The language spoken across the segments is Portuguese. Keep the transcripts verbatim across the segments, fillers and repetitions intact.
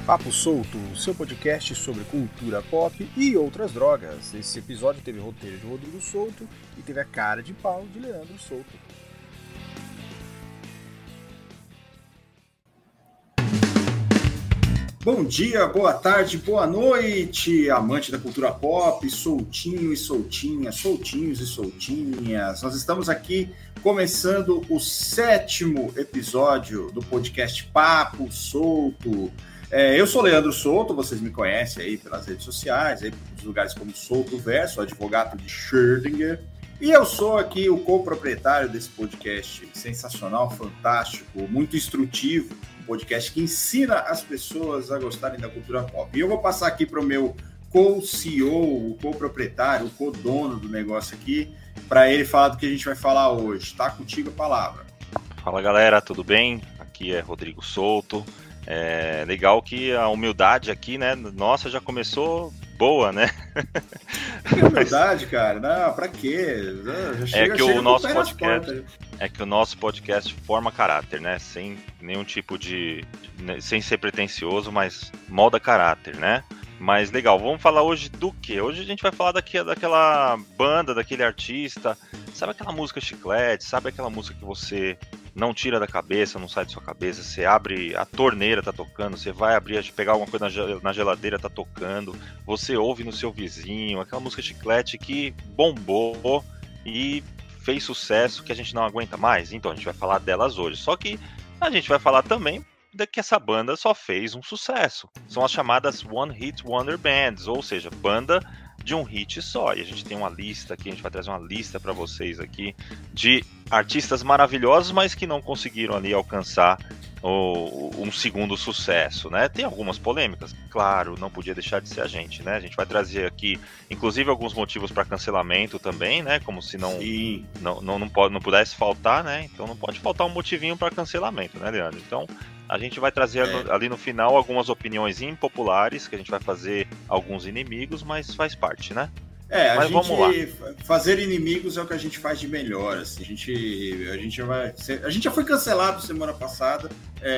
Papo Solto, seu podcast sobre cultura pop e outras drogas. Esse episódio teve roteiro de Rodrigo Souto e teve a cara de pau de Leandro Souto. Bom dia, boa tarde, boa noite, amante da cultura pop, soltinho e soltinha, soltinhos e soltinhas. Nós estamos aqui começando o sétimo episódio do podcast Papo Solto. É, eu sou Leandro Souto, vocês me conhecem aí pelas redes sociais, aí pelos lugares como Souto Verso, advogado de Schrödinger. E eu sou aqui o co-proprietário desse podcast sensacional, fantástico, muito instrutivo, um podcast que ensina as pessoas a gostarem da cultura pop. E eu vou passar aqui para o meu co-C E O, o co-proprietário, o co-dono do negócio aqui, para ele falar do que a gente vai falar hoje. Tá contigo a palavra. Fala galera, tudo bem? Aqui é Rodrigo Souto. É legal que a humildade aqui, né? Nossa, já começou boa, né? Que humildade, cara? Não, pra quê? Já chega, é que o nosso podcast é que o nosso podcast forma caráter, né? Sem nenhum tipo de, sem ser pretensioso, mas molda caráter, né? Mas legal, vamos falar hoje do quê? Hoje a gente vai falar daqui, daquela banda, daquele artista. Sabe aquela música chiclete? Sabe aquela música que você não tira da cabeça, não sai da sua cabeça? Você abre, a torneira tá tocando, você vai abrir, pegar alguma coisa na geladeira, tá tocando. Você ouve no seu vizinho, aquela música chiclete que bombou e fez sucesso, que a gente não aguenta mais. Então a gente vai falar delas hoje. Só que a gente vai falar também que essa banda só fez um sucesso. São as chamadas One Hit Wonder Bands, ou seja, banda de um hit só. E a gente tem uma lista aqui, a gente vai trazer uma lista para vocês aqui de artistas maravilhosos, mas que não conseguiram ali alcançar o, um segundo sucesso, né? Tem algumas polêmicas, claro, não podia deixar de ser a gente, né? A gente vai trazer aqui, inclusive, alguns motivos para cancelamento também, né? Como se não, não, não, não, pode, não pudesse faltar, né? Então não pode faltar um motivinho para cancelamento, né, Leandro? Então a gente vai trazer é. ali no final algumas opiniões impopulares, que a gente vai fazer alguns inimigos, mas faz parte, né? É, a mas gente vamos lá. Fazer inimigos é o que a gente faz de melhor, assim. A gente, a gente, vai ser, a gente já foi cancelado semana passada,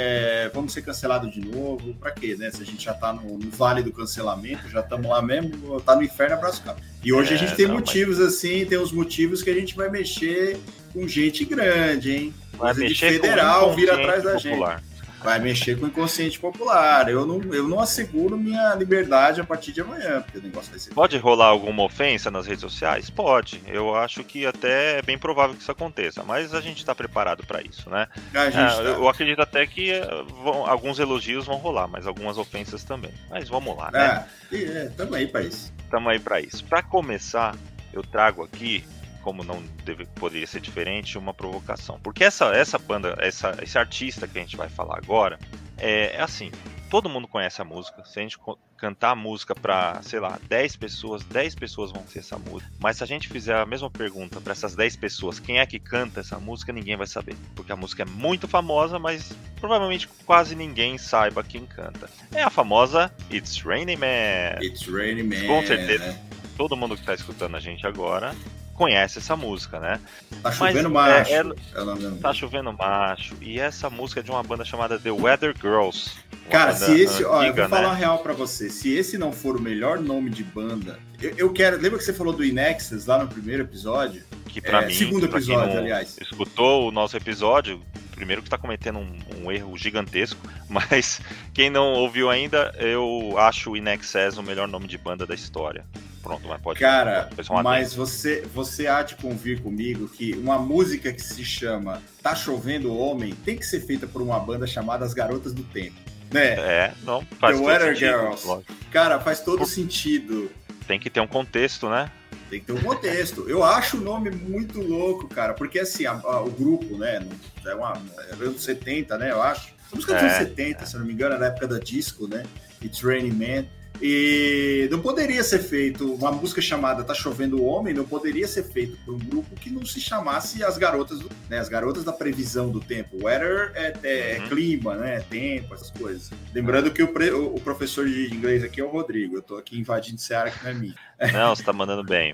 é, vamos ser cancelados de novo, pra quê, né? Se a gente já tá no, no vale do cancelamento, já estamos lá mesmo, tá no inferno, abraço cabo. E hoje é, a gente tem não, motivos mas... assim, tem uns motivos que a gente vai mexer com gente grande, hein? Vai Coisa mexer de federal vir atrás da popular. gente. Vai mexer com o inconsciente popular. Eu não, eu não asseguro minha liberdade a partir de amanhã, porque o negócio vai ser... Pode rolar alguma ofensa nas redes sociais? Pode. Eu acho que até é bem provável que isso aconteça, mas a gente está preparado para isso, né? A gente é, tá. Eu acredito até que vão, alguns elogios vão rolar, mas algumas ofensas também. Mas vamos lá, né? É, é tamo aí para isso. Tamo aí para isso. Para começar, eu trago aqui, como não deve, poderia ser diferente, uma provocação. Porque essa, essa banda, essa, esse artista que a gente vai falar agora, é, é assim, todo mundo conhece a música. Se a gente cantar a música para, sei lá, dez pessoas, dez pessoas vão ser essa música. Mas se a gente fizer a mesma pergunta para essas dez pessoas, quem é que canta essa música, ninguém vai saber. Porque a música é muito famosa, mas provavelmente quase ninguém saiba quem canta. É a famosa It's Raining Man. It's Raining Man. Com certeza, né? Todo mundo que está escutando a gente agora conhece essa música, né? Tá chovendo Mas, macho. É, é, tá chovendo macho. E essa música é de uma banda chamada The Weather Girls. Cara, se esse... antiga, ó, eu vou né? falar uma real pra você. Se esse não for o melhor nome de banda... Eu, eu quero... Lembra que você falou do Inexus lá no primeiro episódio? Que pra é, mim... Segundo episódio, não aliás. escutou o nosso episódio... Primeiro que tá cometendo um, um erro gigantesco. Mas quem não ouviu ainda... Eu acho o Inexus o melhor nome de banda da história. Pronto, mas pode... Cara, pode mas você, você há de convir comigo que uma música que se chama Tá Chovendo Homem tem que ser feita por uma banda chamada As Garotas do Tempo, né? É, não, faz The todo Weather sentido, Girls. Lógico. Cara, faz todo sentido. Tem que ter um contexto, né? Tem que ter um contexto. Eu acho o nome muito louco, cara, porque assim, a, a, o grupo, né, é uma, é anos setenta, né, eu acho. A música dos É, anos setenta, se eu não me engano, é na época da disco, né? It's Raining Man. E não poderia ser feito uma música chamada Tá Chovendo Homem, não poderia ser feito por um grupo que não se chamasse As Garotas do, né, As Garotas da Previsão do Tempo. Weather é, é, uhum. é clima, né? Tempo, essas coisas. Lembrando que o, pre, o, o professor de inglês aqui é o Rodrigo. Eu tô aqui invadindo essa área que não é minha. Não, você tá mandando bem.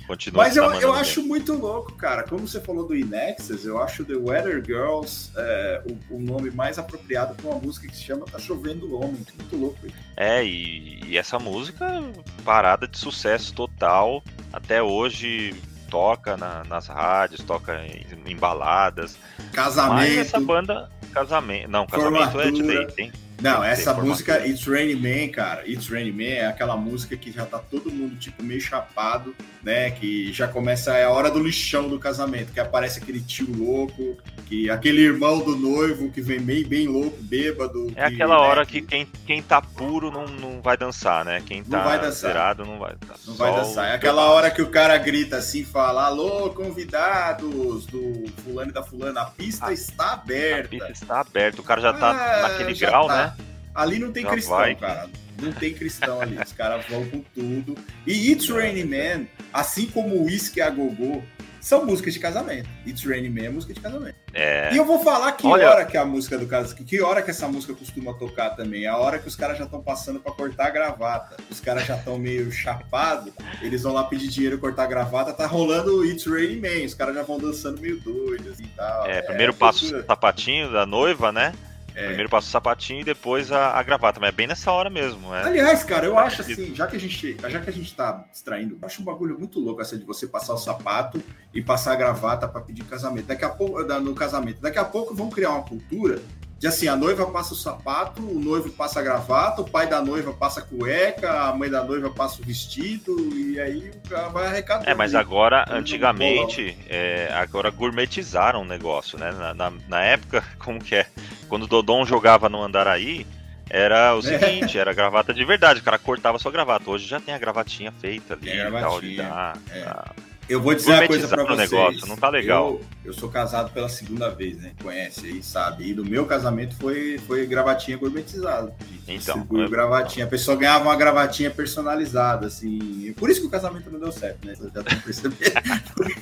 continua Mas eu, tá eu acho muito louco, cara. Como você falou do Inexus, eu acho The Weather Girls é, o, o nome mais apropriado para uma música que se chama Tá Chovendo Homem. Muito louco isso. É, e, e essa música, parada de sucesso total, até hoje toca na, nas rádios, toca em, em baladas. Casamento. Mas essa banda, casamento, não, casamento formatura. É de lei, tem. Não, essa música, It's Raining Man, cara, It's Raining Man é aquela música que já tá todo mundo, tipo, meio chapado, né, que já começa, é a hora do lixão do casamento, que aparece aquele tio louco, que aquele irmão do noivo que vem bem, bem louco, bêbado. É que, aquela hora né, que quem, quem tá puro não, não vai dançar, né, quem tá zerado não vai dançar. Não vai dançar, é aquela hora que o cara grita assim, fala, alô, convidados do fulano e da fulana, a pista a, está aberta. A pista está aberta, o cara já tá ah, naquele já grau, tá. né? Ali não tem já cristão, vai. cara. Não tem cristão ali. Os caras vão com tudo. E It's Raining Man, assim como Whiskey a Go-Go, são músicas de casamento. It's Raining Man é música de casamento. É. E eu vou falar que Olha... hora que a música do casamento, que hora que essa música costuma tocar também. É a hora que os caras já estão passando para cortar a gravata. Os caras já estão meio chapados. Eles vão lá pedir dinheiro, cortar a gravata. Tá rolando It's Raining Man. Os caras já vão dançando meio doidos assim, e tal. É, primeiro é, passo o sapatinho da noiva, né? É. Primeiro passa o sapatinho e depois a, a gravata, mas é bem nessa hora mesmo. É. Aliás, cara, eu acho assim, já que a gente, já que a gente tá distraindo, eu acho um bagulho muito louco essa de você passar o sapato e passar a gravata para pedir casamento. Daqui a pouco, no casamento, daqui a pouco vão criar uma cultura de assim, a noiva passa o sapato, o noivo passa a gravata, o pai da noiva passa a cueca, a mãe da noiva passa o vestido, e aí vai arrecadando. É, mas agora, antigamente, é, agora gourmetizaram o negócio, né? Na, na, na época, como que é? Quando o Dodon jogava no Andaraí, era o seguinte, é. era gravata de verdade, o cara cortava sua gravata. Hoje já tem a gravatinha feita ali, tem a gravatinha, tal, dá, é. dá. Eu vou dizer uma coisa pra vocês. Negócio, não tá legal. Eu, eu sou casado pela segunda vez, né? Conhece aí, sabe? E no meu casamento foi, foi gravatinha gourmetizada. Então. Eu... gravatinha. A pessoa ganhava uma gravatinha personalizada, assim. Por isso que o casamento não deu certo, né? Vocês já estão percebendo.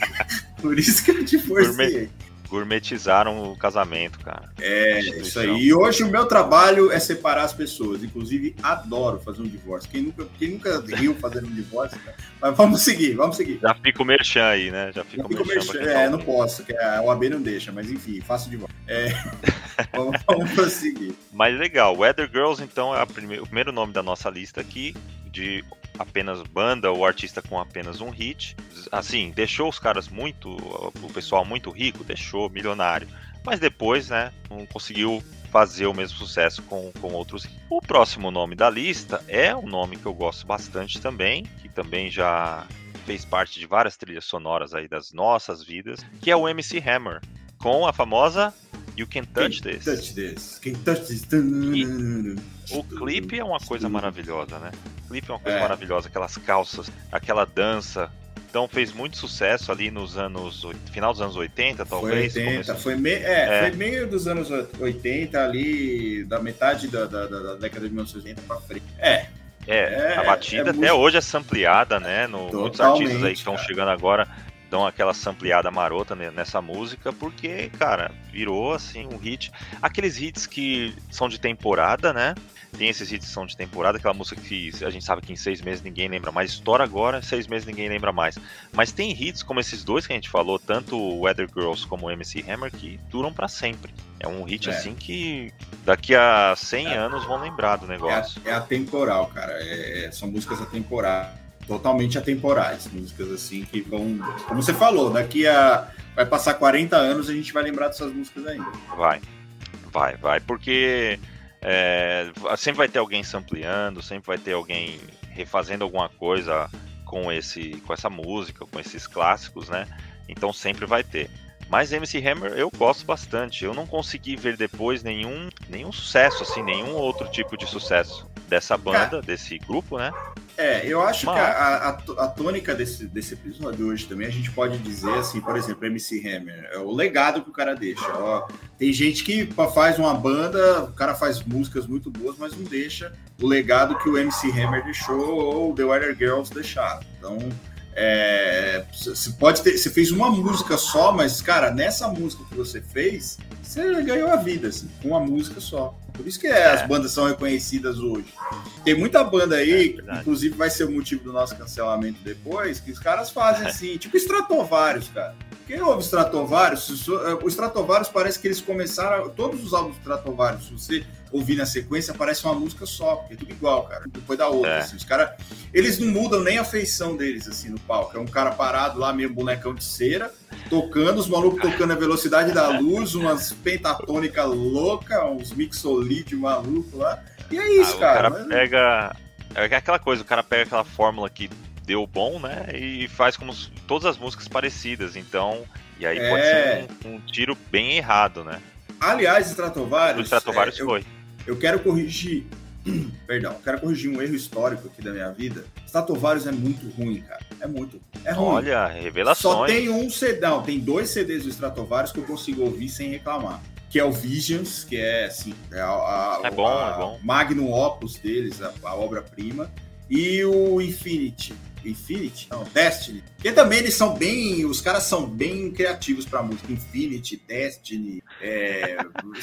Por isso que eu te forcei. Gourmetizaram o casamento, cara. É, isso aí. E hoje o meu trabalho é separar as pessoas. Inclusive, adoro fazer um divórcio. Quem nunca, quem nunca riu fazendo um divórcio, cara? Mas vamos seguir, vamos seguir. Já fica o merchan aí, né? Já fica Já o merchan. merchan é, tá não posso, que a O A B não deixa, mas enfim, faço divórcio. É, vamos, vamos prosseguir. Mas legal, Weather Girls, então, é a prime... o primeiro nome da nossa lista aqui, de apenas banda ou artista com apenas um hit. Assim, deixou os caras muito, o pessoal muito rico, deixou milionário, mas depois, né, não conseguiu fazer o mesmo sucesso com, com outros. O próximo nome da lista é um nome que eu gosto bastante também, que também já fez parte de várias trilhas sonoras aí das nossas vidas, que é o M C Hammer, com a famosa You Can Touch Can This. Touch This. Can Touch This. E o clipe é uma coisa maravilhosa, né? O clipe é uma coisa é. maravilhosa, aquelas calças, aquela dança. Então fez muito sucesso ali nos anos... Final dos anos oitenta, talvez. Foi oitenta, foi, me... é, é. foi meio dos anos oitenta, ali, da metade da, da, da década de mil novecentos e oitenta pra frente. É. É, é a batida é, é até muito... hoje é sampleada, né? No, muitos artistas aí que estão chegando agora dão aquela sampleada marota nessa música, porque, cara, virou, assim, um hit. Aqueles hits que são de temporada, né? Tem esses hits que são de temporada, aquela música que a gente sabe que em seis meses ninguém lembra mais, estoura agora, seis meses ninguém lembra mais. Mas tem hits como esses dois que a gente falou, tanto o Weather Girls como o M C Hammer, que duram pra sempre. É um hit, é. assim, que daqui a cem é. anos vão lembrar do negócio. É, é atemporal, cara. É, são músicas atemporais. Totalmente atemporais, músicas assim que vão, como você falou, daqui a vai passar quarenta anos a gente vai lembrar dessas músicas ainda. Vai, vai, vai, porque é, sempre vai ter alguém sampleando, sempre vai ter alguém refazendo alguma coisa com esse, com essa música, com esses clássicos, né? Então sempre vai ter. Mas M C Hammer eu gosto bastante. Eu não consegui ver depois nenhum, nenhum sucesso, assim, nenhum outro tipo de sucesso dessa banda, Cara, desse grupo, né? É, eu acho Mas... que a, a, a tônica desse, desse episódio de hoje também, a gente pode dizer, assim, por exemplo, M C Hammer, é o legado que o cara deixa. Ó, tem gente que faz uma banda, o cara faz músicas muito boas, mas não deixa o legado que o M C Hammer deixou ou o The Weather Girls deixaram. Então, é, você pode ter, você fez uma música só, mas, cara, nessa música que você fez, você ganhou a vida, assim, com uma música só. Por isso que é, as bandas são reconhecidas hoje. Tem muita banda aí, é, inclusive vai ser o motivo do nosso cancelamento depois, que os caras fazem assim, tipo Stratovarius, cara. Quem ouve Stratovarius, o Stratovarius parece que eles começaram, todos os álbuns do Stratovarius, se você ouvir na sequência, parece uma música só, porque é tudo igual, cara, depois da outra, é. assim, os caras, eles não mudam nem a feição deles, assim, no palco, é um cara parado lá, meio bonecão de cera, tocando, os malucos tocando a velocidade da luz, umas pentatônicas loucas, uns mixolídeos malucos lá, e é isso, ah, cara. O cara mas... pega, é aquela coisa, o cara pega aquela fórmula que deu bom, né, e faz como todas as músicas parecidas, então, e aí é... pode ser um, um tiro bem errado, né. Aliás, Stratovarius, o Stratovarius é, foi. Eu, eu quero corrigir, perdão, eu quero corrigir um erro histórico aqui da minha vida. Stratovarius é muito ruim, cara, é muito, é ruim. Olha, revelações. Só tem um C D, não, tem dois C Ds do Stratovarius que eu consigo ouvir sem reclamar. Que é o Visions, que é assim, é a, a, é bom, a é bom. magnum opus deles, a, a obra-prima, e o Infinity. Infinity? Não, Destiny. Porque também eles são bem. Os caras são bem criativos pra música. Infinity, Destiny. É,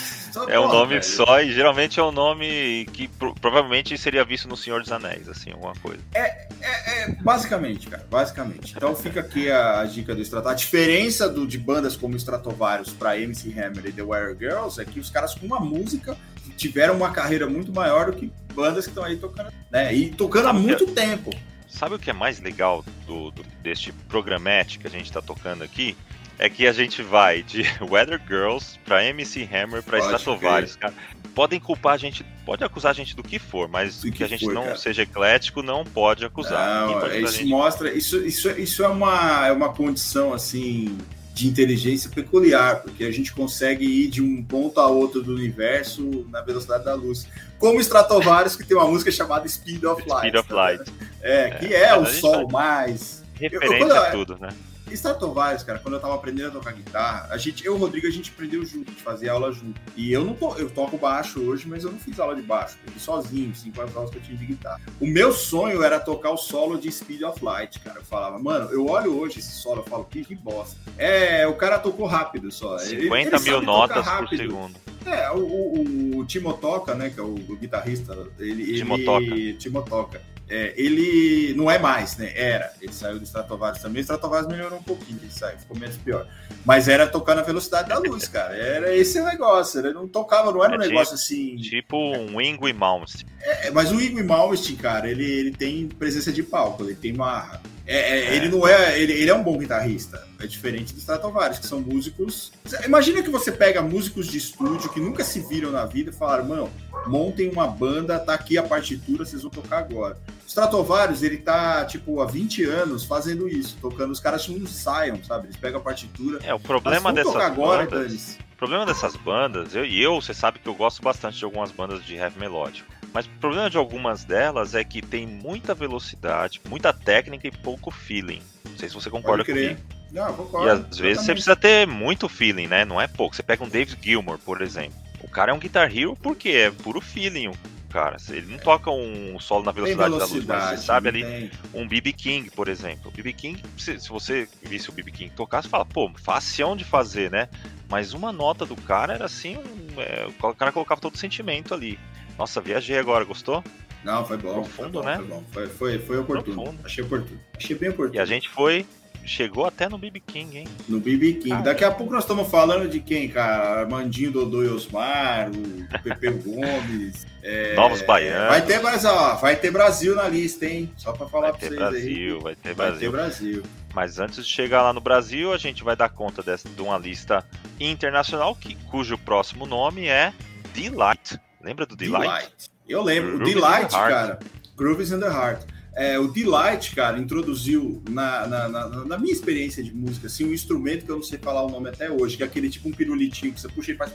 é um nome velho. Só e geralmente é um nome que pro, provavelmente seria visto no Senhor dos Anéis, assim, alguma coisa. É, é, é basicamente, cara, basicamente. Então fica aqui a, a dica do Stratovarius. A diferença do, de bandas como Stratovarius pra M C Hammer e The Wire Girls é que os caras com uma música tiveram uma carreira muito maior do que bandas que estão aí tocando, né? E tocando há muito que... tempo. Sabe o que é mais legal do, do, deste programete que a gente tá tocando aqui? É que a gente vai de Weather Girls pra M C Hammer pra Stratovarius, cara. Podem culpar a gente, pode acusar a gente do que for, mas que, que a gente for, não cara. seja eclético não pode acusar. Não, pode isso gente... mostra, isso, isso, isso é, uma, é uma condição assim de inteligência peculiar, porque a gente consegue ir de um ponto a outro do universo na velocidade da luz. Como Stratovarius, que tem uma música chamada Speed of Light. Speed of tá Light. É, que é, é o sol vai... mais... Referência eu, eu, a tudo, né? Stratovarius, cara, quando eu tava aprendendo a tocar guitarra, a gente, eu e o Rodrigo, a gente aprendeu junto, a gente fazia aula junto. E eu não to, eu toco baixo hoje, mas eu não fiz aula de baixo, eu fiz sozinho, cinco aulas que eu tinha de guitarra. O meu sonho era tocar o solo de Speed of Light, cara. Eu falava, mano, eu olho hoje esse solo, eu falo, que, que bosta. É, o cara tocou rápido só. cinquenta mil notas por segundo. É, o, o, o Timo Toca, né, que é o, o guitarrista, ele... Timo Toca. Timo Toca. É, ele não é mais, né? Era. Ele saiu do Stratovarius também. O Stratovarius melhorou um pouquinho, ele saiu, ficou menos pior. Mas era tocar na velocidade da luz, cara. Era esse o negócio. Ele não tocava, não era é um negócio tipo, assim. Tipo um Yngwie Malmsteen. É, mas o Yngwie Malmsteen, cara, ele, ele tem presença de palco, ele tem marra. É, é, ele não é. Ele, ele é um bom guitarrista. É diferente dos Stratovarius, que são músicos. Imagina que você pega músicos de estúdio que nunca se viram na vida e falaram, mano, montem uma banda, tá aqui a partitura, vocês vão tocar agora. Stratovarius, ele tá, tipo, há vinte anos fazendo isso, tocando. Os caras não ensaiam, sabe? Eles pegam a partitura. É, o problema dessas agora, bandas... O problema dessas bandas, eu, e eu, você sabe que eu gosto bastante de algumas bandas de heavy melódico, mas o problema de algumas delas é que tem muita velocidade, muita técnica e pouco feeling. Não sei se você concorda comigo. Não, concordo. E às vezes você precisa ter muito feeling, né? Não é pouco. Você pega um David Gilmour, por exemplo. O cara é um guitar hero porque é puro feeling, cara. Ele não toca um solo na velocidade, velocidade da luz, mas você sabe ali tem. Um B B King, por exemplo. O B B King, se, se você visse o B B King tocar, você fala, pô, facião de fazer, né? Mas uma nota do cara era assim, um, é, o cara colocava todo o sentimento ali. Nossa, viajei agora, gostou? Não, foi bom. Profundo, foi bom, né? Foi bom, foi, foi, foi oportuno. Profundo. Achei oportuno. Achei bem oportuno. E a gente foi... Chegou até no B B King, hein? No B B King. Ah, Daqui a pouco nós estamos falando de quem, cara? Armandinho, Dodô e Osmar, o Pepe Gomes. É... Novos Baianos. Vai ter, mas, ó, vai ter Brasil na lista, hein? Só pra falar vai pra vocês Brasil, aí. Vai ter vai Brasil, ter Brasil. Mas antes de chegar lá no Brasil, a gente vai dar conta dessa, de uma lista internacional, que, cujo próximo nome é Deee-Lite. Lembra do Deee-Lite? Deee-Lite. Eu lembro. Grooves o Deee-Lite, cara. Grooves in the Heart. É, o Deee-Lite, cara, introduziu na, na, na, na minha experiência de música, assim, um instrumento que eu não sei falar o nome até hoje, que é aquele tipo um pirulitinho que você puxa e faz...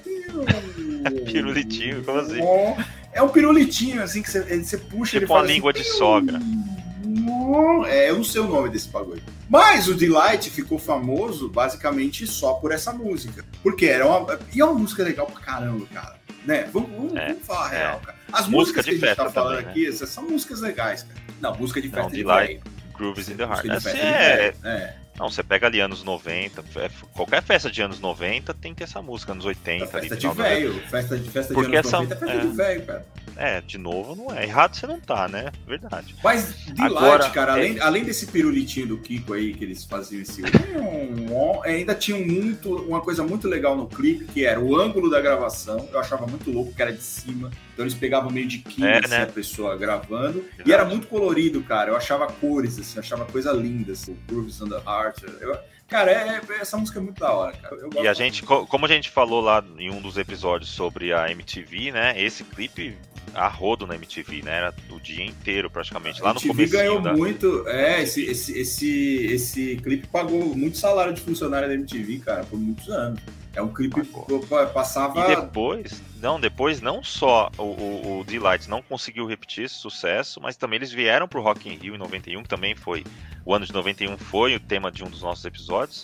Pirulitinho? Como assim? É um pirulitinho, assim, que você, você puxa... Tipo ele uma faz língua assim, de sogra. É, eu não sei o nome desse bagulho. Mas o Deee-Lite ficou famoso basicamente só por essa música. Porque era uma... E é uma música legal pra caramba, cara. Né? Vamos, vamos, é, vamos falar a é. real, cara. As música músicas que a gente tá falando também, aqui, né? São músicas legais, cara. Não, música de festa não, de Deee-Lite, Grooves in the Heart. Música de assim, festa é, de é. Não, você pega ali anos noventa, qualquer festa de anos noventa tem que ter essa música, anos oitenta. Festa ali, de velho, festa de, festa de Porque anos essa, noventa é festa é, de velho, cara. É, de novo, não é. Errado você não tá, né? Verdade. Mas Delight, cara, além, é... além desse pirulitinho do Kiko aí, que eles faziam esse... ainda tinha muito, uma coisa muito legal no clipe, que era o ângulo da gravação. Eu achava muito louco, que era de cima. Então eles pegavam meio de quina, é, assim, né? A pessoa gravando. Verdade. E era muito colorido, cara. Eu achava cores, assim, eu achava coisa linda, assim. Grooves on the Heart. Eu... Cara, é, é, essa música é muito da hora, cara. Eu e a gente, como a gente falou lá em um dos episódios sobre a M T V, né? Esse clipe a rodo na M T V, né? Era o dia inteiro, praticamente. Lá no começo. A M T V ganhou da... muito. É, esse, esse, esse, esse clipe pagou muito salário de funcionário da M T V, cara, por muitos anos. É um clipe que passava. E depois, não, depois não só o, o, o Delight não conseguiu repetir esse sucesso, mas também eles vieram pro Rock in Rio em noventa e um, que também foi. O ano de noventa e um foi o tema de um dos nossos episódios.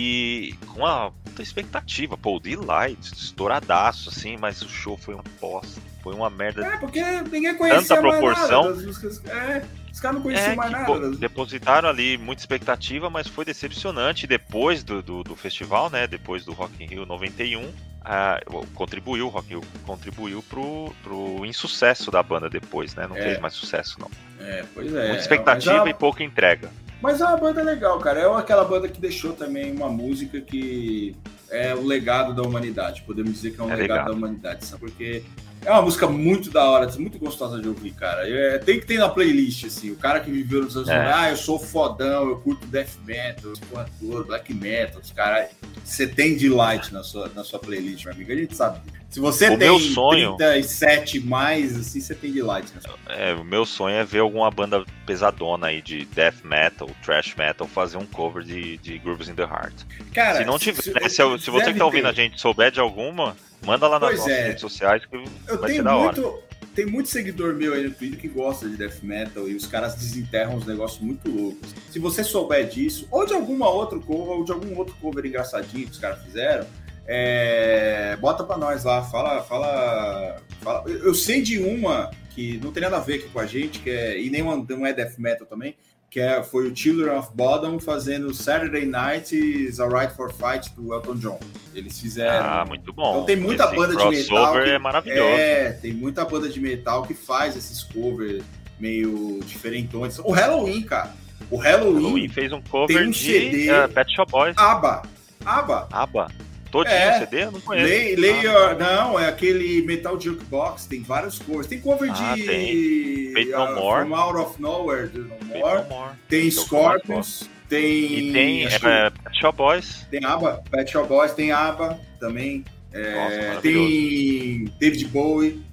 E com uma puta expectativa. Pô, o Delight, estouradaço, assim, mas o show foi uma bosta. Foi uma merda. É, porque ninguém conhecia tanta proporção. Mais nada das músicas. É. Os caras não conheciam é, mais nada. Pô, depositaram ali muita expectativa, mas foi decepcionante. Depois do, do, do festival, né? Depois do Rock in Rio noventa e um, ah, contribuiu, o Rock in Rio contribuiu pro, pro insucesso da banda depois, né? Não é. fez mais sucesso, não. É, pois é. Muita expectativa a... e pouca entrega. Mas é uma banda legal, cara. É aquela banda que deixou também uma música que é o legado da humanidade. Podemos dizer que é um é legado, legado da humanidade, sabe? Porque é uma música muito da hora, muito gostosa de ouvir, cara. É, tem que ter na playlist, assim. O cara que viveu nos anos é. noventa, ah, eu sou fodão, eu curto death metal, porra toda, black metal, os caras. Você tem Delight na sua, na sua playlist, meu amigo. A gente sabe. Se você o tem meu sonho... trinta e sete mais, assim, você tem Delight. Né? É, o meu sonho é ver alguma banda pesadona aí de death metal, thrash metal, fazer um cover de, de Grooves in the Heart. Cara, se não tiver, se, né, se, se você que tá ouvindo ter. a gente souber de alguma, manda lá nas pois nossas é. redes sociais que eu vai tenho ser da muito, hora. Tem muito seguidor meu aí no Twitter que gosta de death metal e os caras desenterram uns negócios muito loucos. Se você souber disso, ou de alguma outra cover, ou de algum outro cover engraçadinho que os caras fizeram, É, bota pra nós lá, fala, fala, fala. Eu sei de uma que não tem nada a ver aqui com a gente, que é, e nem uma, não é death metal também, que é, foi o Children of Bodom fazendo Saturday Night is Alright for Fight do Elton John. Eles fizeram. Ah, muito bom. Então tem muita Esse banda de metal. Que, é maravilhoso. É, tem muita banda de metal que faz esses covers meio diferentões. O Halloween, cara. O Halloween, Halloween fez um cover tem um de C D, uh, Pet Shop Boys. ABBA. ABBA. ABBA. Todinho é, C D? Eu não conheço. Lay, lay ah, your, não, é aquele Metal Jukebox, tem vários covers. Tem cover ah, de tem. Fate No uh, More. From Out of Nowhere, do No Fate More. No More. Tem Scorpions, tem... E tem é, Pet Shop Boys. Tem ABBA, Pet Shop Boys, tem ABBA também. É, Nossa, tem David Bowie.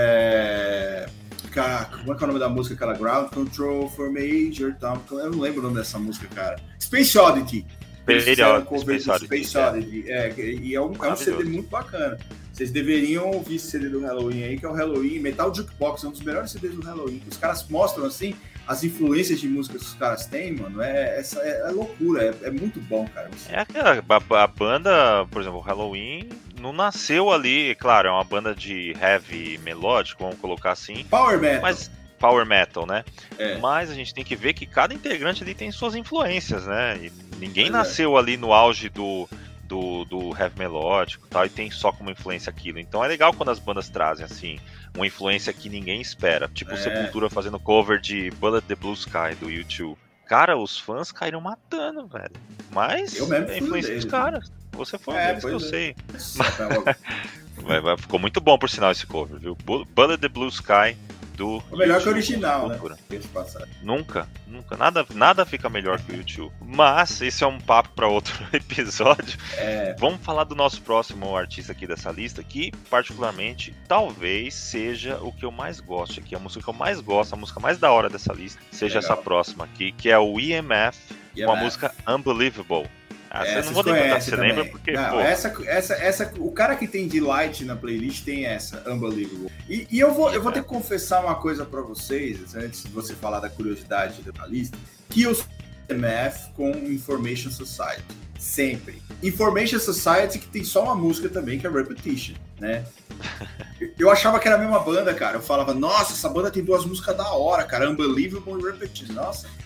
É, como é que é o nome da música? Aquela Ground Control for Major Tom. Eu não lembro o nome dessa música, cara. Space Oddity. Period, Space Oddity. Space Oddity. É, e é um, é um C D muito bacana. Vocês deveriam ouvir esse C D do Halloween aí, que é o Halloween Metal Jukebox, é um dos melhores C Ds do Halloween. Os caras mostram, assim, as influências de música que os caras têm, mano. É, essa, é, é loucura, é, é muito bom, cara. É aquela, a, a banda, por exemplo, o Halloween não nasceu ali, claro, é uma banda de heavy melódico, vamos colocar assim. Power metal. Mas power metal, né? É. Mas a gente tem que ver que cada integrante ali tem suas influências, né? E ninguém pois nasceu é. ali no auge do, do, do heavy melódico, tal, e tem só como influência aquilo. Então é legal quando as bandas trazem, assim, uma influência que ninguém espera. Tipo é. Sepultura fazendo cover de Bullet the Blue Sky, do U dois. Cara, os fãs caíram matando, velho. Mas eu mesmo é a influência dos caras. Você foi é, deles, que eu é. sei. vai, vai, ficou muito bom, por sinal, esse cover, viu? Bullet the Blue Sky do o melhor YouTube, que o original, né? Nunca, nunca. Nada, nada fica melhor que o YouTube. Mas esse é um papo para outro episódio. É. Vamos falar do nosso próximo artista aqui dessa lista, que particularmente talvez seja o que eu mais gosto aqui. A música que eu mais gosto, a música mais da hora dessa lista, seja Legal. essa próxima aqui, que é o E M F, E M F. Com a música Unbelievable. Ah, você não vou nem contar, você também. Lembra? Porque, não, pô... essa, essa, essa, o cara que tem Delight na playlist tem essa, Unbelievable. E, e eu, vou, eu vou ter que confessar uma coisa pra vocês, antes de você falar da curiosidade da lista, que eu sou E M F com Information Society. Sempre. Information Society que tem só uma música também, que é Repetition, né? Eu achava que era a mesma banda, cara. Eu falava, nossa, essa banda tem duas músicas da hora, cara. Unbelievable e Repetition. Nossa,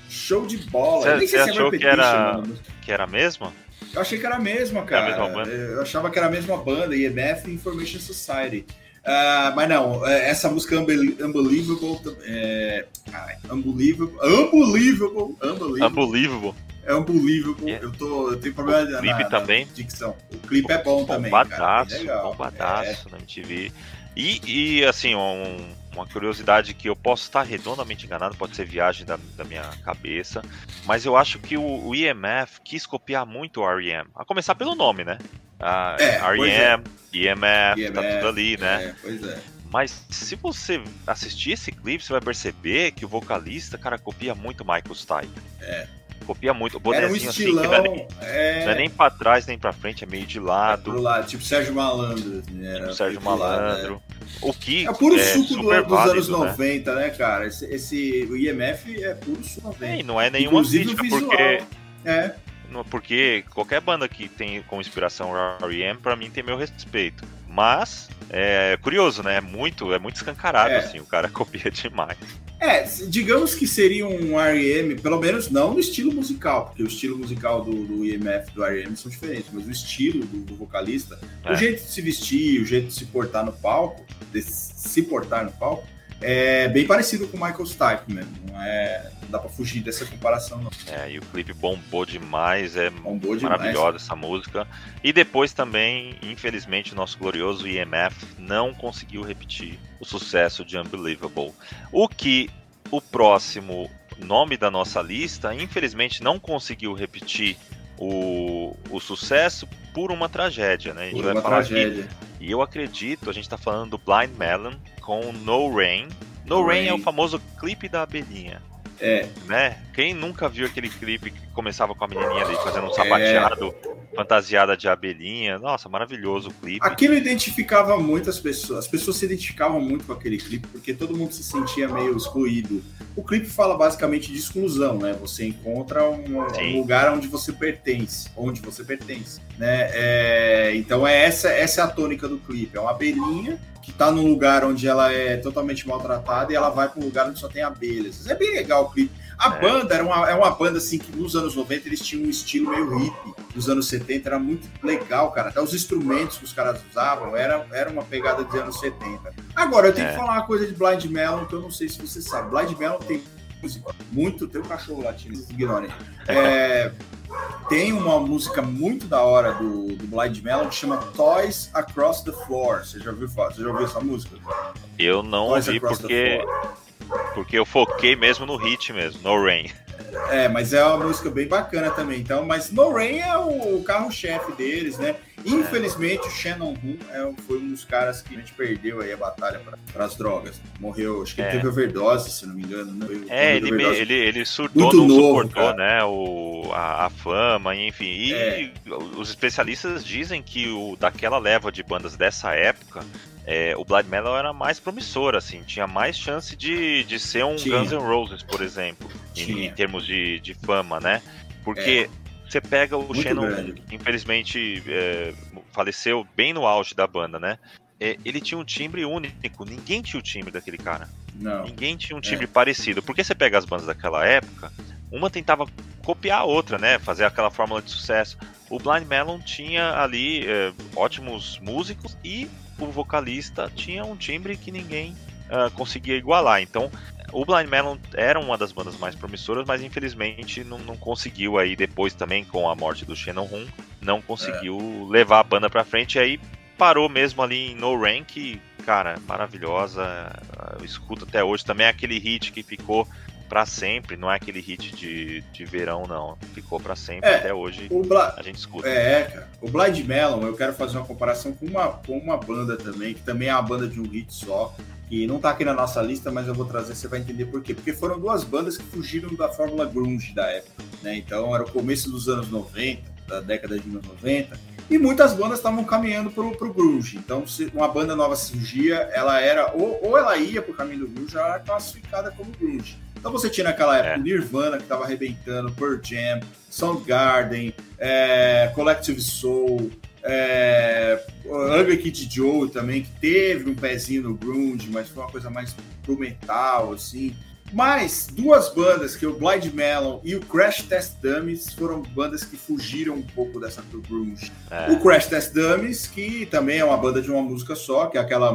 Show de bola. Você, Eu nem sei você se é achou que Repetition, era, mano. que era a mesma? Eu achei que era a mesma, cara. É a mesma banda? Eu achava que era a mesma banda, E M F Information Society. Uh, mas não, essa música Unbelievable, é, ai, Unbelievable, Unbelievable, Unbelievable, Unbelievable. É Unbelievable. Yeah. Eu, tô, eu tenho problema o clipe na, também. na dicção. O clipe é bom também. Bombadaço, bombadaço é. na M T V. E, e assim, um, uma curiosidade que eu posso estar redondamente enganado, pode ser viagem da, da minha cabeça, mas eu acho que o, o E M F quis copiar muito o R E M. A começar pelo nome, né? A é, R E M, é. E M F, E M F, tá tudo ali, né? É, pois é. Mas se você assistir esse clipe, você vai perceber que o vocalista, cara, copia muito Michael Stipe. É. Copia muito. O Era um bonezinho estilão, assim, que não é, nem, é... não é nem pra trás nem pra frente, é meio de lado. É pro lado, tipo Sérgio Malandro. Né? Tipo Sérgio Malandro. Lado, é. O que é puro é suco do, dos válido, anos né? noventa, né, cara? Esse, esse, o I M F é puro suco noventa. É, e não é nenhuma crítica, porque... É. Porque qualquer banda que tem como inspiração o R E M, pra mim tem meu respeito. Mas, é curioso, né? É muito, é muito escancarado, é. assim, o cara copia demais. É, digamos que seria um R E M, pelo menos não no estilo musical, porque o estilo musical do, do I M F e do R E M são diferentes, mas o estilo do, do vocalista, é. o jeito de se vestir, o jeito de se portar no palco, de se portar no palco, é bem parecido com o Michael Stipe mesmo, não, é, não dá pra fugir dessa comparação, não. É, e o clipe bombou demais, é bombou maravilhosa demais. essa música. E depois também, infelizmente, o nosso glorioso I M F não conseguiu repetir o sucesso de Unbelievable. O que o próximo nome da nossa lista, infelizmente, não conseguiu repetir o, o sucesso por uma tragédia, né? A gente por vai uma falar tragédia. Aqui, e eu acredito, a gente tá falando do Blind Melon com No Rain. No, no Rain, Rain é o famoso clipe da abelhinha. É. Né? Quem nunca viu aquele clipe que começava com a menininha ali fazendo um sapateado, é. fantasiada de abelhinha? Nossa, maravilhoso o clipe. Aquilo identificava muito as pessoas. As pessoas se identificavam muito com aquele clipe porque todo mundo se sentia meio excluído. O clipe fala basicamente de exclusão, né? Você encontra um, um lugar onde você pertence, onde você pertence, né? É, então é essa, essa é a tônica do clipe. É uma abelhinha que tá num lugar onde ela é totalmente maltratada e ela vai para um lugar onde só tem abelhas. É bem legal o clipe. A é. banda era uma, é uma banda assim que nos anos noventa eles tinham um estilo meio hippie. Nos anos setenta era muito legal, cara. Até os instrumentos que os caras usavam era, era uma pegada dos anos setenta. Agora, eu tenho é. que falar uma coisa de Blind Melon que eu não sei se você sabe. Blind Melon tem música muito... Tem um cachorro latindo, ignorem. É, tem uma música muito da hora do, do Blind Melon que chama Toys Across the Floor. Você já ouviu, você já ouviu essa música? Eu não Toys ouvi porque... Porque eu foquei mesmo no hit mesmo, No Rain. É, mas é uma música bem bacana também. Então, mas No Rain é o carro-chefe deles, né? Infelizmente, é. o Shannon Hoon é, foi um dos caras que a gente perdeu aí a batalha para as drogas. Morreu, acho que ele é. teve overdose, se não me engano. Né? É, ele, me, ele, ele surtou, Muito não novo, suportou, cara. né? O, a, a fama, enfim. E é. os especialistas dizem que o, daquela leva de bandas dessa época, É, o Blind Melon era mais promissor, assim, tinha mais chance de, de ser um tinha. Guns N' Roses, por exemplo, em, em termos de, de fama, né? Porque é. você pega o Muito Shannon, grande. infelizmente é, faleceu bem no auge da banda, né? É, ele tinha um timbre único, ninguém tinha o timbre daquele cara. Não. Ninguém tinha um timbre é. parecido. Porque você pega as bandas daquela época, uma tentava copiar a outra, né? Fazer aquela fórmula de sucesso. O Blind Melon tinha ali é, ótimos músicos e o vocalista tinha um timbre que ninguém uh, conseguia igualar. Então, o Blind Melon era uma das bandas mais promissoras, mas infelizmente não, não conseguiu aí, depois também com a morte do Shannon Hoon, não conseguiu é. levar a banda pra frente, e aí parou mesmo ali em No Rain, que, cara, maravilhosa, eu escuto até hoje, também é aquele hit que ficou pra sempre, não é aquele hit de, de verão, não. Ficou pra sempre, é, até hoje Bla... a gente escuta. É, cara. O Blind Melon, eu quero fazer uma comparação com uma, com uma banda também, que também é uma banda de um hit só, que não tá aqui na nossa lista, mas eu vou trazer, você vai entender por quê. Porque foram duas bandas que fugiram da fórmula grunge da época, né? Então era o começo dos anos noventa, da década de noventa, e muitas bandas estavam caminhando pro, pro grunge. Então, se uma banda nova surgia, ela era, ou, ou ela ia pro caminho do grunge, ou ela era classificada como grunge. Então você tinha naquela época o é. Nirvana, que estava arrebentando, Pearl Jam, Soundgarden, é, Collective Soul, é, Ugly Kid Joe também, que teve um pezinho no grunge, mas foi uma coisa mais pro metal, assim. Mas duas bandas, que é o Blind Melon e o Crash Test Dummies, foram bandas que fugiram um pouco dessa do grunge. É. O Crash Test Dummies, que também é uma banda de uma música só, que é aquela...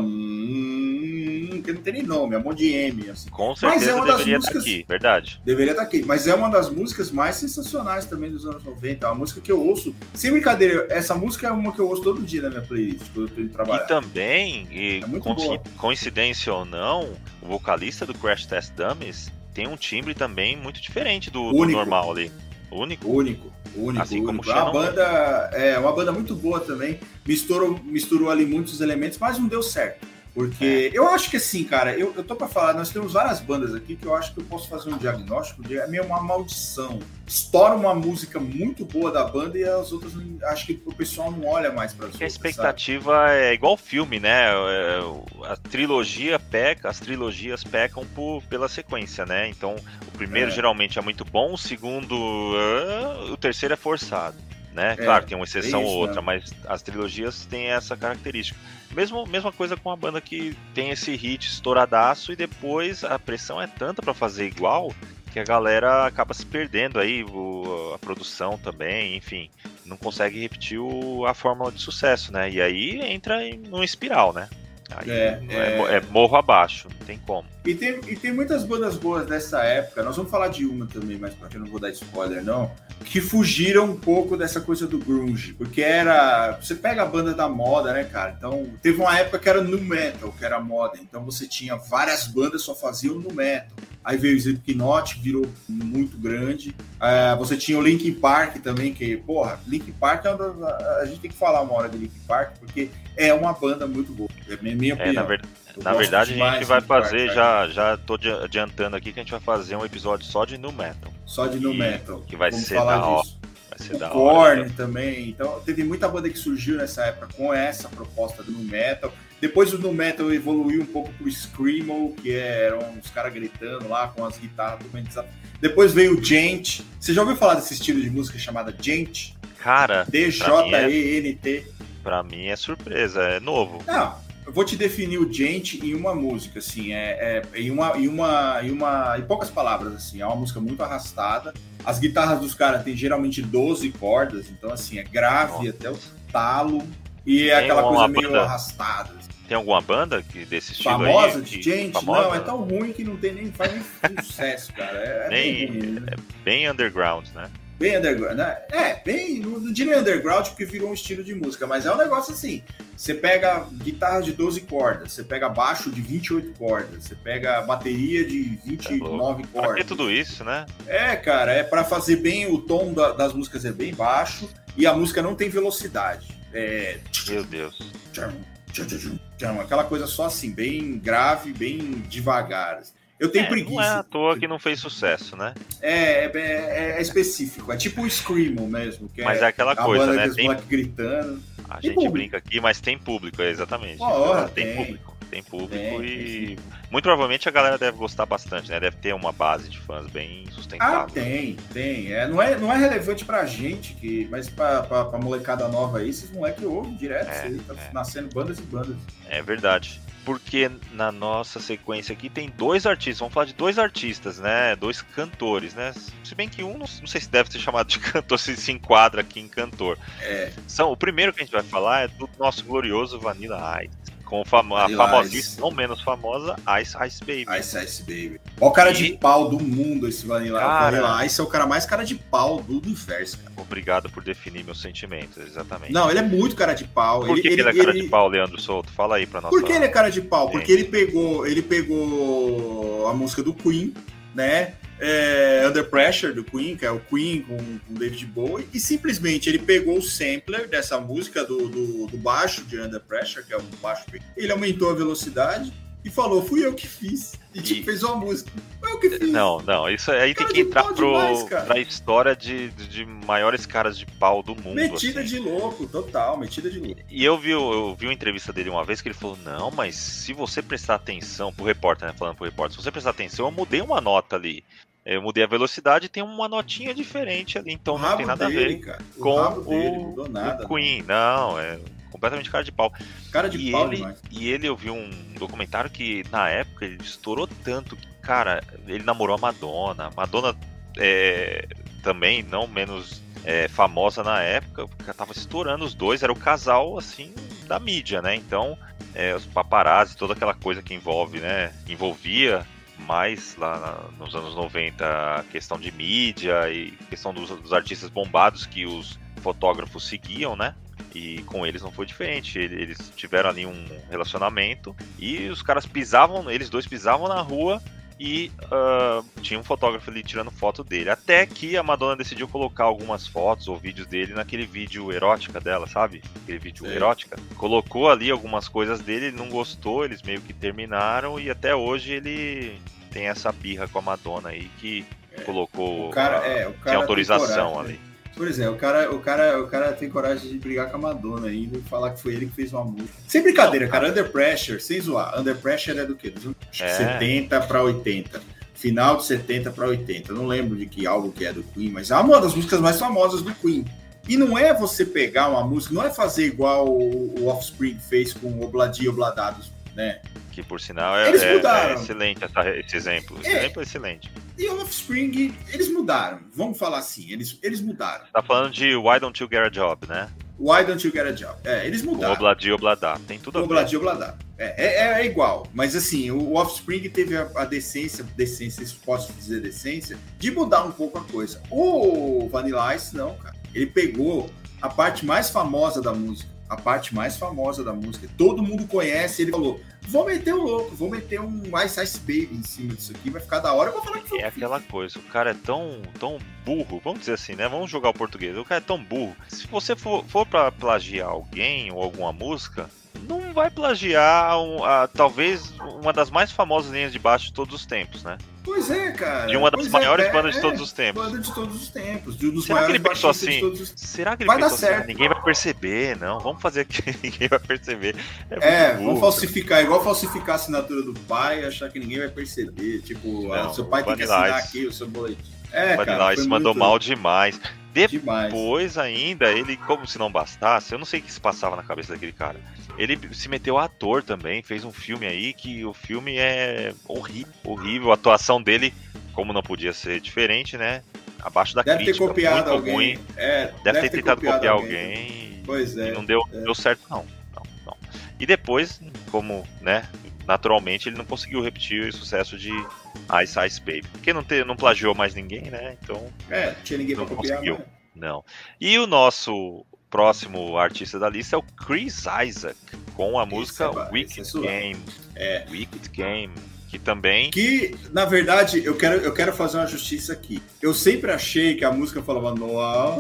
Hum, que não tem nem nome, é um monte de M. Assim. Com certeza mas é uma deveria das músicas, estar aqui, verdade. Deveria estar aqui, mas é uma das músicas mais sensacionais também dos anos noventa. É uma música que eu ouço, sem brincadeira, essa música é uma que eu ouço todo dia na minha playlist, quando eu tô indo trabalhar. E também, e é coinc- coincidência ou não, o vocalista do Crash Test Dummies tem um timbre também muito diferente do, do normal ali. Único? Único, único, assim único. Como é uma banda, é uma banda muito boa também. Misturou, misturou ali muitos elementos, mas não deu certo. Porque é. eu acho que assim, cara, eu, eu tô pra falar, nós temos várias bandas aqui que eu acho que eu posso fazer um diagnóstico de é meio uma maldição. Estoura uma música muito boa da banda e as outras, acho que o pessoal não olha mais para as outras. A expectativa sabe? É igual filme, né? A trilogia peca, as trilogias pecam por, pela sequência, né? Então, o primeiro é. geralmente é muito bom, o segundo, uh, o terceiro é forçado. Né? É, claro, tem uma exceção ou outra, né? Mas as trilogias têm essa característica. Mesmo, mesma coisa com a banda que tem esse hit estouradaço e depois a pressão é tanta pra fazer igual que a galera acaba se perdendo aí, o, a produção também, enfim, não consegue repetir o, a fórmula de sucesso, né? E aí entra em uma espiral, né? Aí é, é... É, é morro abaixo, não tem como. E tem, e tem muitas bandas boas dessa época, nós vamos falar de uma também, mas porque eu não vou dar spoiler não, que fugiram um pouco dessa coisa do grunge, porque era... Você pega a banda da moda, né, cara? Então, teve uma época que era nu metal, que era moda, então você tinha várias bandas que só faziam nu metal. Aí veio o Slipknot, virou muito grande. Uh, você tinha o Linkin Park também, que, porra, Linkin Park, é uma das, a gente tem que falar uma hora de Linkin Park, porque é uma banda muito boa, é minha, minha opinião. É, na, ver... na verdade, a gente vai fazer, Park, já, já tô adiantando aqui, que a gente vai fazer um episódio só de nu metal. Só de nu metal. Que vai Vamos ser falar da hora. Disso. Vai ser o da Korn hora, também. Então, teve muita banda que surgiu nessa época com essa proposta do nu metal. Depois o nu metal evoluiu um pouco pro Screamo, que eram os caras gritando lá com as guitarras. Depois veio o Djent. Você já ouviu falar desse estilo de música chamada Djent? Cara, D J E N T. Pra mim é surpresa, é novo. Não, eu vou te definir o Djent em uma música, assim, é, é, em, uma, em, uma, em, uma, em poucas palavras, assim, é uma música muito arrastada. As guitarras dos caras têm geralmente doze cordas, então, assim, é grave Nossa. Até o talo, e é aquela coisa meio banda, arrastada. Assim. Tem alguma banda que, desse estilo famosa, aí? De Djent? Famosa? Não, é tão ruim que não tem nem, faz nem sucesso, cara. É, nem, é, bem ruim, né? é bem underground, né? Bem underground, né? É, bem, não diria underground porque virou um estilo de música, mas é um negócio assim, você pega guitarra de doze cordas, você pega baixo de vinte e oito cordas, você pega bateria de vinte e nove é cordas. Pra que tudo isso, né? É, cara, é pra fazer bem, o tom da, das músicas é bem baixo e a música não tem velocidade. É... Meu Deus. Aquela coisa só assim, bem grave, bem devagar. Eu tenho é, preguiça. Não é à toa que não fez sucesso, né? É, é, é específico. É tipo o Screamo mesmo. Que mas é, é aquela coisa, banda né? Tem... moleque gritando. A tem gente público. brinca aqui, mas tem público, é exatamente. Oh, tem, tem público. Tem público tem, e tem, muito provavelmente a galera deve gostar bastante, né? Deve ter uma base de fãs bem sustentável. Ah, tem, tem. É, não, é, não é relevante pra gente, que, mas pra, pra, pra molecada nova aí, esses moleques ouvem direto. É, aí, tá é. nascendo bandas e bandas. É verdade. Porque na nossa sequência aqui tem dois artistas, vamos falar de dois artistas, né? Dois cantores, né? Se bem que um, não, não sei se deve ser chamado de cantor, se se enquadra aqui em cantor. É. São, o primeiro que a gente vai falar é do nosso glorioso Vanilla Ice. Com famo a famosíssima, não menos famosa, Ice Ice Baby. Ice Ice Baby. Olha o cara e... de pau do mundo, esse Vanilla, cara... Vanilla Ice é o cara mais cara de pau do universo, cara. Obrigado por definir meus sentimentos, exatamente. Não, ele é muito cara de pau. Por que ele, que ele é cara ele... de pau, Leandro Souto? Fala aí pra nós. Por que ele é cara de pau? Porque ele pegou, ele pegou a música do Queen, né? É, Under Pressure do Queen, que é o Queen com, com David Bowie, e simplesmente ele pegou o sampler dessa música do, do, do baixo de Under Pressure, que é o baixo, ele aumentou a velocidade e falou, fui eu que fiz, e, e... tipo, fez uma música, foi eu que fiz. Não, não, isso aí cara tem que entrar pro, demais, pra história de, de maiores caras de pau do mundo. Metida assim. de louco, total, metida de louco. E eu vi, eu vi uma entrevista dele uma vez que ele falou, não, mas se você prestar atenção, pro repórter, né, falando pro repórter, se você prestar atenção, eu mudei uma nota ali. Eu mudei a velocidade e tem uma notinha diferente ali, então o não tem nada dele, a ver cara. O com rabo o, dele, mudou nada, o Queen. Não. não, é completamente cara de pau. Cara de e pau ele, demais. E ele, eu vi um documentário que na época ele estourou tanto cara, ele namorou a Madonna. Madonna é, também, não menos é, famosa na época, porque tava estourando os dois, era o casal, assim, da mídia, né? Então, é, os paparazzi, toda aquela coisa que envolve, né? Envolvia mais lá na, nos anos noventa a questão de mídia e questão dos, dos artistas bombados que os fotógrafos seguiam, né? E com eles não foi diferente. Eles tiveram ali um relacionamento e os caras pisavam, eles dois pisavam na rua e uh, tinha um fotógrafo ali tirando foto dele. Até que a Madonna decidiu colocar algumas fotos ou vídeos dele naquele vídeo erótica dela, sabe? Aquele vídeo Sim. erótica. Colocou ali algumas coisas dele, ele não gostou, eles meio que terminaram e até hoje ele tem essa birra com a Madonna aí que é. colocou o cara, a, é, o cara tem autorização tem ali. Né? Por exemplo, o cara, o, cara, o cara tem coragem de brigar com a Madonna ainda e falar que foi ele que fez uma música. Sem brincadeira, não, cara, Under Pressure, sem zoar. Under Pressure é do quê? Dos é. setenta para oitenta. Final de setenta para oitenta. Não lembro de que álbum que é do Queen, mas é uma das músicas mais famosas do Queen. E não é você pegar uma música, não é fazer igual o Offspring fez com Obladi Obladados, né? Que por sinal é, é, é excelente essa, esse exemplo. Esse é. exemplo é excelente. E o Offspring, eles mudaram. Vamos falar assim, eles, eles mudaram. Tá falando de Why Don't You Get a Job, né? Why Don't You Get a Job. É, eles mudaram. Obladi Obladá. Tem tudo a ver. Obladi Obladá. É, é, é igual. Mas assim, o Offspring teve a, a decência, decência, se posso dizer decência, de mudar um pouco a coisa. O Vanilla Ice, não, cara. Ele pegou a parte mais famosa da música. A parte mais famosa da música. Todo mundo conhece. Ele falou, vou meter o louco, vou meter um Ice Ice Baby em cima disso aqui, vai ficar da hora, eu vou falar que foi. É aquela coisa, o cara é tão, tão burro, vamos dizer assim, né? Vamos jogar o português. O cara é tão burro. Se você for, for pra plagiar alguém ou alguma música, não vai plagiar um, a, talvez uma das mais famosas linhas de baixo de todos os tempos, né? Pois é, cara. De uma das pois maiores é, bandas é, de todos os tempos. Banda de todos os tempos. De um dos será que ele pensou assim? De todos os... Será que ele vai pensou dar certo. Assim, ninguém vai perceber, não? Vamos fazer aqui, ninguém vai perceber. É, é vamos falsificar, igual falsificar a assinatura do pai, achar que ninguém vai perceber. Tipo, não, o seu pai tem que assinar aqui o seu boletim. É, o cara, isso mandou muito... mal demais. Demais. Depois ainda, ele, como se não bastasse, eu não sei o que se passava na cabeça daquele cara. Ele se meteu a ator também, fez um filme aí que o filme é horrível, horrível. A atuação dele, como não podia ser diferente, né? Abaixo da deve crítica, ter copiado muito alguém. ruim. É, deve, deve ter, ter tentado copiado copiar alguém. alguém. Pois é. E não deu, é. deu certo, não. não, não. E depois, como, né? Naturalmente, ele não conseguiu repetir o sucesso de Ice Ice Baby. Porque não, te, não plagiou mais ninguém, né? Então. É, não tinha ninguém pra copiar. Conseguiu. Né? Não. E o nosso próximo artista da lista é o Chris Isaak, com a música é, Wicked é Game. É. Wicked Game. Que também. Que, na verdade, eu quero, eu quero fazer uma justiça aqui. Eu sempre achei que a música falava no,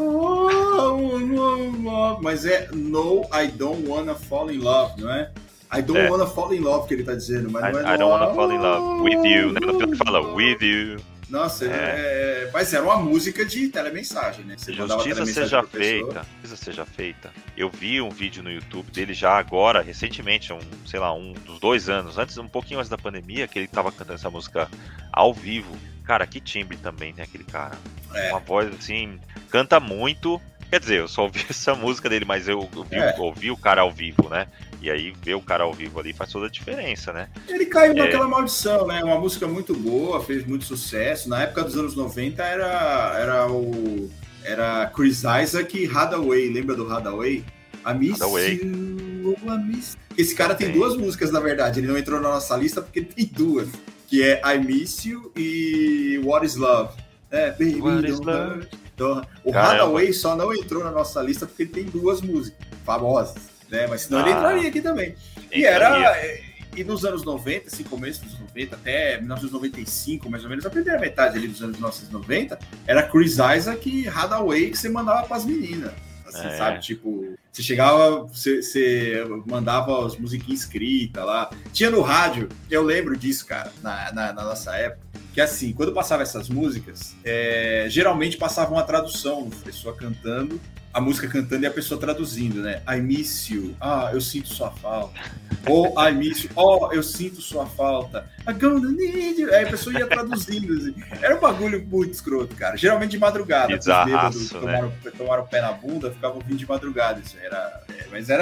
mas é No, I Don't Wanna Fall in Love, não é? I don't é. wanna fall in love, que ele tá dizendo, mas I, não é I don't wanna fall in love with you, né? No final fala with you. Nossa, é. É... mas era uma música de telemensagem, né? Você Justiça seja feita, justiça seja feita. Eu vi um vídeo no YouTube dele já agora, recentemente, um, sei lá, um dos dois anos, antes, um pouquinho antes da pandemia, que ele tava cantando essa música ao vivo. Cara, que timbre também, né, aquele cara. É. Uma voz, assim, canta muito. Quer dizer, eu só ouvi essa música dele, mas eu ouvi, é. ouvi o cara ao vivo, né? E aí, ver o cara ao vivo ali faz toda a diferença, né? Ele caiu é... naquela maldição, né? Uma música muito boa, fez muito sucesso. Na época dos anos noventa era, era o... Era Chris Isaak e Hathaway. Lembra do Hathaway? A Miss You, a Miss... Esse cara tem duas músicas, na verdade. Ele não entrou na nossa lista porque tem duas. Que é I Miss You e What Is Love. É, Baby What Is Love. Então, o Hathaway só não entrou na nossa lista porque ele tem duas músicas famosas. Né? Mas senão ah, ele entraria aqui também. E era. E nos anos noventa, assim, começo dos noventa, até mil novecentos e noventa e cinco, mais ou menos, a primeira metade ali dos anos mil novecentos e noventa, era Chris Isaak e Hathaway que você mandava pras meninas. Assim, é. Sabe? Tipo, você chegava, você, você mandava as musiquinhas escritas lá. Tinha no rádio, eu lembro disso, cara, na, na, na nossa época, que assim, quando passava essas músicas, é, geralmente passava uma tradução, a pessoa cantando, a música cantando e a pessoa traduzindo, né? I miss you. Ah, eu sinto sua falta. Ou I miss you. Oh, eu sinto sua falta. I'm gonna need you. Aí a pessoa ia traduzindo. Assim. Era um bagulho muito escroto, cara. Geralmente de madrugada. Bizarraço, né? Tomaram, tomaram o pé na bunda, ficavam ouvindo de madrugada. Isso era... É, mas era...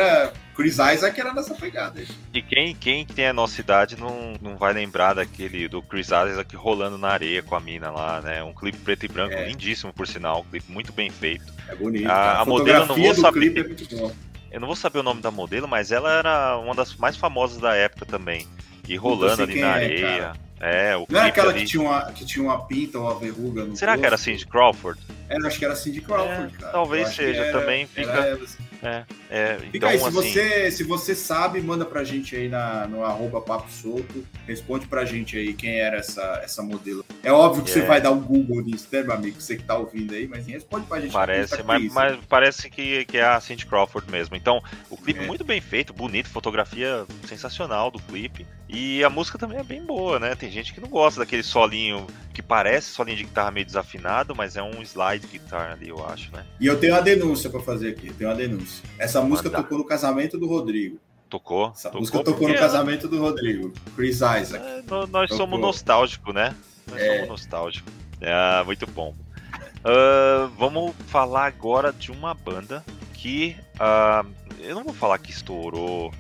Chris Isaac era nessa pegada. E quem, quem tem a nossa idade não, não vai lembrar daquele do Chris Isaac rolando na areia com a mina lá, né? Um clipe preto e branco, é. lindíssimo por sinal, um clipe muito bem feito. É bonito. A, a modelo eu não vou do saber. Clipe é muito bom. Eu não vou saber o nome da modelo, mas ela era uma das mais famosas da época também. E rolando ali na é, areia. Cara. É, o Não era aquela ali... que, tinha uma, que tinha uma pinta ou uma verruga no Será rosto? que era Cindy Crawford? É, acho que era Cindy Crawford, é, cara. Talvez seja, era, também fica... Era... É, é, Fica então, aí, se, assim... você, se você sabe, manda pra gente aí na, no arroba Papo Solto, responde pra gente aí quem era essa, essa modelo. É óbvio que é. você vai dar um Google nisso, né, meu amigo? Você que tá ouvindo aí, mas responde pra gente. Parece, tá mas, mas parece que, que é a Cindy Crawford mesmo. Então, o clipe é. muito bem feito, bonito, fotografia sensacional do clipe. E a música também é bem boa, né? Tem gente que não gosta daquele solinho que parece solinho de guitarra meio desafinado, mas é um slide guitar ali, eu acho, né? E eu tenho uma denúncia pra fazer aqui, eu tenho uma denúncia. Essa música tocou no casamento do Rodrigo. Tocou? Essa tocou música tocou porque... no casamento do Rodrigo. Chris Isaac. É, nós tocou. somos nostálgicos, né? Nós é. somos nostálgicos. É, muito bom. Uh, vamos falar agora de uma banda que... Uh, eu não vou falar que estourou...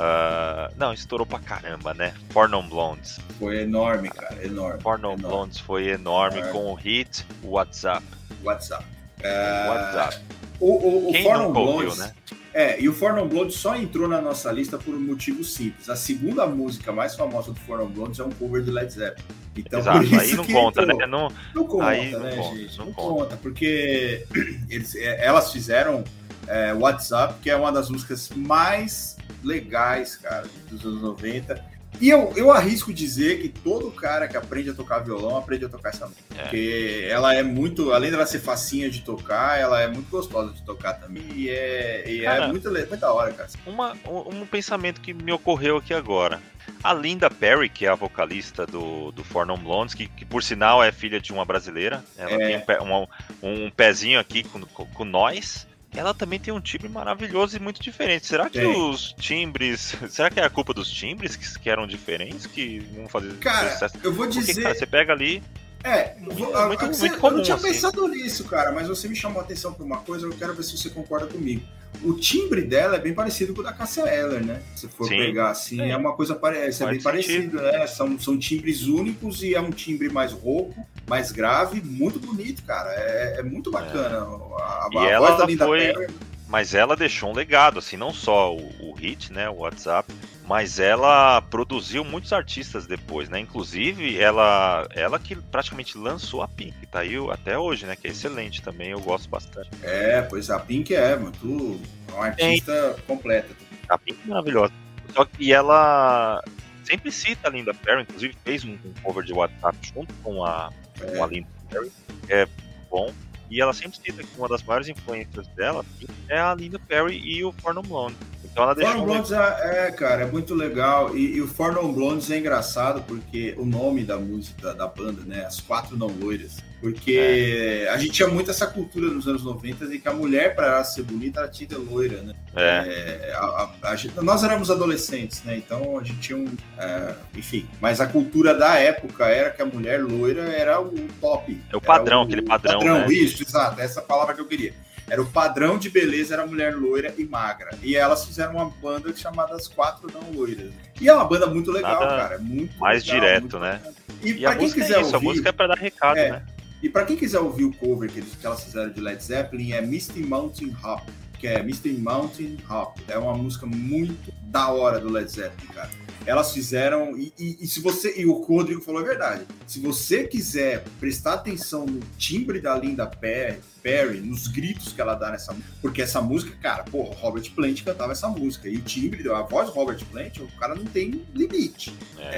Uh, não, estourou pra caramba, né? Four Non Blondes. Foi enorme, cara, enorme. Four Non Blondes foi enorme é. com o hit WhatsApp. WhatsApp. Uh, WhatsApp. O, o, o Four Non Blondes, né? É, e o Four Non Blondes só entrou na nossa lista por um motivo simples. A segunda música mais famosa do Four Non Blondes é um cover de Led Zeppelin. Então, exato, por isso aí não que conta, entrou. né? Não, não conta, aí não né, conta, gente? Não, não conta, conta porque eles, elas fizeram é, WhatsApp, que é uma das músicas mais legais, cara, dos anos noventa. E eu, eu arrisco dizer que todo cara que aprende a tocar violão aprende a tocar essa música. É. Porque ela é muito, além dela ser facinha de tocar, ela é muito gostosa de tocar também. E é, e cara, é muito, muito da hora, cara. Uma, um, um pensamento que me ocorreu aqui agora. A Linda Perry, que é a vocalista do, do Four Non Blondes, que, que por sinal é filha de uma brasileira, ela é. tem um, pé, um, um pezinho aqui com, com, com nós. Ela também tem um timbre maravilhoso e muito diferente. Será que tem. os timbres... Será que é a culpa dos timbres que, que eram diferentes? Que não faziam sucesso? Cara, eu vou dizer... Porque, cara, você pega ali... É, muito, vou, muito, você, muito comum, eu não tinha assim. pensado nisso, cara, mas você me chamou a atenção por uma coisa, eu quero ver se você concorda comigo. O timbre dela é bem parecido com o da Cássia Eller, né? Se for Sim. pegar assim, é, é uma coisa parecida, é bem parecido, né? São, são timbres únicos e é um timbre mais rouco, mais grave, muito bonito, cara. É, é muito bacana. É. A, e a ela voz da Linda foi... Perry... Mas ela deixou um legado, assim, não só o, o hit, né, o WhatsApp, mas ela produziu muitos artistas depois, né, inclusive ela, ela que praticamente lançou a Pink, tá aí até hoje, né, que é excelente também, eu gosto bastante. É, pois a Pink é, muito, é uma artista é. completa. A Pink é maravilhosa, só que ela sempre cita a Linda Perry, inclusive fez um cover de WhatsApp junto com a, é. com a Linda Perry, é bom. E ela sempre cita que uma das maiores influências dela é a Linda Perry e o Four Non Blondes. Então ela deixou... Four Non Blondes é, é, cara, é muito legal. E, e o Four Non Blondes é engraçado porque o nome da música da banda, né? As Quatro Não Loiras. Porque é. a gente tinha muito essa cultura nos anos noventa de que a mulher, para ela ser bonita, ela tinha que ser loira, né? É. É, a, a, a gente, nós éramos adolescentes, né? Então a gente tinha um... É, enfim, mas a cultura da época era que a mulher loira era o top. É o padrão, o, aquele padrão, padrão, né? Isso, exato, essa palavra que eu queria. Era o padrão de beleza, era a mulher loira e magra. E elas fizeram uma banda chamada As Quatro Não Loiras. E é uma banda muito legal, Nada cara. Muito mais legal, direto, muito né? E, e a música quiser é isso, ouvir, a música é pra dar recado, é, né? E pra quem quiser ouvir o cover que, eles, que elas fizeram de Led Zeppelin, é Misty Mountain Hop, que é Misty Mountain Hop. É uma música muito da hora do Led Zeppelin, cara. Elas fizeram, e, e, e se você, e o Rodrigo falou a verdade, se você quiser prestar atenção no timbre da Linda Perry, Perry, nos gritos que ela dá nessa música, porque essa música, cara, porra, Robert Plant cantava essa música, e o timbre, a voz do Robert Plant, o cara não tem limite.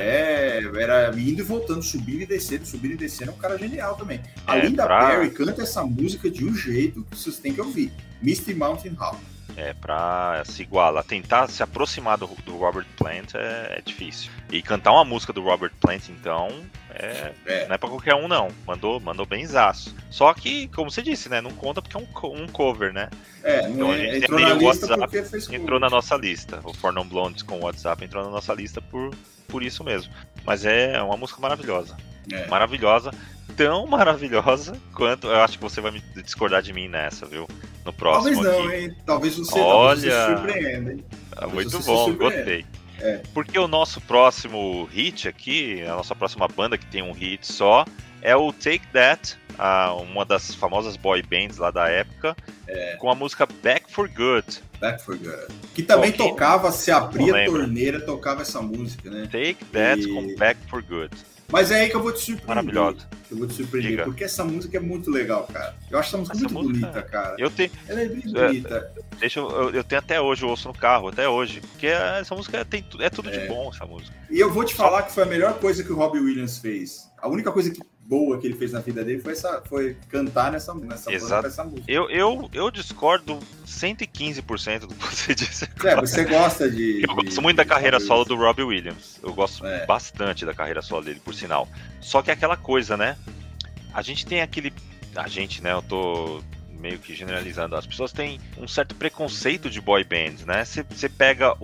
É. É, era indo e voltando, subindo e descendo, subindo e descendo, é um cara genial também. A é, Linda pra... Perry canta essa música de um jeito que vocês têm que ouvir. Misty Mountain Hop. É, pra se igualar, tentar se aproximar do, do Robert Plant é, é difícil. E cantar uma música do Robert Plant, então, é, é. não é pra qualquer um, não. Mandou, mandou benzaço. Só que, como você disse, né, não conta porque é um, um cover, né? É, então a gente entrou tem na o lista WhatsApp, porque fez cover. Entrou na nossa lista. O Four Non Blondes com o WhatsApp entrou na nossa lista por, por isso mesmo. Mas é uma música maravilhosa. É. Maravilhosa. Tão maravilhosa quanto... Eu acho que você vai me discordar de mim nessa, viu? No próximo Talvez não, aqui. hein? Talvez você, Olha... talvez você se surpreenda, hein? Muito bom, gostei. É. Porque o nosso próximo hit aqui, a nossa próxima banda que tem um hit só, é o Take That, a, uma das famosas boy bands lá da época, é. com a música Back for Good. Back for Good. Que também okay. tocava, se abria a torneira, tocava essa música, né? Take That e... com Back for Good. Mas é aí que eu vou te surpreender. Maravilhosa. Eu vou te surpreender, Diga. porque essa música é muito legal, cara. Eu acho essa música essa muito música, bonita, cara. Eu tenho... Ela é bem bonita. É, deixa eu, eu, eu tenho até hoje, eu ouço no carro, até hoje. Porque essa música tem, é tudo é. de bom, essa música. E eu vou te falar que foi a melhor coisa que o Robbie Williams fez. A única coisa que boa que ele fez na vida dele foi, essa, foi cantar nessa, nessa, Exato. Essa música. Eu, eu, eu discordo cento e quinze por cento do que você disse. É, você gosta de... Eu gosto de, muito da carreira Robbie solo Williams. do Robbie Williams. Eu gosto é. bastante da carreira solo dele, por sinal. Só que é aquela coisa, né? A gente tem aquele... A gente, né? Eu tô meio que generalizando. As pessoas têm um certo preconceito de boy bands, né? Você pega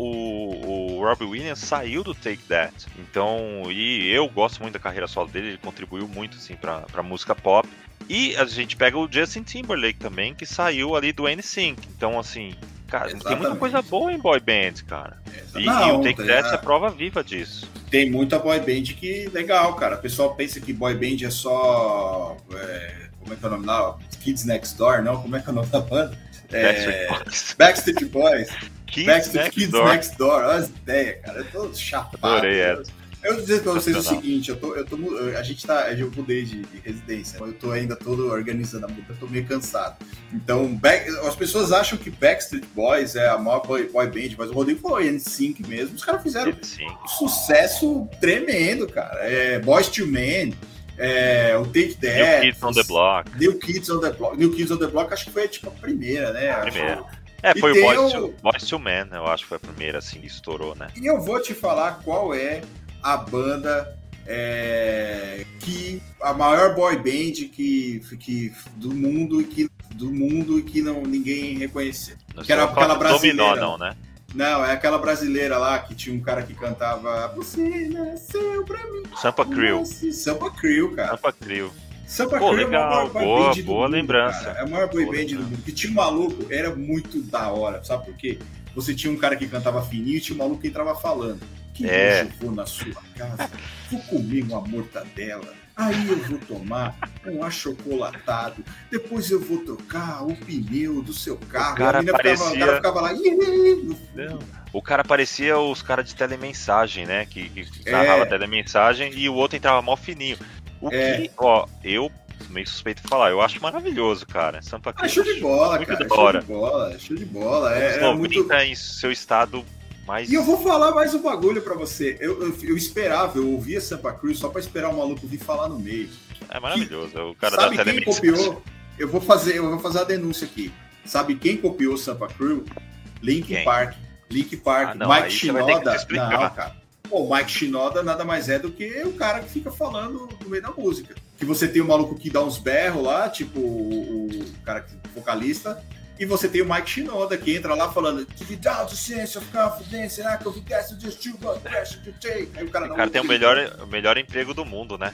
o, o Robbie Williams, saiu do Take That. Então, e eu gosto muito da carreira solo dele, ele contribuiu muito, assim, pra, pra música pop. E a gente pega o Justin Timberlake também, que saiu ali do N Sync. Então, assim, cara, Exatamente. tem muita coisa boa em boy bands, cara. E, Não, e o Take That é a prova viva disso. Tem muita boy band que legal, cara. O pessoal pensa que boy band é só... É, como é que é o nome lá? Kids Next Door, não? Como é que é o nome da banda? É, Backstreet Boys. Kids Backstreet Next Kids Door. Next Door. Olha as ideias, cara. Eu tô chapado. Adorei essa. Eu vou dizer pra vocês o seguinte, eu tô, eu tô, a gente tá, eu mudei de, de residência, eu tô ainda todo organizando a mudança, eu tô meio cansado. Então, back, as pessoas acham que Backstreet Boys é a maior boy, boy band, mas o Rodrigo falou N Sync mesmo, os caras fizeram um sucesso tremendo, cara. É, Boyz two Men, é, o Take That, New Kids on the Block. New Kids on the Block, New Kids on the Block acho que foi tipo a primeira, né? A primeira. Acho... É, foi e o Boyz o... two, Boyz two Men, eu acho que foi a primeira, assim, que estourou, né? E eu vou te falar qual é a banda é, que a maior boy band que, que do mundo e que do mundo e que não ninguém reconheceu. Não que era aquela brasileira. Dominó, não, né? Não, é aquela brasileira lá que tinha um cara que cantava Você nasceu pra mim. Sampa Crew. Sampa Crew, cara. Sampa Crew. Sampa Pô, Crew legal, é a maior boy boa, band do boa mundo, lembrança. Cara. É a maior boy boa band lembrança. do mundo. Que tinha um maluco, era muito da hora, sabe por quê? Você tinha um cara que cantava fininho e tinha um maluco que entrava falando. Que é. hoje eu vou na sua casa, vou comer uma mortadela, aí eu vou tomar um achocolatado, depois eu vou trocar o pneu do seu carro. O cara, a menina parecia... ficava, o cara ficava lá... Não. O cara parecia os caras de telemensagem, né? Que, que narrava é. telemensagem e o outro entrava mó fininho. O é. que, ó, eu... meio suspeito de falar, eu acho maravilhoso, cara. Sampa Crew. Ah, show de bola, muito cara. Da show hora. de bola, show de bola. É, é muito... em seu estado mais... E eu vou falar mais um bagulho pra você. Eu, eu, eu esperava, eu ouvia Sampa Crew só pra esperar o maluco vir falar no meio. É maravilhoso, que, o cara sabe da quem copiou? Eu vou fazer, eu vou fazer a denúncia aqui. Sabe quem copiou Sampa Crew? Linkin quem? Park. Linkin Park. Ah, não, Mike Shinoda. Não, cara. cara. Pô, o Mike Shinoda nada mais é do que o cara que fica falando no meio da música. Que você tem o maluco que dá uns berros lá, tipo o, o cara que vocalista, e você tem o Mike Shinoda que entra lá falando without the sense of confidence, I confidence just you got pressure to take. Aí o cara, o cara tem o melhor, o melhor emprego do mundo, né?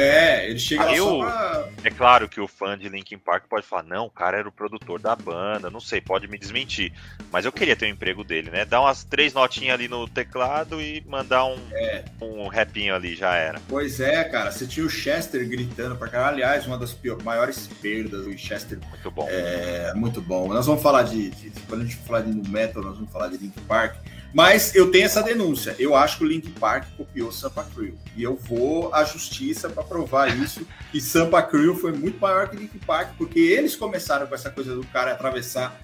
É, ele chega ah, lá eu, só pra... É claro que o fã de Linkin Park pode falar, não, o cara era o produtor da banda, não sei, pode me desmentir. Mas eu queria ter o emprego dele, né? Dar umas três notinhas ali no teclado e mandar um, é. um rapinho ali, já era. Pois é, cara, você tinha o Chester gritando pra caralho. Aliás, uma das pior, maiores perdas, o Chester. Muito bom. É, muito bom. Nós vamos falar de, de, de... Quando a gente for falar de nu metal, nós vamos falar de Linkin Park. Mas eu tenho essa denúncia. Eu acho que o Linkin Park copiou Sampa Crew. E eu vou à justiça para provar isso. Que Sampa Crew foi muito maior que Linkin Park, porque eles começaram com essa coisa do cara atravessar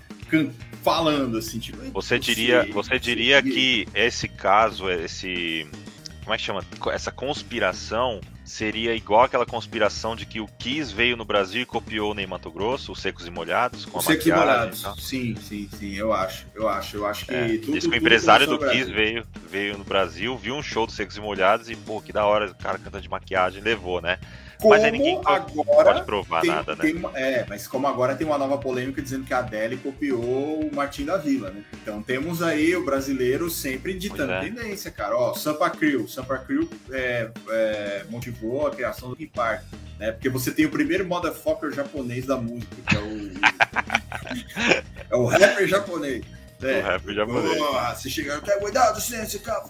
falando assim, tipo. Você diria, você diria que esse caso, esse. Como é que chama? Essa conspiração seria igual aquela conspiração de que o Kiss veio no Brasil e copiou o Ney Matogrosso, os Secos e Molhados, com a Secos e Molhados, tá? sim, sim, sim, eu acho, eu acho, eu acho que... É, tudo, diz que o empresário do Kiss veio, veio no Brasil, viu um show dos Secos e Molhados e, pô, que da hora, o cara cantando de maquiagem, levou, né? Como mas aí ninguém pode, agora pode provar tem, nada, né? Tem uma, é, mas como agora tem uma nova polêmica dizendo que a Adele copiou o Martim da Vila, né? Então temos aí o brasileiro sempre ditando é. tendência, cara. Ó, Sampa Crew, Sampa Crew é, é, motivou a criação do Linkin Park, né? Porque você tem o primeiro motherfucker japonês da música, que é o, é o rapper japonês. É. O rap eu já falei. Oh, se chegar, quer cuidado, silêncio, cara,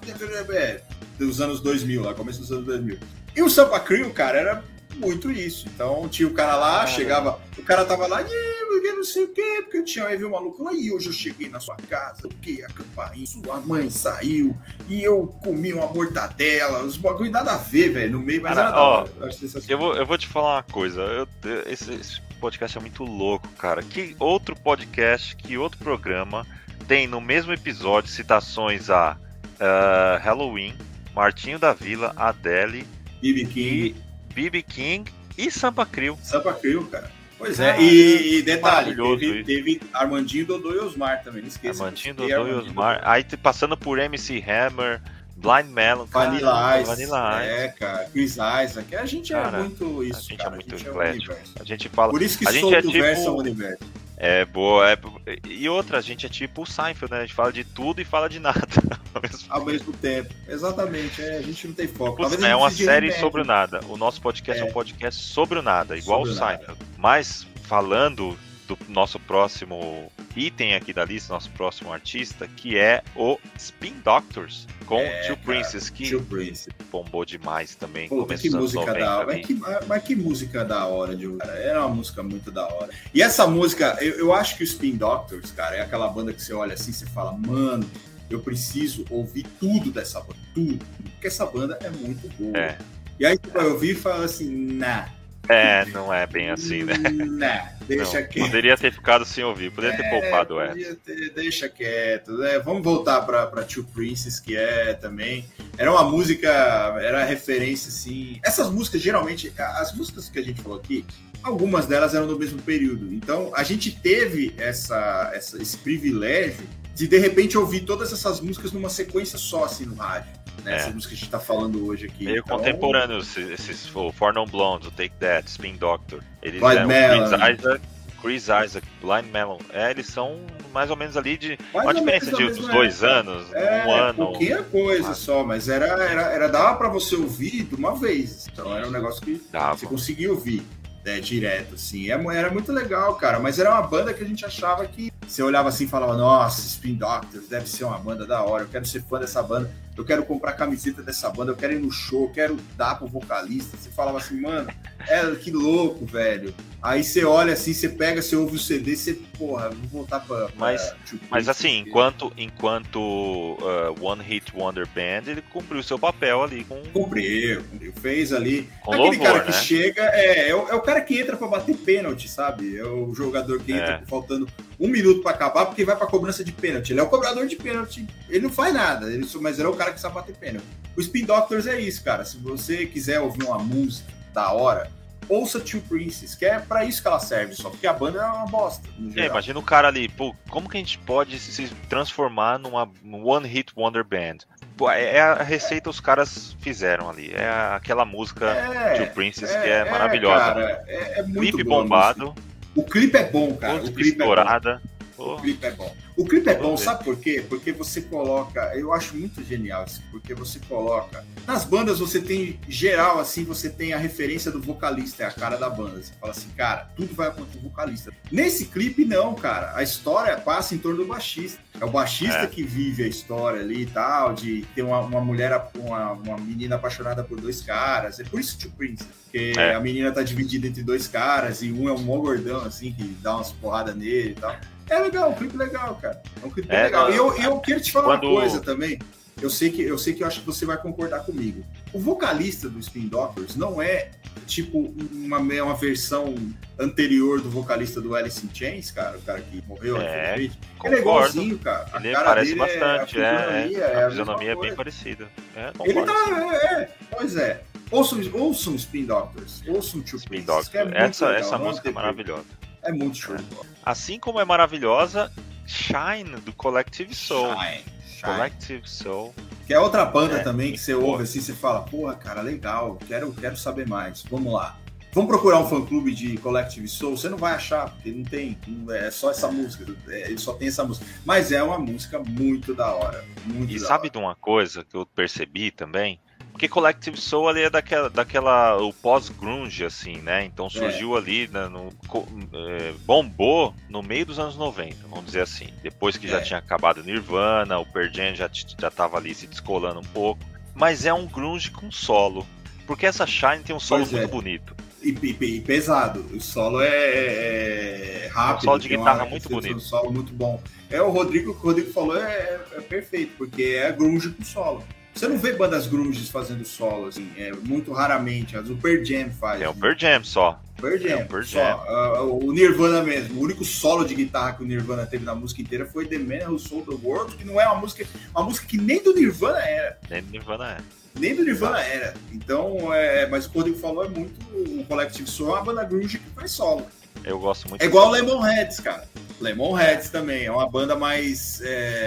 dos anos dois mil, lá, começo dos anos dois mil. E o Sampa Crio, cara, era muito isso. Então tinha o cara lá, ah, chegava, o cara tava lá, porque não sei o quê, porque eu tinha, aí viu o maluco lá, e hoje eu cheguei na sua casa, o que? A campainha, sua mãe saiu, e eu comi uma mortadela, os bagulho nada a ver, velho, no meio, mas cara, era ó, da hora. Eu vou, eu vou te falar uma coisa, eu, esse, esse podcast é muito louco, cara. Que outro podcast, que outro programa tem no mesmo episódio citações a uh, Halloween, Martinho da Vila, Adele, B B King, B B King e Sampa Crio. Sampa Crio, cara. Pois é, e, e detalhe, teve, isso. teve Armandinho, Dodô e Osmar também, não esqueça. Armandinho, Dodô e Osmar. Aí passando por M C Hammer, Blind Melon, Vanilla cara, Ice, Vanilla Ice. É, cara, Chris Isaac, a gente cara, é muito isso, a gente cara, é muito a gente eclético. É um a gente fala. Por isso que a gente solto é tipo, verso é um universo. É boa, é... e outra, a gente é tipo o Seinfeld, né? A gente fala de tudo e fala de nada ao mesmo, ao mesmo tempo. Exatamente, é, a gente não tem foco. Putz, é uma série sobre o nada. O nosso podcast é, é um podcast sobre o nada, igual sobre o Seinfeld. Mas falando do nosso próximo item aqui da lista, nosso próximo artista, que é o Spin Doctors, com é, Tio Princess, que Tio Princess. bombou demais também. Puta, que música da hora. Mas que, mas que música da hora, de cara. Era uma música muito da hora. E essa música, eu, eu acho que o Spin Doctors, cara, é aquela banda que você olha assim, você fala, mano, eu preciso ouvir tudo dessa banda, tudo. Porque essa banda é muito boa. É. E aí você vai ouvir e fala assim, nah. É, não é bem assim, né? Não, deixa não, quieto. Poderia ter ficado sem ouvir, poderia ter é, poupado essa. Ter, deixa quieto, né? Vamos voltar pra, pra Two Princes, que é também. Era uma música, era referência, assim. Essas músicas, geralmente, as músicas que a gente falou aqui, algumas delas eram do mesmo período. Então, a gente teve essa, essa, esse privilégio de, de repente, ouvir todas essas músicas numa sequência só, assim, no rádio. Né, essa é. música que a gente tá falando hoje aqui. Meio então, contemporâneos, esses, o Four Non Blondes, o Take That, Spin Doctor. Eles Blind é, Melon. Chris Isaac, Chris Isaac, Blind Melon. É, eles são mais ou menos ali de mais uma diferença de uns dois é, anos, é, um ano. Pouquinha coisa ah. só, mas era, era, era dava pra você ouvir de uma vez. Então era um negócio que dava. Você conseguia ouvir. É, direto, assim, era muito legal, cara, mas era uma banda que a gente achava que você olhava assim e falava, nossa, Spin Doctors deve ser uma banda da hora, eu quero ser fã dessa banda, eu quero comprar camiseta dessa banda, eu quero ir no show, eu quero dar pro vocalista. Você falava assim, mano, é, que louco, velho. Aí você olha assim, você pega, você ouve o C D, você, porra, vou voltar pra... Mas, pra, mas assim, enquanto, enquanto uh, One Hit Wonder Band, ele cumpriu o seu papel ali com... Cumpriu, cumpriu, fez ali. Com Aquele louvor, cara que né? chega, é, é o, é o cara que entra pra bater pênalti, sabe? É o jogador que entra é. faltando um minuto pra acabar, porque vai pra cobrança de pênalti. Ele é o cobrador de pênalti, ele não faz nada, ele, mas ele é o cara que sabe bater pênalti. O Spin Doctors é isso, cara. Se você quiser ouvir uma música da hora, ouça Two Princes, que é pra isso que ela serve, só porque a banda é uma bosta. É, imagina o cara ali, pô, como que a gente pode se transformar numa One Hit Wonder Band? Pô, é a receita que os caras fizeram ali, é aquela música é, Two Princes é, que é maravilhosa. Cara, é, é muito clipe bombado. O clipe é bom, cara. O clipe estourada. É bom. O clipe é bom. O clipe é bom, sabe por quê? Porque você coloca, eu acho muito genial isso, porque você coloca, nas bandas você tem, geral assim, você tem a referência do vocalista, é a cara da banda, você fala assim, cara, tudo vai acontecer com o vocalista. Nesse clipe não, cara, a história passa em torno do baixista, é o baixista é. que vive a história ali e tal, de ter uma, uma mulher, uma, uma menina apaixonada por dois caras, é por isso Two Princes, porque é. a menina tá dividida entre dois caras, e um é um mó gordão, assim, que dá umas porradas nele e tal. É legal, um clipe legal, cara. É um clipe é, legal. E eu, eu quero te falar quando... uma coisa também. Eu sei, que, eu sei que eu acho que você vai concordar comigo. O vocalista do Spin Doctors não é, tipo, uma, uma versão anterior do vocalista do Alice in Chains, cara. O cara que morreu. É, ele é igualzinho, cara. A ele cara parece dele bastante. É, a fisionomia é, é, a fisionomia é bem parecida. É, ele tá... É, é, pois é. Ouçam, ouçam Spin Doctors. Ouçam Two Spin Princes, Doctors. É essa legal, essa música é maravilhosa. É muito show. É. Assim como é maravilhosa Shine, do Collective Soul. Shine, Shine. Collective Soul. Que é outra banda é, também que você ouve assim, você fala, porra, cara, legal, quero, quero saber mais. Vamos lá. Vamos procurar um fã-clube de Collective Soul, você não vai achar, porque não tem, é só essa música, é, ele só tem essa música. Mas é uma música muito da hora. Muito e da sabe hora. de uma coisa que eu percebi também? Porque porque Collective Soul ali é daquela, daquela o pós-grunge, assim, né? Então surgiu é. ali, né, no, é, bombou no meio dos anos noventa, vamos dizer assim. Depois que é. já tinha acabado Nirvana, o Pearl Jam já, já tava ali se descolando um pouco. Mas é um grunge com solo. Porque essa Shine tem um solo pois muito é. bonito. E, e, e pesado. O solo é, é rápido. O solo de guitarra uma, muito bonito. Um solo muito bom. É, o Rodrigo, o que o Rodrigo falou é, é perfeito, porque é grunge com solo. Você não vê bandas grunges fazendo solo, assim, é, muito raramente. O Pearl Jam faz. É o Pearl Jam só. Pearl Jam, é, Pearl só. Jam. Uh, o Nirvana mesmo. O único solo de guitarra que o Nirvana teve na música inteira foi The Man Who Sold the World, que não é uma música, uma música que nem do Nirvana era. Nem do Nirvana é. Nem do Nirvana era. Então, é, mas o que o Rodrigo falou é muito. O Collective Soul é uma banda grunge que faz solo. Eu gosto muito. É igual o Lemonheads, cara. Lemonheads também. É uma banda mais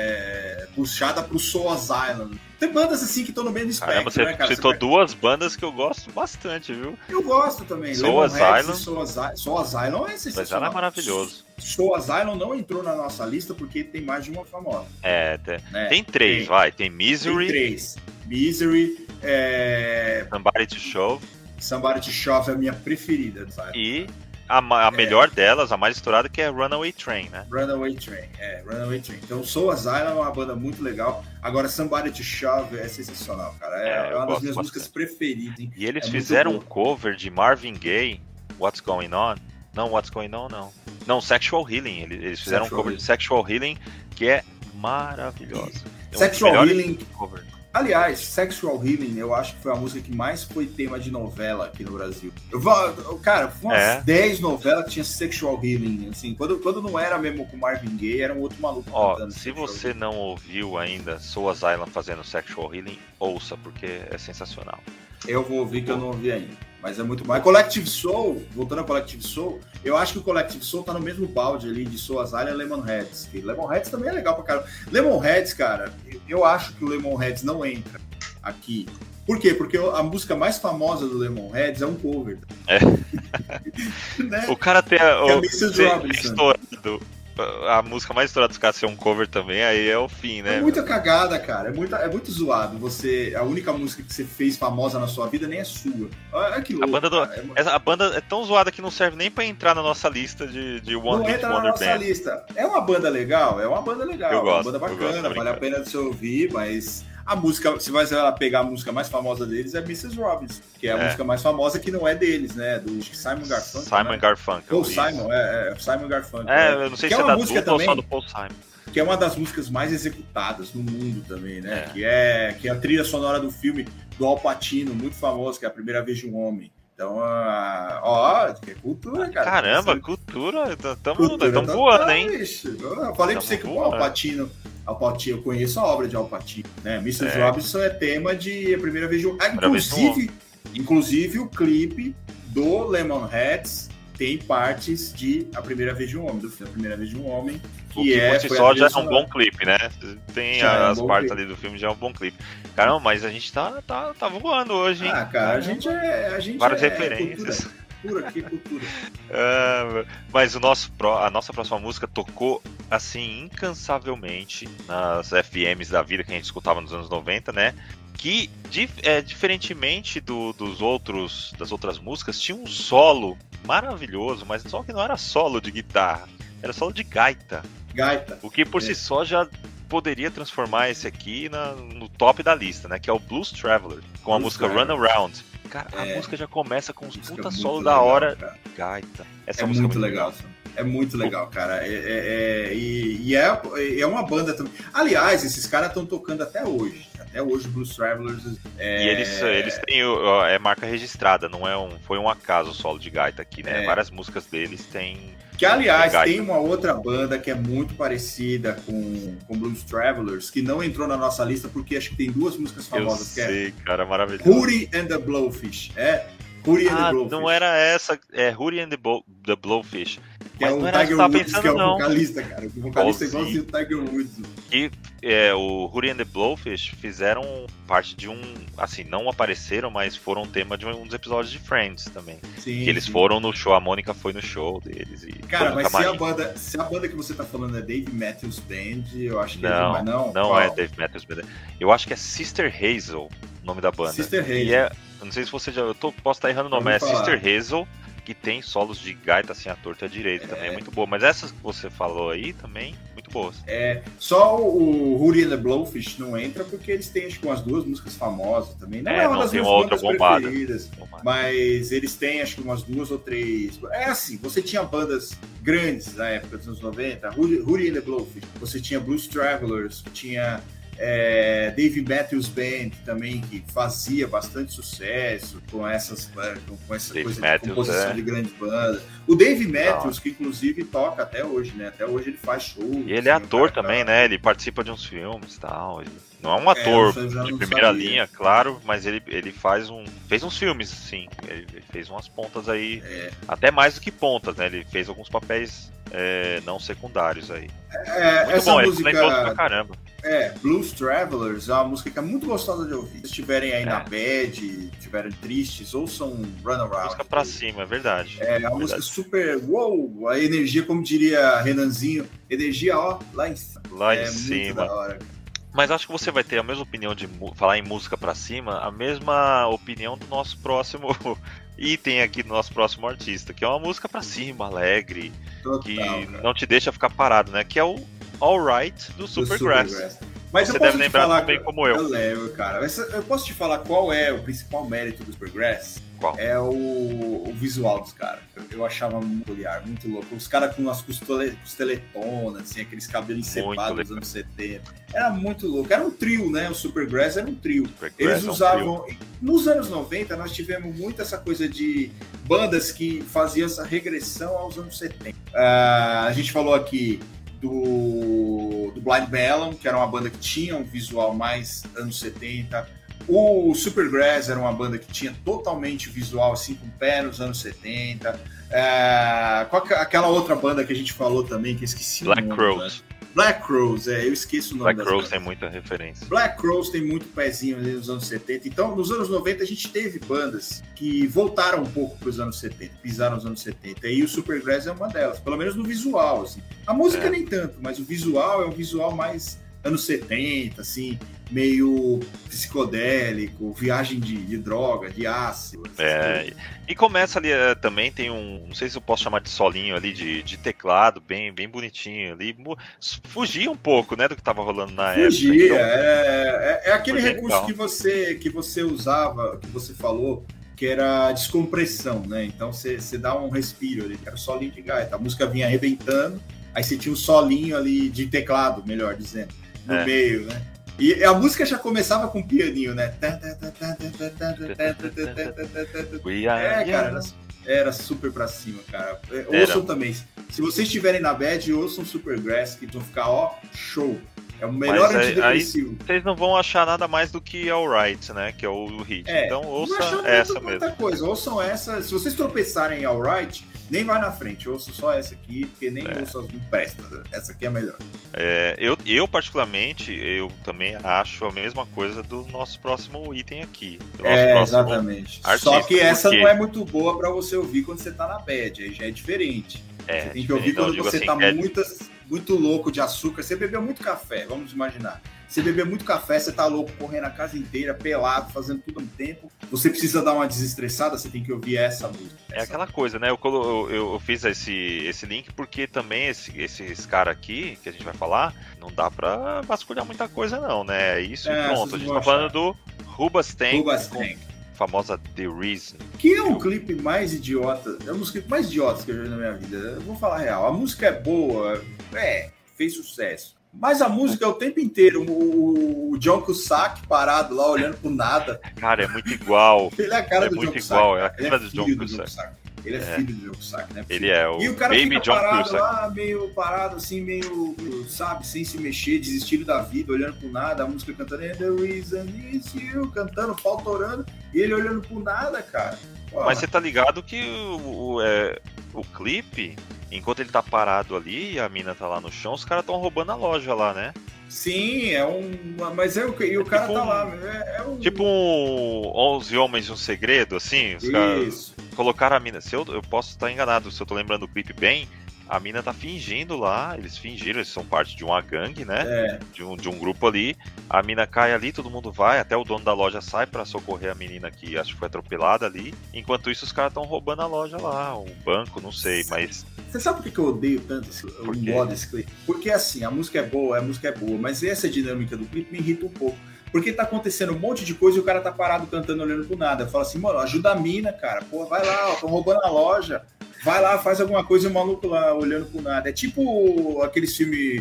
é, puxada pro Soul Asylum. Tem bandas assim que estão no mesmo espectro. Caramba, você né, cara? citou você duas bandas que eu gosto bastante, viu? Eu gosto também. Soul Asylum. Soul Asylum. Soul Asylum é sensacional. Soul Asylum é maravilhoso. Soul Asylum não entrou na nossa lista porque tem mais de uma famosa. É, tem, né? tem três, tem, vai. Tem Misery. Tem três. Misery. É... Somebody to Shove. Somebody to Shove é a minha preferida. Sabe? E a, a melhor é... delas, a mais estourada, que é Runaway Train, né? Runaway Train, é, Runaway Train. Então, Soul Asylum é uma banda muito legal. Agora, Somebody to Shove é sensacional, cara. É, é uma das minhas bastante. músicas preferidas. Hein? E eles é fizeram um cover de Marvin Gaye, What's Going On? Não, What's Going On, não. Não, Sexual Healing. Eles, eles fizeram Sexual um cover Healing. de Sexual Healing que é maravilhosa. É Sexual um Healing... Cover. Aliás, Sexual Healing, eu acho que foi a música que mais foi tema de novela aqui no Brasil. Eu, cara, foi umas é. dez novelas que tinha Sexual Healing, assim, quando, quando não era mesmo com Marvin Gaye, era um outro maluco Ó, cantando. Se você Healing. não ouviu ainda Soul Asylum fazendo Sexual Healing, ouça, porque é sensacional. Eu vou ouvir que eu não ouvi ainda, mas é muito bom. Collective Soul, voltando a Collective Soul, eu acho que o Collective Soul tá no mesmo balde ali de Soul Asylum e Lemonheads. E Lemonheads também é legal pra caramba. Lemonheads, cara, eu acho que o Lemonheads não entra aqui. Por quê? Porque a música mais famosa do Lemonheads é um cover. É. né? O cara tem a, o, é a missus Robinson. A música mais estourada dos caras ser um cover também, aí é o fim, né? É muita cagada, cara. É muito, é muito zoado. Você, a única música que você fez famosa na sua vida nem é sua. Olha que louco. A banda, do, é, a banda é tão zoada que não serve nem pra entrar na nossa lista de, de One Hit Hit Wonder Band. Não entra na nossa lista. É uma banda legal? É uma banda legal. Eu gosto, é uma banda bacana, gosto, vale a pena de você ouvir, mas... A música, se vai pegar a música mais famosa deles, é missus Robinson, que é a é. música mais famosa que não é deles, né? Do Simon Garfunkel. Simon né? Garfunkel. Paul Simon, é, é Simon Garfunkel. É, eu não sei que se é, é uma da música dupla também, ou só do Paul Simon. Que é uma das músicas mais executadas no mundo também, né? É. Que, é, que é a trilha sonora do filme do Al Pacino, muito famoso, que é A Primeira Vez de um Homem. Então, ó, que é cultura, cara. Caramba, Você... cultura, estamos voando, hein? Bicho. Eu falei pra você que o Al Pacino... Al Pacino, eu conheço a obra de Al Pacino, né? missus É. Robinson é tema de A Primeira Vez de um ah, inclusive, inclusive o clipe do Lemonheads tem partes de A Primeira Vez de um Homem, do filme A Primeira Vez de um Homem, que, o que é por si só já é um bom clipe, né? Tem já as é um partes clipe. ali do filme, já é um bom clipe. Caramba, mas a gente tá, tá, tá voando hoje, hein? Ah, cara, a gente é... A gente Várias é referências. Cultura. Cultura, que cultura. uh, mas o nosso, a nossa próxima música tocou assim incansavelmente nas F Ms da vida que a gente escutava nos anos noventa, né? Que é, diferentemente do, dos outros, das outras músicas, tinha um solo maravilhoso, mas só que não era solo de guitarra, era solo de gaita. Gaita. O que por é. si só já poderia transformar esse aqui na, no top da lista, né? Que é o Blues Traveler, com Blues a música Traveler. Run Around. Cara, é, a música já começa com uns puta solo da hora. Cara. Gaita. Essa é música muito é muito legal. legal. É muito legal, cara. É, é, é, e e é, é uma banda também. Aliás, esses caras estão tocando até hoje. Até hoje, Blues Travelers. É... E eles, eles têm é marca registrada, não é um, foi um acaso o solo de gaita aqui, né? É. Várias músicas deles têm. Que, aliás, tem, tem uma outra banda que é muito parecida com, com Blues Travelers, que não entrou na nossa lista, porque acho que tem duas músicas famosas. Eu sei, que é cara, maravilhoso. Hootie and the Blowfish. É, Hootie ah, and the Blowfish. Não era essa, é Hootie and the, Bo- the Blowfish. Que mas é o não Tiger era Woods, pensando, que é o não. vocalista, cara. O vocalista é igualzinho o Tiger Woods. E é, o Hootie and the Blowfish fizeram parte de um... Assim, não apareceram, mas foram tema de um dos episódios de Friends também. Sim, que eles sim. foram no show, a Mônica foi no show deles. E cara, mas se a, banda, se a banda que você tá falando é Dave Matthews Band, eu acho que não, é... Não, não qual? é Dave Matthews Band. Eu acho que é Sister Hazel. nome da banda. Sister Hazel. E é, eu não sei se você já... Eu tô, posso estar errando o nome, é falar. Sister Hazel, que tem solos de gaita assim, a torta e a direita, é. também é muito boa. Mas essas que você falou aí também, muito boas. É, só o Hootie and the Blowfish não entra porque eles têm acho que umas duas músicas famosas também. Não é, é uma não, das tem minhas uma outra bandas bombada. preferidas, bombada. Mas eles têm acho que umas duas ou três. É assim, você tinha bandas grandes na época dos anos noventa, Hootie and the Blowfish, você tinha Blues Travelers, tinha é, Dave Matthews Band também, que fazia bastante sucesso com essas com essa Dave coisa Matthews, de composição é. de grandes bandas. O Dave Matthews, não. que inclusive toca até hoje, né? Até hoje ele faz show. E ele é ator também, né? Ele participa de uns filmes e tal. Ele não é um ator é, de primeira sabia. linha, claro, mas ele, ele faz um. Fez uns filmes, sim. Ele fez umas pontas aí. É. Até mais do que pontas, né? Ele fez alguns papéis é, não secundários aí. É, muito essa bom, música... ele pra caramba. É, Blues Travelers é uma música que é muito gostosa de ouvir. Se estiverem aí é. na bad, estiverem tristes, ouçam Runaround. Música pra cima, é verdade. É, é uma verdade. música super, uou, a energia, como diria Renanzinho, energia, ó, lá em cima. Lá é em cima. Muito da hora. Mas acho que você vai ter a mesma opinião de falar em música pra cima, a mesma opinião do nosso próximo item aqui do nosso próximo artista, que é uma música pra cima, alegre, Total, que cara. não te deixa ficar parado, né? Que é o Alright do Supergrass. Super Mas você eu posso deve lembrar falar, também como eu. Eu lembro, cara. Eu posso te falar qual é o principal mérito do Supergrass? Qual? É o, o visual dos caras. Eu, eu achava muito olhar, muito louco. Os caras com as costeletonas, assim, aqueles cabelos encepados dos anos setenta. Era muito louco. Era um trio, né? O Supergrass era um trio. Eles usavam... É um trio. Nos anos noventa, nós tivemos muito essa coisa de bandas que faziam essa regressão aos anos setenta. Uh, a gente falou aqui do, do Blind Melon, que era uma banda que tinha um visual mais anos setenta. O Supergrass era uma banda que tinha totalmente visual assim, com pé nos anos setenta. É, qual, aquela outra banda que a gente falou também, que eu esqueci Black o nome. Crows. Né? Black Crows, é, eu esqueço o nome. Black Crows tem muita referência. Black Crows tem muito pezinho ali nos anos setenta. Então, nos anos noventa, a gente teve bandas que voltaram um pouco para os anos setenta, pisaram nos anos setenta. E o Supergrass é uma delas, pelo menos no visual. Assim. A música é. nem tanto, mas o visual é um visual mais anos setenta, assim, meio psicodélico, viagem de, de droga, de ácido. É, e começa ali uh, também, tem um, não sei se eu posso chamar de solinho ali, de, de teclado, bem, bem bonitinho ali. Fugia um pouco, né, do que tava rolando na Fugia, época. Então, é, é, é aquele recurso legal. que você, que você usava, que você falou, que era descompressão, né? Então você, você dá um respiro ali, que era o solinho de gaita. A música vinha arrebentando, aí você tinha um solinho ali de teclado, melhor dizendo, no é. meio, né? E a música já começava com um pianinho, né? É, cara, era, era super pra cima, cara. Ouçam também. Se vocês estiverem na bad, ouçam Supergrass, que vão ficar, ó, show. É o melhor Mas antidepressivo. Aí, vocês não vão achar nada mais do que Alright, né? Que é o hit. É, então ouçam essa mesmo. Coisa. Ouçam essa. Se vocês tropeçarem em Alright, nem vai na frente. Ouçam só essa aqui, porque nem é. ouçam as não presta. Essa aqui é a melhor. É, eu, eu, particularmente, eu também acho a mesma coisa do nosso próximo item aqui. Do nosso é, próximo exatamente. Artista, só que essa porque... não é muito boa pra você ouvir quando você tá na bad. Aí já é diferente. É, você tem que ouvir quando você assim, tá é... muitas... muito louco de açúcar, você bebeu muito café, vamos imaginar. Você bebeu muito café, você tá louco, correndo a casa inteira, pelado, fazendo tudo no tempo. Você precisa dar uma desestressada, você tem que ouvir essa música. É aquela coisa, né? Eu, eu, eu fiz esse, esse link porque também esse, esses caras aqui, que a gente vai falar, não dá pra vasculhar muita coisa não, né? É isso é, e pronto. A gente tá falando do Hoobastank. Hoobastank. Famosa The Reason. Que é um clipe mais idiota, é um dos clipes mais idiotas que eu já vi na minha vida. Eu vou falar a real, a música é boa, é, fez sucesso. Mas a música é o tempo inteiro, o, o John Cusack parado lá, olhando pro nada. Cara, é muito igual. Ele é a cara é do muito John igual, Cusack. É a cara é do John Cusack. Ele é, é filho do John Cusack, né? Ele é o E o cara Baby fica John parado Cusack. lá, meio parado assim, meio, sabe, sem se mexer, desistindo da vida, olhando pro nada, a música cantando And the reason is you, cantando, pautorando, e ele olhando pro nada, cara. Pô, mas você tá ligado que o, o, é, o clipe, enquanto ele tá parado ali e a mina tá lá no chão, os caras tão roubando a loja lá, né? Sim, é um. Mas é o, e o é cara tipo tá um, lá. É, é um... Tipo um onze Homens e um Segredo, assim. Os caras colocaram a mina. Se eu, eu posso estar enganado, se eu tô lembrando do clipe bem, a mina tá fingindo lá, eles fingiram, eles são parte de uma gangue, né? É. De, um, de um grupo ali. A mina cai ali, todo mundo vai, até o dono da loja sai pra socorrer a menina que acho que foi atropelada ali. Enquanto isso, os caras estão roubando a loja lá, um banco, não sei, mas... Você sabe por que eu odeio tanto esse, o modo desse clipe? Porque assim, a música é boa, a música é boa, mas essa dinâmica do clipe me irrita um pouco. Porque tá acontecendo um monte de coisa e o cara tá parado cantando, olhando pro nada. Fala assim, mano, ajuda a mina, cara. Pô, vai lá, ó, tão roubando a loja. Vai lá, faz alguma coisa e o maluco lá olhando pro nada. É tipo aqueles filmes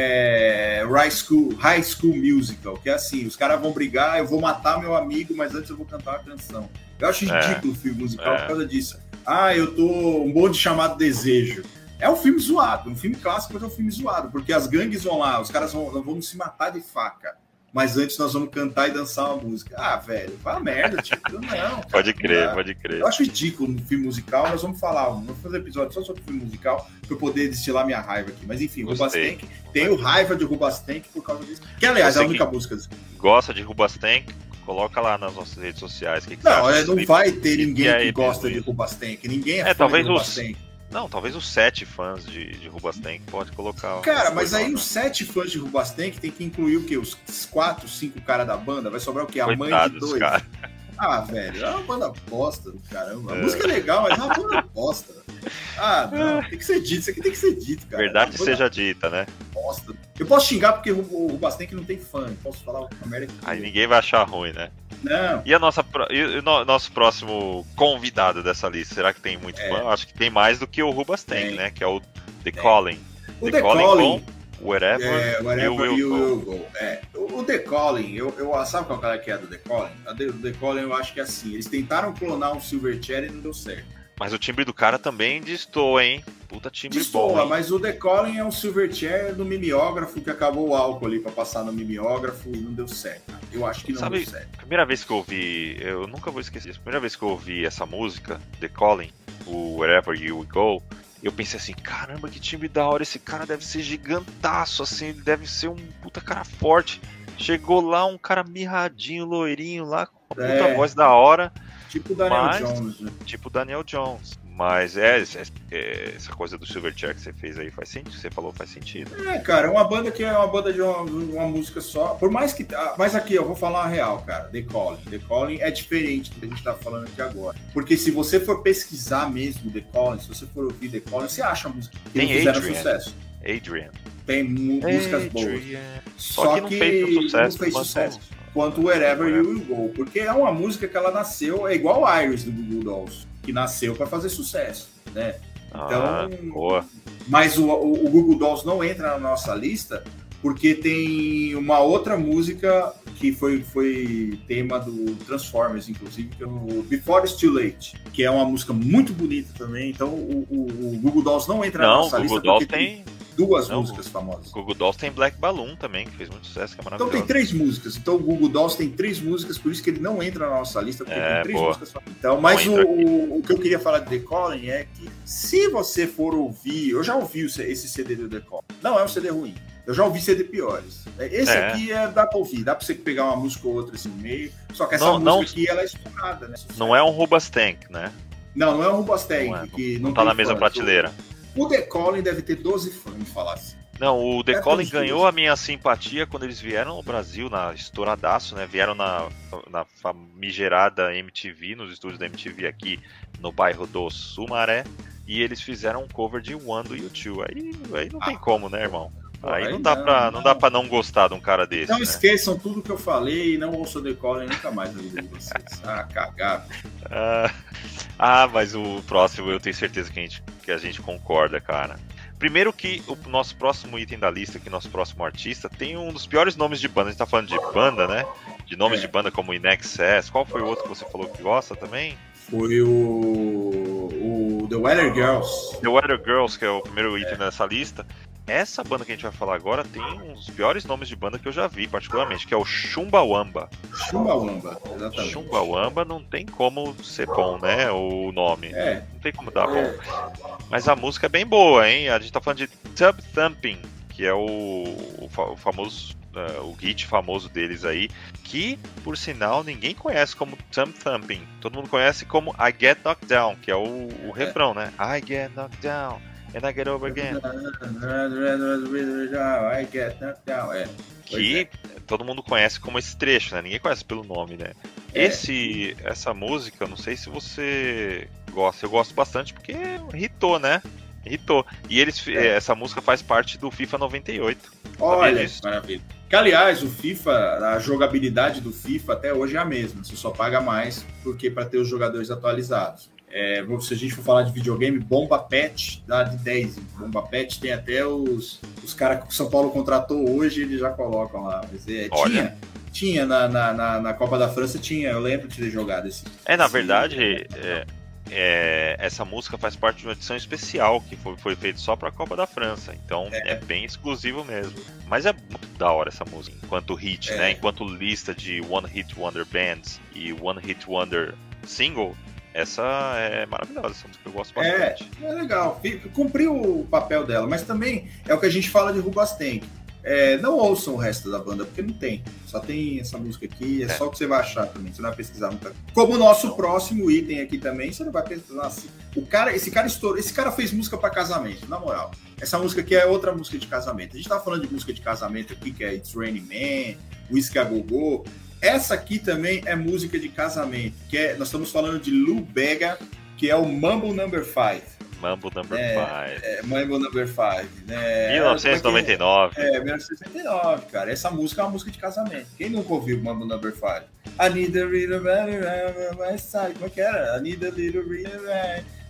é, High, School, High School Musical, que é assim, os caras vão brigar, eu vou matar meu amigo, mas antes eu vou cantar uma canção. Eu acho ridículo é, o filme musical é. por causa disso. Ah, eu tô um bonde chamado Desejo. É um filme zoado, um filme clássico, mas é um filme zoado, porque as gangues vão lá, os caras vão, vão se matar de faca. Mas antes nós vamos cantar e dançar uma música. Ah, velho, vai a merda, tipo, não. Cara, pode crer, não pode crer. Eu acho ridículo no filme musical, nós vamos falar, vamos fazer um episódio só sobre filme musical pra eu poder destilar minha raiva aqui. Mas enfim, Rubastank, tenho raiva de Rubastank por causa disso. Que, aliás, é a única música. Gosta de Rubastank? Coloca lá nas nossas redes sociais. Que que não, é, não vai ter ninguém que, que gosta de Rubastank. Ninguém é, é fã talvez de Rubastank. Os... Não, talvez os sete fãs de, de Rubastank pode colocar... Cara, mas aí os sete fãs de Rubastank tem que incluir o quê? Os quatro, cinco caras da banda? Vai sobrar o quê? A Coitados, mãe de dois? Cara. Ah, velho, é uma banda bosta do caramba. A é. música é legal, mas é uma banda bosta. Ah, não, tem que ser dito. Isso aqui tem que ser dito, cara. Verdade é seja dita, né? Bosta. Eu posso xingar porque o Rubastank não tem fã. Eu posso falar uma merda aqui. Aí ninguém vai achar ruim, né? Não. E a nossa, e o nosso próximo convidado dessa lista? Será que tem muito é. fã? Acho que tem mais do que o Rubastank, né? Que é o The Calling. O The, The Calling. Wherever, é, wherever you will, you go. will go. É. O The Calling, eu, eu, sabe qual cara que é do The Calling? O The Calling eu acho que é assim. Eles tentaram clonar um Silverchair e não deu certo. Mas o timbre do cara também destoa, hein? Puta timbre destoa, bom, hein? Mas o The Calling é um Silverchair do mimeógrafo que acabou o álcool ali pra passar no mimeógrafo e não deu certo. Eu acho que não Sabe, deu certo. Primeira vez que eu ouvi, eu nunca vou esquecer isso, primeira vez que eu ouvi essa música, The Calling, o Wherever You Will Go, eu pensei assim, caramba, que timbre da hora, esse cara deve ser gigantaço, assim, ele deve ser um puta cara forte. Chegou lá um cara mirradinho, loirinho lá, com uma puta é. voz da hora. Tipo o Daniel mas, Jones, né? Tipo Daniel Jones. Mas é, é, é, essa coisa do Silverchair que você fez aí faz sentido, você falou faz sentido. É, cara, é uma banda que é uma banda de uma, uma música só. Por mais que. Mas aqui, eu vou falar a real, cara. The Calling. The Calling é diferente do que a gente tá falando aqui agora. Porque se você for pesquisar mesmo The Calling, se você for ouvir The Calling, você acha a música que Tem não fizeram Adrian. sucesso. Adrian. Tem músicas Adrian. boas. Só, Só que não que fez sucesso. não fez sucesso. Quanto Wherever You Will Go. Porque é uma música que ela nasceu, é igual a Iris do Google Dolls, que nasceu para fazer sucesso, né? Então, ah, boa. Mas o, o, o Google Dolls não entra na nossa lista porque tem uma outra música que foi, foi tema do Transformers, inclusive, que é o Before It's Too Late, que é uma música muito bonita também. Então o, o, o Google Dolls não entra não, na nossa Google lista Dolls porque tem... tem duas não, músicas famosas. O Google Dolls tem Black Balloon também, que fez muito sucesso, que é maravilhoso. Então tem três músicas. Então o Google Dolls tem três músicas, por isso que ele não entra na nossa lista, porque é, tem três boa. músicas famosas. Então, mas o, o, o que eu queria falar de The Calling é que se você for ouvir, eu já ouvi esse C D do The Calling. Não é um C D ruim. Eu já ouvi C D piores. Esse é. aqui é, dá pra ouvir, dá pra você pegar uma música ou outra assim no meio. Só que essa não, música não, aqui, ela é estourada, né? Não é um Rubastank, né? Não, não é um Rubastank. Não, é, que não, não tá na fãs. mesma prateleira. O The Calling deve ter doze fãs, vamos falar assim. Não, o The é Calling ganhou a minha simpatia quando eles vieram no Brasil, na estouradaço, né? Vieram na, na famigerada M T V, nos estúdios da M T V aqui no bairro do Sumaré. E eles fizeram um cover de One do U dois. Aí, aí não ah, tem como, né, irmão? Aí, aí não, dá não, pra, não. não dá pra não gostar de um cara desse. Não né? esqueçam tudo que eu falei e não ouçam The Calling nunca mais na vida de vocês. Ah, cagado. Ah, ah, mas o próximo eu tenho certeza que a gente, que a gente concorda, cara. Primeiro que o nosso próximo item da lista, que nosso próximo artista, tem um dos piores nomes de banda. A gente tá falando de banda, né? De nomes é. de banda como In Excess. Qual foi o outro que você falou que gosta também? Foi o, o The Weather Girls. The Weather Girls, que é o primeiro item é. dessa lista. Essa banda que a gente vai falar agora tem um dos piores nomes de banda que eu já vi, particularmente, que é o Chumbawamba. Chumbawamba, exatamente. Chumbawamba não tem como ser bom, né? O nome. É. Não tem como dar é. bom. Mas a música é bem boa, hein? A gente tá falando de Tub Thumping, que é o, o, o famoso, uh, o hit famoso deles aí, que, por sinal, ninguém conhece como Tub Thumping. Todo mundo conhece como I Get Knocked Down, que é o, o refrão, né? I Get Knocked Down. And I get over again. I get knocked down. É. Que é. Todo mundo conhece como esse trecho, né? Ninguém conhece pelo nome, né? É. Esse, essa música, eu não sei se você gosta. Eu gosto bastante porque hitou, né? Hitou. E eles, é. essa música faz parte do FIFA noventa e oito. Olha, maravilha. Que, aliás, o FIFA, a jogabilidade do FIFA até hoje é a mesma. Você só paga mais porque para ter os jogadores atualizados. É, se a gente for falar de videogame, Bomba Pet dá de dez. Bomba Pet tem até os, os caras que o São Paulo contratou hoje, eles já colocam lá. Mas, é, tinha tinha na, na, na, na Copa da França, tinha, eu lembro de ter jogado esse. É, na esse, verdade, é, é, essa música faz parte de uma edição especial que foi, foi feita só pra Copa da França. Então é. é bem exclusivo mesmo. Mas é muito da hora essa música, enquanto hit, é. né? Enquanto lista de One Hit Wonder Bands e One Hit Wonder Single. Essa é maravilhosa, essa música eu gosto bastante. É, é legal, cumpriu o papel dela, mas também é o que a gente fala de Rubastank. É, não ouçam o resto da banda, porque não tem. Só tem essa música aqui, é, é. só o que você vai achar também, você não vai pesquisar nunca. Como o nosso não. próximo item aqui também, você não vai pesquisar assim. O cara, esse cara estourou, esse cara fez música pra casamento, na moral. Essa música aqui é outra música de casamento. A gente tava falando de música de casamento aqui, que é It's Raining Man, Whiskey a Go-Go. Essa aqui também é música de casamento, que é, nós estamos falando de Lou Bega, que é o Mambo Number five. Mambo Number é, five. É, Mambo Number five, né? mil novecentos e noventa e nove. É, mil novecentos e noventa e nove, cara. Essa música é uma música de casamento. Quem nunca ouviu Mambo Number five? I need a little bit of my side. Como é que era? I need a little bit of...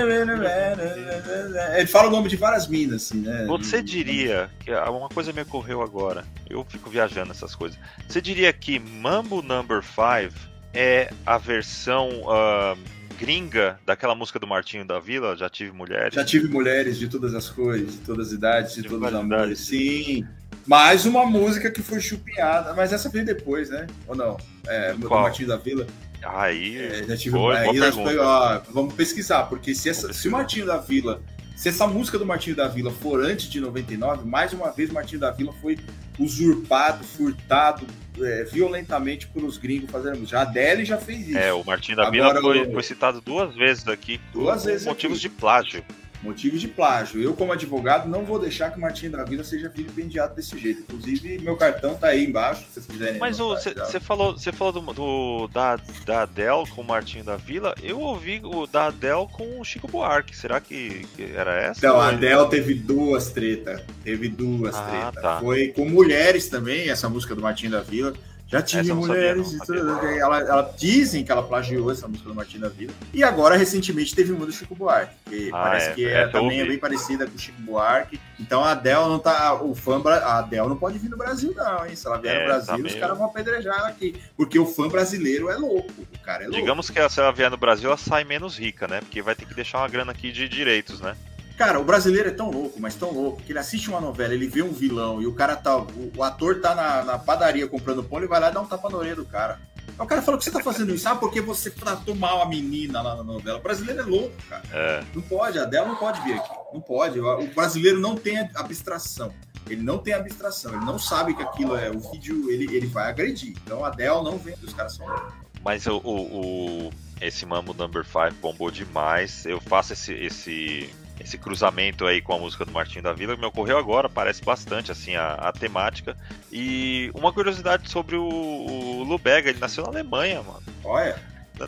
Ele fala o nome de várias minas, assim, né? Você diria, que uma coisa me ocorreu agora, eu fico viajando nessas coisas. Você diria que Mambo Number five é a versão uh, gringa daquela música do Martinho da Vila? Já tive mulheres? Já tive mulheres de todas as cores, de todas as idades, de, de todos os amores. Sim. Mais uma música que foi chupinhada, mas essa veio depois, né? Ou não? É, do Martinho da Vila. Aí, é, já tive, foi, aí nós foi, ó, vamos pesquisar, porque se, essa, se o Martinho da Vila, se essa música do Martinho da Vila for antes de noventa e nove, mais uma vez o Martinho da Vila foi usurpado, furtado é, violentamente por os gringos fazendo música. A Adele já fez isso. É, o Martinho da Vila foi, o... foi citado duas vezes aqui duas por vezes motivos aqui. de plágio. Motivos de plágio. Eu, como advogado, não vou deixar que o Martinho da Vila seja vilipendiado desse jeito. Inclusive, meu cartão tá aí embaixo, se vocês quiserem. Mas você falou, você falou do, do, da, da Adele com o Martinho da Vila. Eu ouvi o da Adele com o Chico Buarque. Será que, que era essa? Não, a Adele teve duas tretas. Teve duas ah, tretas. Tá. Foi com mulheres também, essa música do Martinho da Vila. Já tive mulheres e tudo. Ela, ela dizem que ela plagiou essa música do Martinho da Vila. E agora, recentemente, teve uma do Chico Buarque. Que ah, parece é, que é, também é bem parecida com o Chico Buarque. Então a Adele não tá. O fã, a Adele não pode vir no Brasil, não, hein? Se ela vier é, no Brasil, tá os meio... caras vão apedrejar ela aqui. Porque o fã brasileiro é louco. O cara é louco. Digamos que se ela vier no Brasil, ela sai menos rica, né? Porque vai ter que deixar uma grana aqui de direitos, né? Cara, o brasileiro é tão louco, mas tão louco, que ele assiste uma novela, ele vê um vilão e o cara tá. O, o ator tá na, na padaria comprando pão, ele vai lá e dá um tapa na orelha do cara. Aí o cara fala: o que você tá fazendo isso? Ah, porque você tratou mal a menina lá na novela. O brasileiro é louco, cara. É. Não pode, a Adele não pode vir aqui. Não pode. O brasileiro não tem abstração. Ele não tem abstração. Ele não sabe que aquilo é o vídeo, ele, ele vai agredir. Então a Adele não vem, os caras são loucos. Mas o, o, o, esse Mambo Number five bombou demais. Eu faço esse. esse... Esse cruzamento aí com a música do Martinho da Vila me ocorreu agora, parece bastante assim a, a temática. E uma curiosidade sobre o, o Lou Bega, ele nasceu na Alemanha, mano. Olha.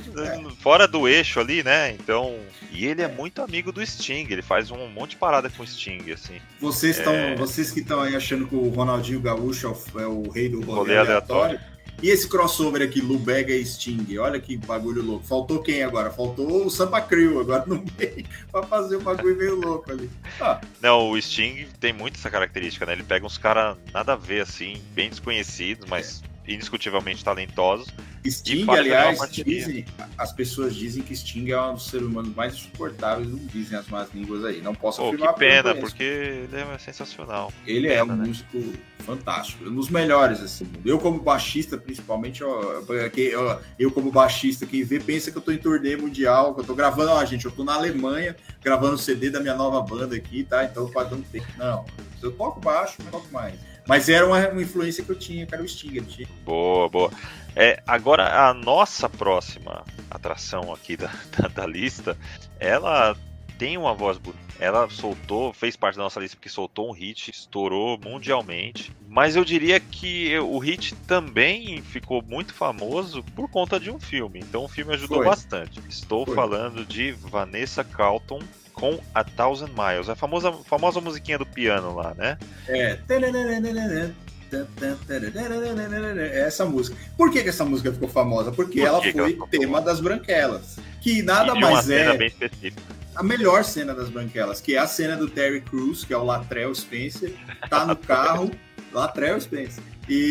É. Fora do eixo ali, né? Então. E ele é muito amigo do Sting, ele faz um monte de parada com o Sting, assim. Vocês, estão, é... vocês que estão aí achando que o Ronaldinho Gaúcho é o, é o rei do rolê, rolê aleatório. aleatório. E esse crossover aqui, Lou Bega e Sting, olha que bagulho louco. Faltou quem agora? Faltou o Sampa Crio agora no meio, pra fazer um bagulho meio louco ali. Ah. Não, o Sting tem muito essa característica, né? Ele pega uns caras nada a ver, assim, bem desconhecidos, mas é. indiscutivelmente talentosos. Sting, aliás, dizem, as pessoas dizem que Sting é um dos seres humanos mais insuportáveis, não dizem as más línguas aí. Não posso oh, afirmar. Que pena, porque ele é sensacional. Ele pena, é um né? músico fantástico, um dos melhores, assim. Eu como baixista, principalmente, ó, eu, eu como baixista, quem vê pensa que eu tô em turnê mundial, que eu tô gravando, ó, gente, eu tô na Alemanha, gravando o C D da minha nova banda aqui, tá? Então, pra dar um tempo. Não, eu toco baixo, mas toco mais. Mas era uma, uma influência que eu tinha, que era o Sting. Tinha. Boa, boa. É, agora, a nossa próxima atração aqui da, da, da lista, ela tem uma voz bonita. Ela soltou, fez parte da nossa lista porque soltou um hit, estourou mundialmente. Mas eu diria que o hit também ficou muito famoso por conta de um filme. Então o filme ajudou Foi. bastante. Estou Foi. falando de Vanessa Carlton com A Thousand Miles. A famosa, famosa musiquinha do piano lá, né? É. Essa música. Por que, que essa música ficou famosa? Porque Por ela que que foi ela ficou tema famosa? das Branquelas. Que nada E de uma mais cena é bem específica. a melhor cena das Branquelas, que é a cena do Terry Crews, que é o Latrell Spencer, tá no carro, Latrell Spencer.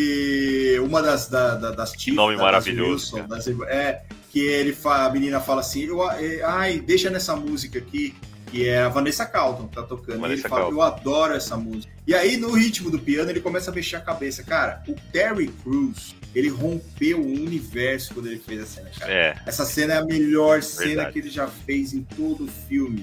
E uma das, da, da, das Que nome das maravilhoso, Wilson, das, é que ele fa, a menina fala assim, eu, ai, deixa nessa música aqui, que é a Vanessa Carlton que tá tocando. E ele fala, eu adoro essa música. E aí, no ritmo do piano, ele começa a mexer a cabeça. Cara, o Terry Crews, ele rompeu o universo quando ele fez a cena, cara. É. Essa cena é a melhor cena Verdade. que ele já fez em todo o filme.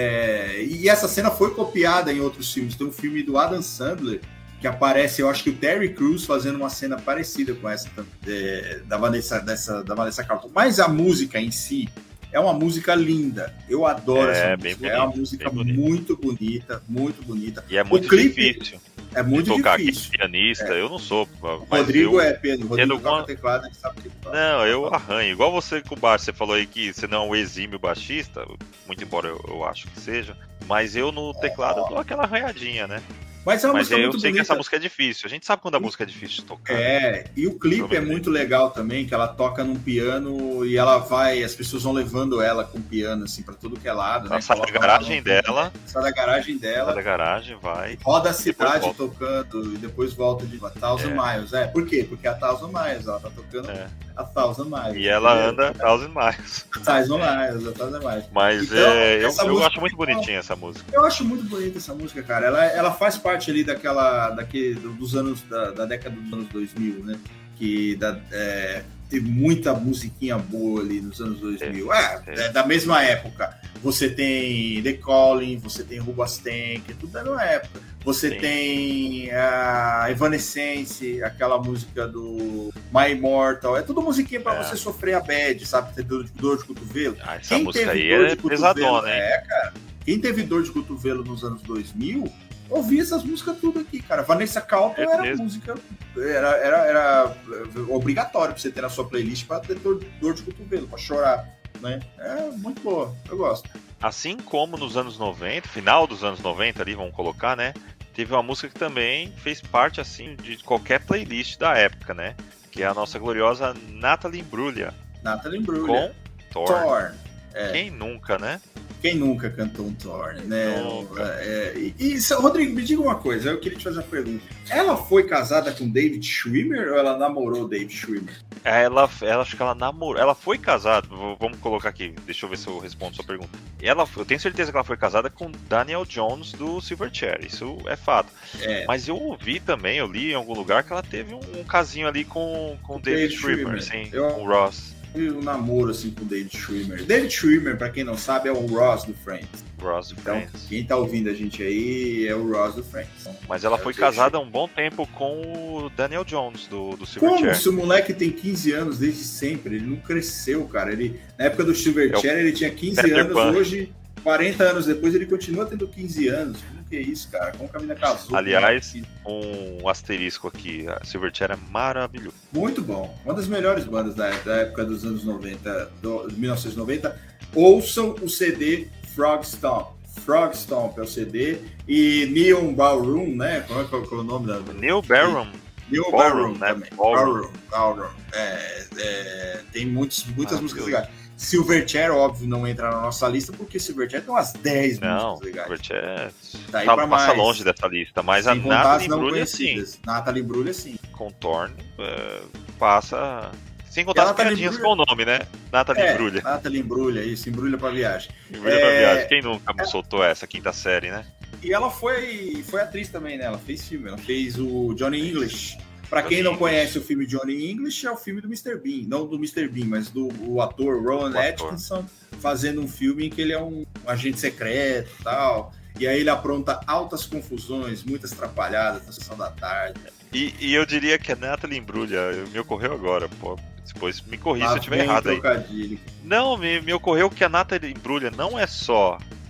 É, e essa cena foi copiada em outros filmes. Tem um filme do Adam Sandler que aparece, eu acho que o Terry Crews fazendo uma cena parecida com essa é, da Vanessa, dessa, da Vanessa Carlton. Mas a música em si é uma música linda. Eu adoro É, essa bem música. bonito, é uma música bem bonito. muito bonita, muito bonita. E é muito o clipe difícil. é muito de tocar difícil. Aqui, pianista, É. eu não sou. O Mas Rodrigo eu... é, Pedro. O Rodrigo tendo toca uma- teclado, ele sabe o que fala. Não, eu arranho. Igual você com o baixo, você falou aí que você não é um exímio baixista, muito embora eu, eu acho que seja, mas eu no teclado eu dou aquela arranhadinha, né? Mas é uma Mas música eu muito sei bonita. que essa música é difícil. A gente sabe quando a música é difícil de tocar. É, e o clipe é Provavelmente. muito legal também, que ela toca num piano e ela vai, as pessoas vão levando ela com o piano, assim, pra tudo que é lado, Ela né? sai da Coloca garagem ela no- dela. Sai da garagem Sai dela, da garagem, vai. roda a cidade volta. tocando e depois volta de a Thousand É. Miles. É, por quê? Porque a Thousand Miles, ela tá tocando É. a Thousand Miles. E ela entendeu? anda Thousand Miles. Thousand Miles, a Thousand Miles. Mas Então, é, eu, essa eu música- acho muito bonitinha essa música. Eu acho muito bonita essa música, cara. Ela, ela faz parte ali daquela, daquele, dos anos, da, da década dos anos dois mil, né? Que da, é, teve muita musiquinha boa ali nos anos dois mil. É, é. é da mesma época. Você tem The Calling, você tem Rubastank, tudo da mesma época. Você Sim. tem a Evanescence, aquela música do My Immortal. É tudo musiquinha pra É. você sofrer a bad, sabe? Ter dor de, dor de cotovelo. Ah, essa Quem música teve aí dor é de cotovelo- pesadona, hein? É, cara. Quem teve dor de cotovelo nos anos dois mil, ouvia essas músicas tudo aqui, cara. Vanessa Carlton É era mesmo. música... Era, era, era obrigatório pra você ter na sua playlist pra ter dor, dor de cotovelo, pra chorar, né? É muito boa, eu gosto. Assim como nos anos noventa, final dos anos noventa ali, vamos colocar, né? Teve uma música que também fez parte, assim, de qualquer playlist da época, né? Que é a nossa gloriosa Natalie Imbruglia. Natalie Imbruglia. Com Thorn. Thorn. É. Quem nunca, né? Quem nunca cantou um Thorn, né? Nunca. É, e, e, Rodrigo, me diga uma coisa, eu queria te fazer uma pergunta. Ela foi casada com David Schwimmer ou ela namorou David Schwimmer? Ela, ela acho que ela namorou. Ela foi casada. v- Vamos colocar aqui. Deixa eu ver se eu respondo sua pergunta. Ela, eu tenho certeza que ela foi casada com Daniel Jones do Silverchair. Isso é fato. É. Mas eu ouvi também, eu li em algum lugar que ela teve um, um casinho ali com com Com David David Schwimmer, Schwimmer. sim, Eu- com o Ross. Um namoro assim com o David Schwimmer. David Schwimmer, pra quem não sabe, é o Ross do Friends. Ross do Então, Friends. quem tá ouvindo a gente aí é o Ross do Friends. Mas ela É foi o David casada há um bom tempo com o Daniel Jones do, do Como Silverchair. se o moleque tem quinze anos desde sempre? Ele não cresceu, cara. Ele, na época do Silverchair, ele tinha quinze Peter anos, Pan. hoje, quarenta anos depois, ele continua tendo quinze anos. Como que é isso, cara? Como que a mina casou? Aliás, um asterisco aqui. A Silverchair é maravilhoso. Muito bom. Uma das melhores bandas da, da época dos anos noventa, do, de mil novecentos e noventa. Ouçam o C D Frog Stomp. Frog Stomp é o C D. E Neon Ballroom, né? Qual é, qual é o nome da... Neil Barron. Neon Ballroom, Ballroom, né? também. Ballroom. Ballroom. Ballroom. É, é, tem muitos, muitas Ah, músicas Deus. legais. Silverchair, óbvio, não entra na nossa lista, porque Silverchair tem umas dez Não, músicas legais. Silverchair Daí tá, pra passa mais. longe dessa lista. Mas a Sem contar as Natalie não Imbruglia, sim. conhecidas. Natalie Imbruglia, sim. Com Thorn, é, passa... Sem contar Ela as tá piadinhas Imbruglia- com o nome, né? Natalie É, Imbruglia. Natalie Imbruglia, isso, Embrulha pra viagem. Embrulha É, pra viagem. Quem nunca me soltou essa quinta série, né? E ela foi, foi atriz também, né? Ela fez filme, ela fez o Johnny English. Pra Johnny quem não English. conhece o filme Johnny English, é o filme do mister Bean. Não do mister Bean, mas do o ator Rowan O ator. Atkinson fazendo um filme em que ele é um, um agente secreto e tal. E aí ele apronta altas confusões, muitas atrapalhadas na sessão da tarde. E, e eu diria que a Natalie Imbruglia, me ocorreu agora, pô. Depois me corrija se Lá eu estiver vem errado aí. trocadilho. Não, me, me ocorreu que a Natalie Imbruglia não é só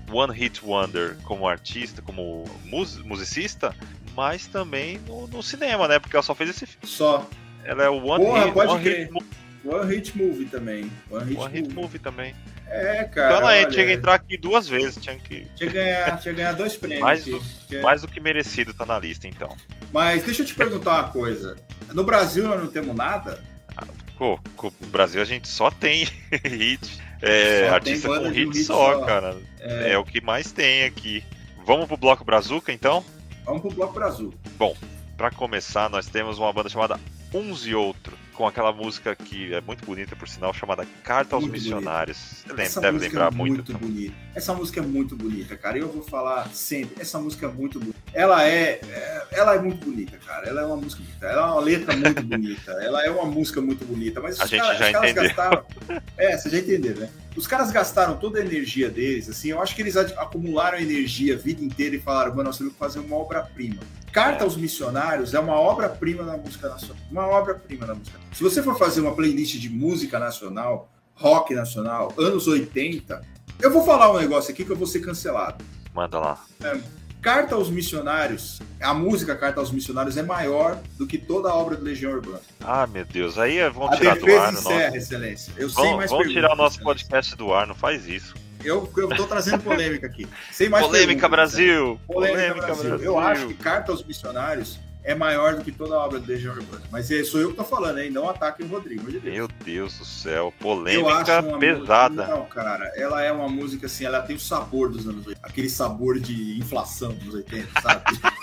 one hit wonder como artista, como mus- musicista, mas também no, no cinema, né? Porque ela só fez esse filme. Só. Ela é o One Porra, Hit, pode one crer. hit, mo- One Hit Movie também. One Hit, one hit movie. movie também. É, cara. Então ela olha, tinha que entrar aqui duas vezes, tinha que. Tinha que ganhar, tinha que ganhar dois prêmios. Mais aqui. do, Tinha- mais do que merecido tá na lista, então. Mas deixa eu te perguntar uma coisa. No Brasil nós não temos nada? Pô, com o Brasil a gente só tem hit. É, Só artista tem banda com de hit hit só, só. cara. É. É o que mais tem aqui. Vamos pro Bloco Brazuca, então? Vamos pro Bloco Brasil. Pra começar, nós temos uma banda chamada Uns e Outro, com aquela música que é muito bonita, por sinal, chamada Carta aos Muito Missionários. Você lembra, Essa deve música lembrar é muito. muito bonita. Essa música é muito bonita, cara. E eu vou falar sempre, essa música é muito bonita. Ela é, é- ela é muito bonita, cara. Ela é uma música bonita. Ela é uma letra muito bonita. Ela é uma música muito bonita. Mas A os gente caras, já os caras entendeu. gastaram. É, você já entendeu, né? Os caras gastaram toda a energia deles, assim. Eu acho que eles ad- acumularam energia a vida inteira e falaram, mano, nós temos que fazer uma obra-prima. Carta É. aos Missionários é uma obra-prima da música nacional. Uma obra-prima da música. Se você for fazer uma playlist de música nacional, rock nacional, anos oitenta, eu vou falar um negócio aqui que eu vou ser cancelado. Manda lá. Carta aos Missionários, a música Carta aos Missionários é maior do que toda a obra do Legião Urbana. Ah, meu Deus. Aí é- vão A tirar do defesa ar. No encerra, nosso... Excelência. Eu sei Vão, mais vão tirar o perguntas, nosso Excelência. podcast do ar, não faz isso. Eu, eu tô trazendo polêmica aqui. Sem mais Polêmica perguntas, Excelência. Brasil! Polêmica, Brasil. Eu acho que Carta aos Missionários é maior do que toda a obra do Legião Urbana. Mas é, sou eu que tô falando, hein? Não ataquem o Rodrigo. meu Deus. Meu Deus do céu, Eu polêmica acho uma pesada. Música, não, cara, ela é uma música assim, ela tem o sabor dos anos oitenta. Aquele sabor de inflação dos oitenta, sabe?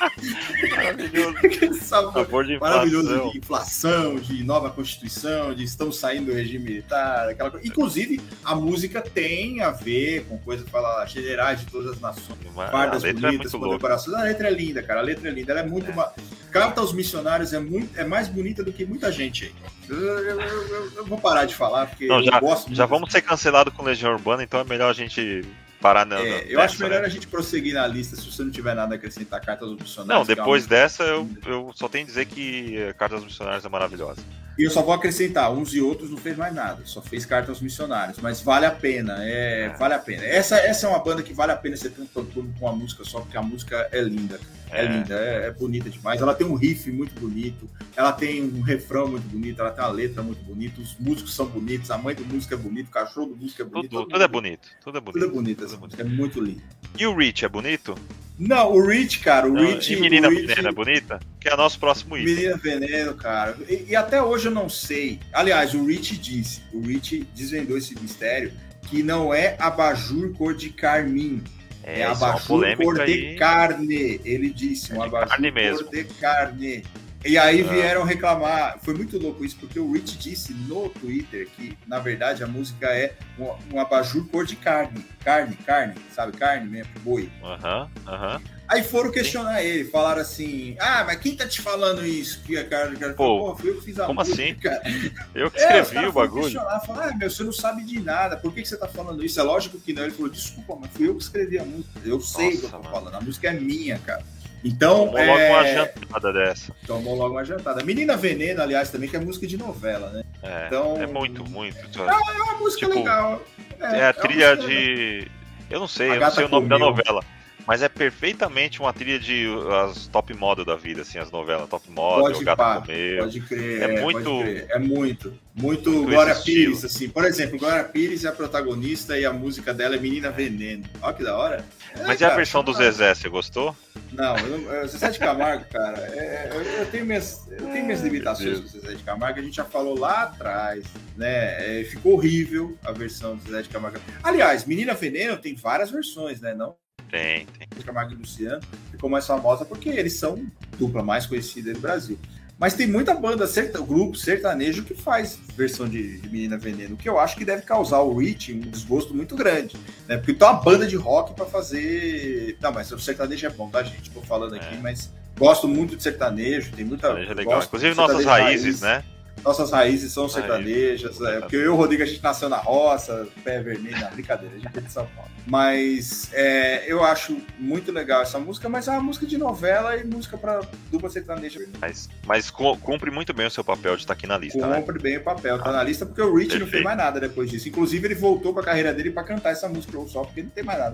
Maravilhoso. Aquele sabor Sabor de maravilhoso inflação. de inflação, de nova constituição, de estamos saindo do regime militar, aquela coisa. Inclusive, a música tem a ver com coisa que fala generais de todas as nações. Uma- A Fardas letra é bonitas, muito louca. condecorações. A letra é linda, cara. A letra é linda. Ela é muito. É. Uma... Carta aos Missionários é, muito... é mais bonita do que muita gente aí. Eu, eu- eu- eu- eu vou parar de falar, porque Não, eu já, gosto já muito. vamos ser cancelados com Legião Urbana, então é melhor a gente parar na. É, na- eu nessa, acho melhor né? a gente prosseguir na lista se você não tiver nada a acrescentar. Cartas aos Missionários. Não, que é uma depois música- dessa eu, eu só tenho a dizer que eh, Carta aos Missionários é maravilhosa. E eu só vou acrescentar, uns e outros não fez mais nada, só fez Carta aos Missionários, mas vale a pena, é, É. vale a pena. Essa, essa é uma banda que vale a pena você ter um cantor com uma música só, porque a música é linda, é, É. linda, é, é bonita demais. Ela tem um riff muito bonito, ela tem um refrão muito bonito, ela tem uma letra muito bonita, os músicos são bonitos, a mãe do músico é bonito, o cachorro do músico é bonito. Tudo, todo tudo é mundo- bonito. Tudo é bonito. Tudo é bonito, essa tudo é música, é muito linda. E o Rich é bonito? Não, o Rich, cara, o Não, Rich... e Menina o Rich- Veneno é bonita? Que é nosso próximo item. Menina Veneno, cara. E, e até hoje eu não sei. Aliás, o Rich disse, o Rich desvendou esse mistério, que não é abajur cor de carmim. É, É, isso é uma abajur polêmica cor de aí. carne. Ele disse, um É de abajur carne cor mesmo. de carne. E aí Ah. vieram reclamar. Foi muito louco isso, porque o Rich disse no Twitter que, na verdade, a música é um, um abajur cor de carne. Carne, carne, sabe? Carne mesmo, boi. Aham, aham. Aí foram questionar ele, falaram assim: ah, mas quem tá te falando isso? Que a cara, cara Pô, Pô, fui eu que fiz a como música, assim? cara. Eu que É, os escrevi caras o foram bagulho. questionar, falaram, ah, meu, você não sabe de nada, por que, que você tá falando isso? É lógico que não. Ele falou, desculpa, mas fui eu que escrevi a música. Eu sei o que eu tô mano. falando, a música é minha, cara. Então, Tomou logo é... uma jantada dessa. tomou logo uma jantada. Menina Veneno, aliás, também, que é música de novela, né? É, Então- é muito, muito. É uma música Tipo, legal. É a uma trilha música legal. de. Eu não sei, A eu não Gata sei o nome da Comeu. novela. Mas é perfeitamente uma trilha de as top model da vida, assim, as novelas. Top model, Pode Gata pá, Comeu. Pode crer, É é, muito- pode crer. É muito, muito, muito Glória esse estilo. Pires, assim. Por exemplo, Glória Pires é a protagonista e a música dela é Menina Veneno. Olha que da hora. É, Mas e a cara, versão do não- Zezé, você gostou? Não, eu não- eu- Zezé de Camargo, cara, é- eu, eu tenho minhas, eu tenho minhas Ai, limitações meu com o Deus. Zezé de Camargo, a gente já falou lá atrás, né? É, ficou horrível a versão do Zezé de Camargo. Aliás, Menina Veneno tem várias versões, né? Não Tem, tem. de Camargo e Luciano ficou mais famosa porque eles são dupla mais conhecida do Brasil. Mas tem muita banda, serta, grupo sertanejo que faz versão de, de Menina Veneno, o que eu acho que deve causar ao Rich um desgosto muito grande, né? Porque tem uma banda de rock para fazer. Não, mas o sertanejo é bom, tá, gente? Tô falando aqui, É. mas gosto muito de sertanejo, tem muita. É legal. gosto Inclusive de nossas sertanejo raízes, né? Nossas raízes são Raízes. sertanejas, é, porque eu e o Rodrigo a gente nasceu na roça, pé vermelho, na brincadeira, a gente é de São Paulo. Mas é, eu acho muito legal essa música, mas é uma música de novela e música para dupla sertaneja. Mas, mas cu- cumpre muito bem o seu papel de estar aqui na lista, né? Cumpre bem o papel, tá na lista, porque o Rich não fez Perfeito. mais nada depois disso. Inclusive, ele voltou com a carreira dele para cantar essa música ou só, porque não tem mais nada.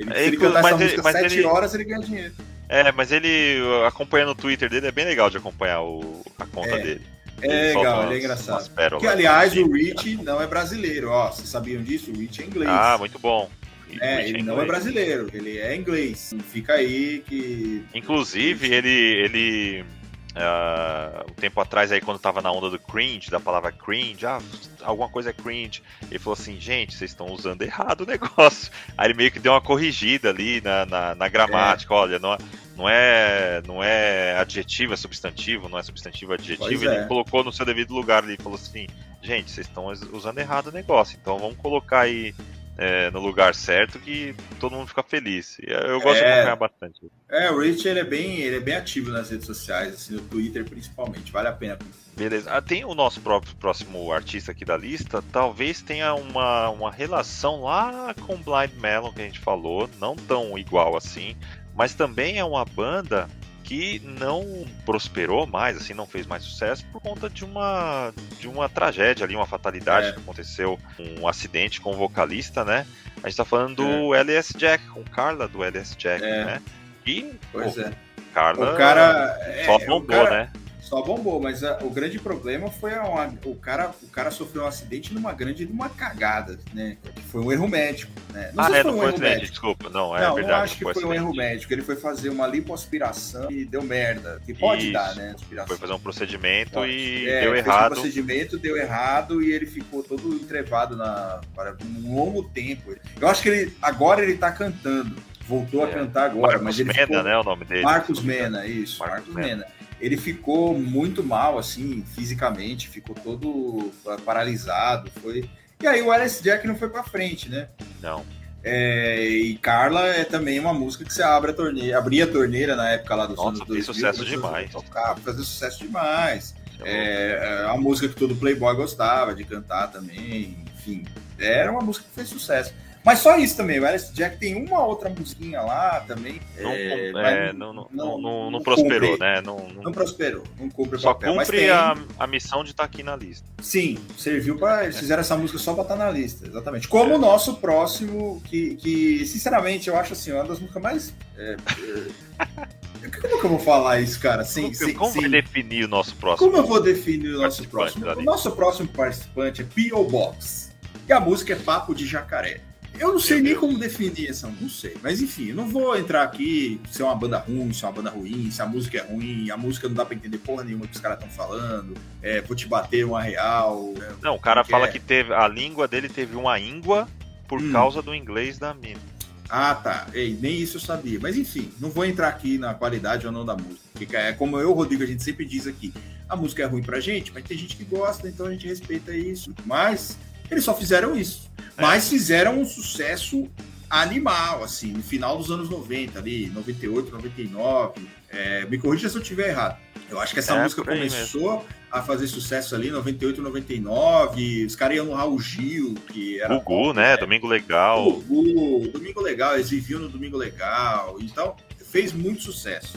Ele, se ele cantar essa música sete ele... horas, ele ganha dinheiro. É, mas ele, acompanhando o Twitter dele, é bem legal de acompanhar o, a conta é. dele. É legal, ele é engraçado. Porque, aliás, o Rich não é brasileiro, ó. Vocês sabiam disso? O Rich é inglês. Ah, muito bom. É, ele não é brasileiro, ele é inglês. Fica aí que... Inclusive, ele... ele uh, um tempo atrás, aí, quando tava na onda do cringe, da palavra cringe, ah, alguma coisa é cringe, ele falou assim, gente, vocês estão usando errado o negócio. Aí ele meio que deu uma corrigida ali na, na, na gramática, é. olha, não... Não é, não é adjetivo, é substantivo, não é substantivo, é adjetivo. Ele é. colocou no seu devido lugar ali e falou assim, gente, vocês estão usando errado o negócio, então vamos colocar aí é, no lugar certo que todo mundo fica feliz. Eu gosto é, de acompanhar bastante. É, o Rich ele é, bem, ele é bem ativo nas redes sociais, assim, no Twitter principalmente, vale a pena. Beleza, ah, tem o nosso próprio próximo artista aqui da lista, talvez tenha uma, uma relação lá com Blind Melon que a gente falou, não tão igual assim, mas também é uma banda que não prosperou mais, assim, não fez mais sucesso por conta de uma, de uma tragédia ali, uma fatalidade é. que aconteceu, um acidente com o vocalista, né? A gente tá falando do é. L S Jack, com Carla do L S Jack, é. né? E, pois pô, é. Carla o cara, só é, bombou, cara... né? Só bombou, mas a, o grande problema foi a, a, o, cara, o cara sofreu um acidente numa grande numa cagada, né? Que foi um erro médico, né? Não ah, sei é, se foi um erro acidente, médico. Desculpa, não, é não, verdade. Não, acho que foi, foi um erro médico. Ele foi fazer uma lipoaspiração e deu merda. Que pode Isso. dar, né? Aspiração. Foi fazer um procedimento pode. e é, deu fez errado. Um procedimento, deu errado e ele ficou todo entrevado na, para um longo tempo. Eu acho que ele agora ele tá cantando. Voltou é. a cantar agora. Marcos mas ele Mena, ficou... né? O nome dele. Marcos Mena, isso. Marcos, Marcos Mena. Mena. Ele ficou muito mal, assim, fisicamente, ficou todo paralisado, foi... E aí o L S Jack não foi pra frente, né? Não. É, e Carla é também uma música que você abre a torneira, abria a torneira na época lá dos Nossa, anos dois mil. sucesso demais. Tocar, fazer sucesso demais. É, é uma música que todo playboy gostava de cantar também, enfim. Era uma música que fez sucesso. Mas só isso também, o L S Jack tem uma outra musiquinha lá também. Não, é, é, não, não, não, não, não prosperou, cumpre, né? Não, não... não prosperou, não cumpre o Só papel. cumpre mas tem... a, a missão de estar tá aqui na lista. Sim, serviu para. Eles fizeram essa música só para estar na lista, exatamente. Como é. o nosso próximo, que, que, sinceramente, eu acho assim, uma das músicas mais. É, é... Como que eu vou falar isso, cara? Sim, como sim, como sim. vai definir o nosso próximo? Como eu vou definir o nosso próximo? O nosso próximo participante é P O Box. E a música é Papo de Jacaré. Eu não sei Meu nem Deus. como definir essa, não sei. Mas enfim, eu não vou entrar aqui se é uma banda ruim, se é uma banda ruim, se a música é ruim, a música não dá pra entender porra nenhuma que os caras estão falando, é, vou te bater uma real. Não, o cara que fala é. que teve, a língua dele teve uma íngua por hum. causa do inglês da mina. Ah, tá. Ei, nem isso eu sabia. Mas enfim, não vou entrar aqui na qualidade ou não da música. Porque é como eu e o Rodrigo, a gente sempre diz aqui, a música é ruim pra gente, mas tem gente que gosta, então a gente respeita isso. Mas eles só fizeram isso. Mas fizeram um sucesso animal, assim, no final dos anos noventa, ali, noventa e oito, noventa e nove. É, me corrija se eu estiver errado. Eu acho que essa é, música começou mesmo. a fazer sucesso ali em noventa e oito, noventa e nove. Os caras iam no Raul Gil, que era... Gugu, né? Domingo Legal. Gugu, Domingo Legal, eles viviam no Domingo Legal. Então, fez muito sucesso.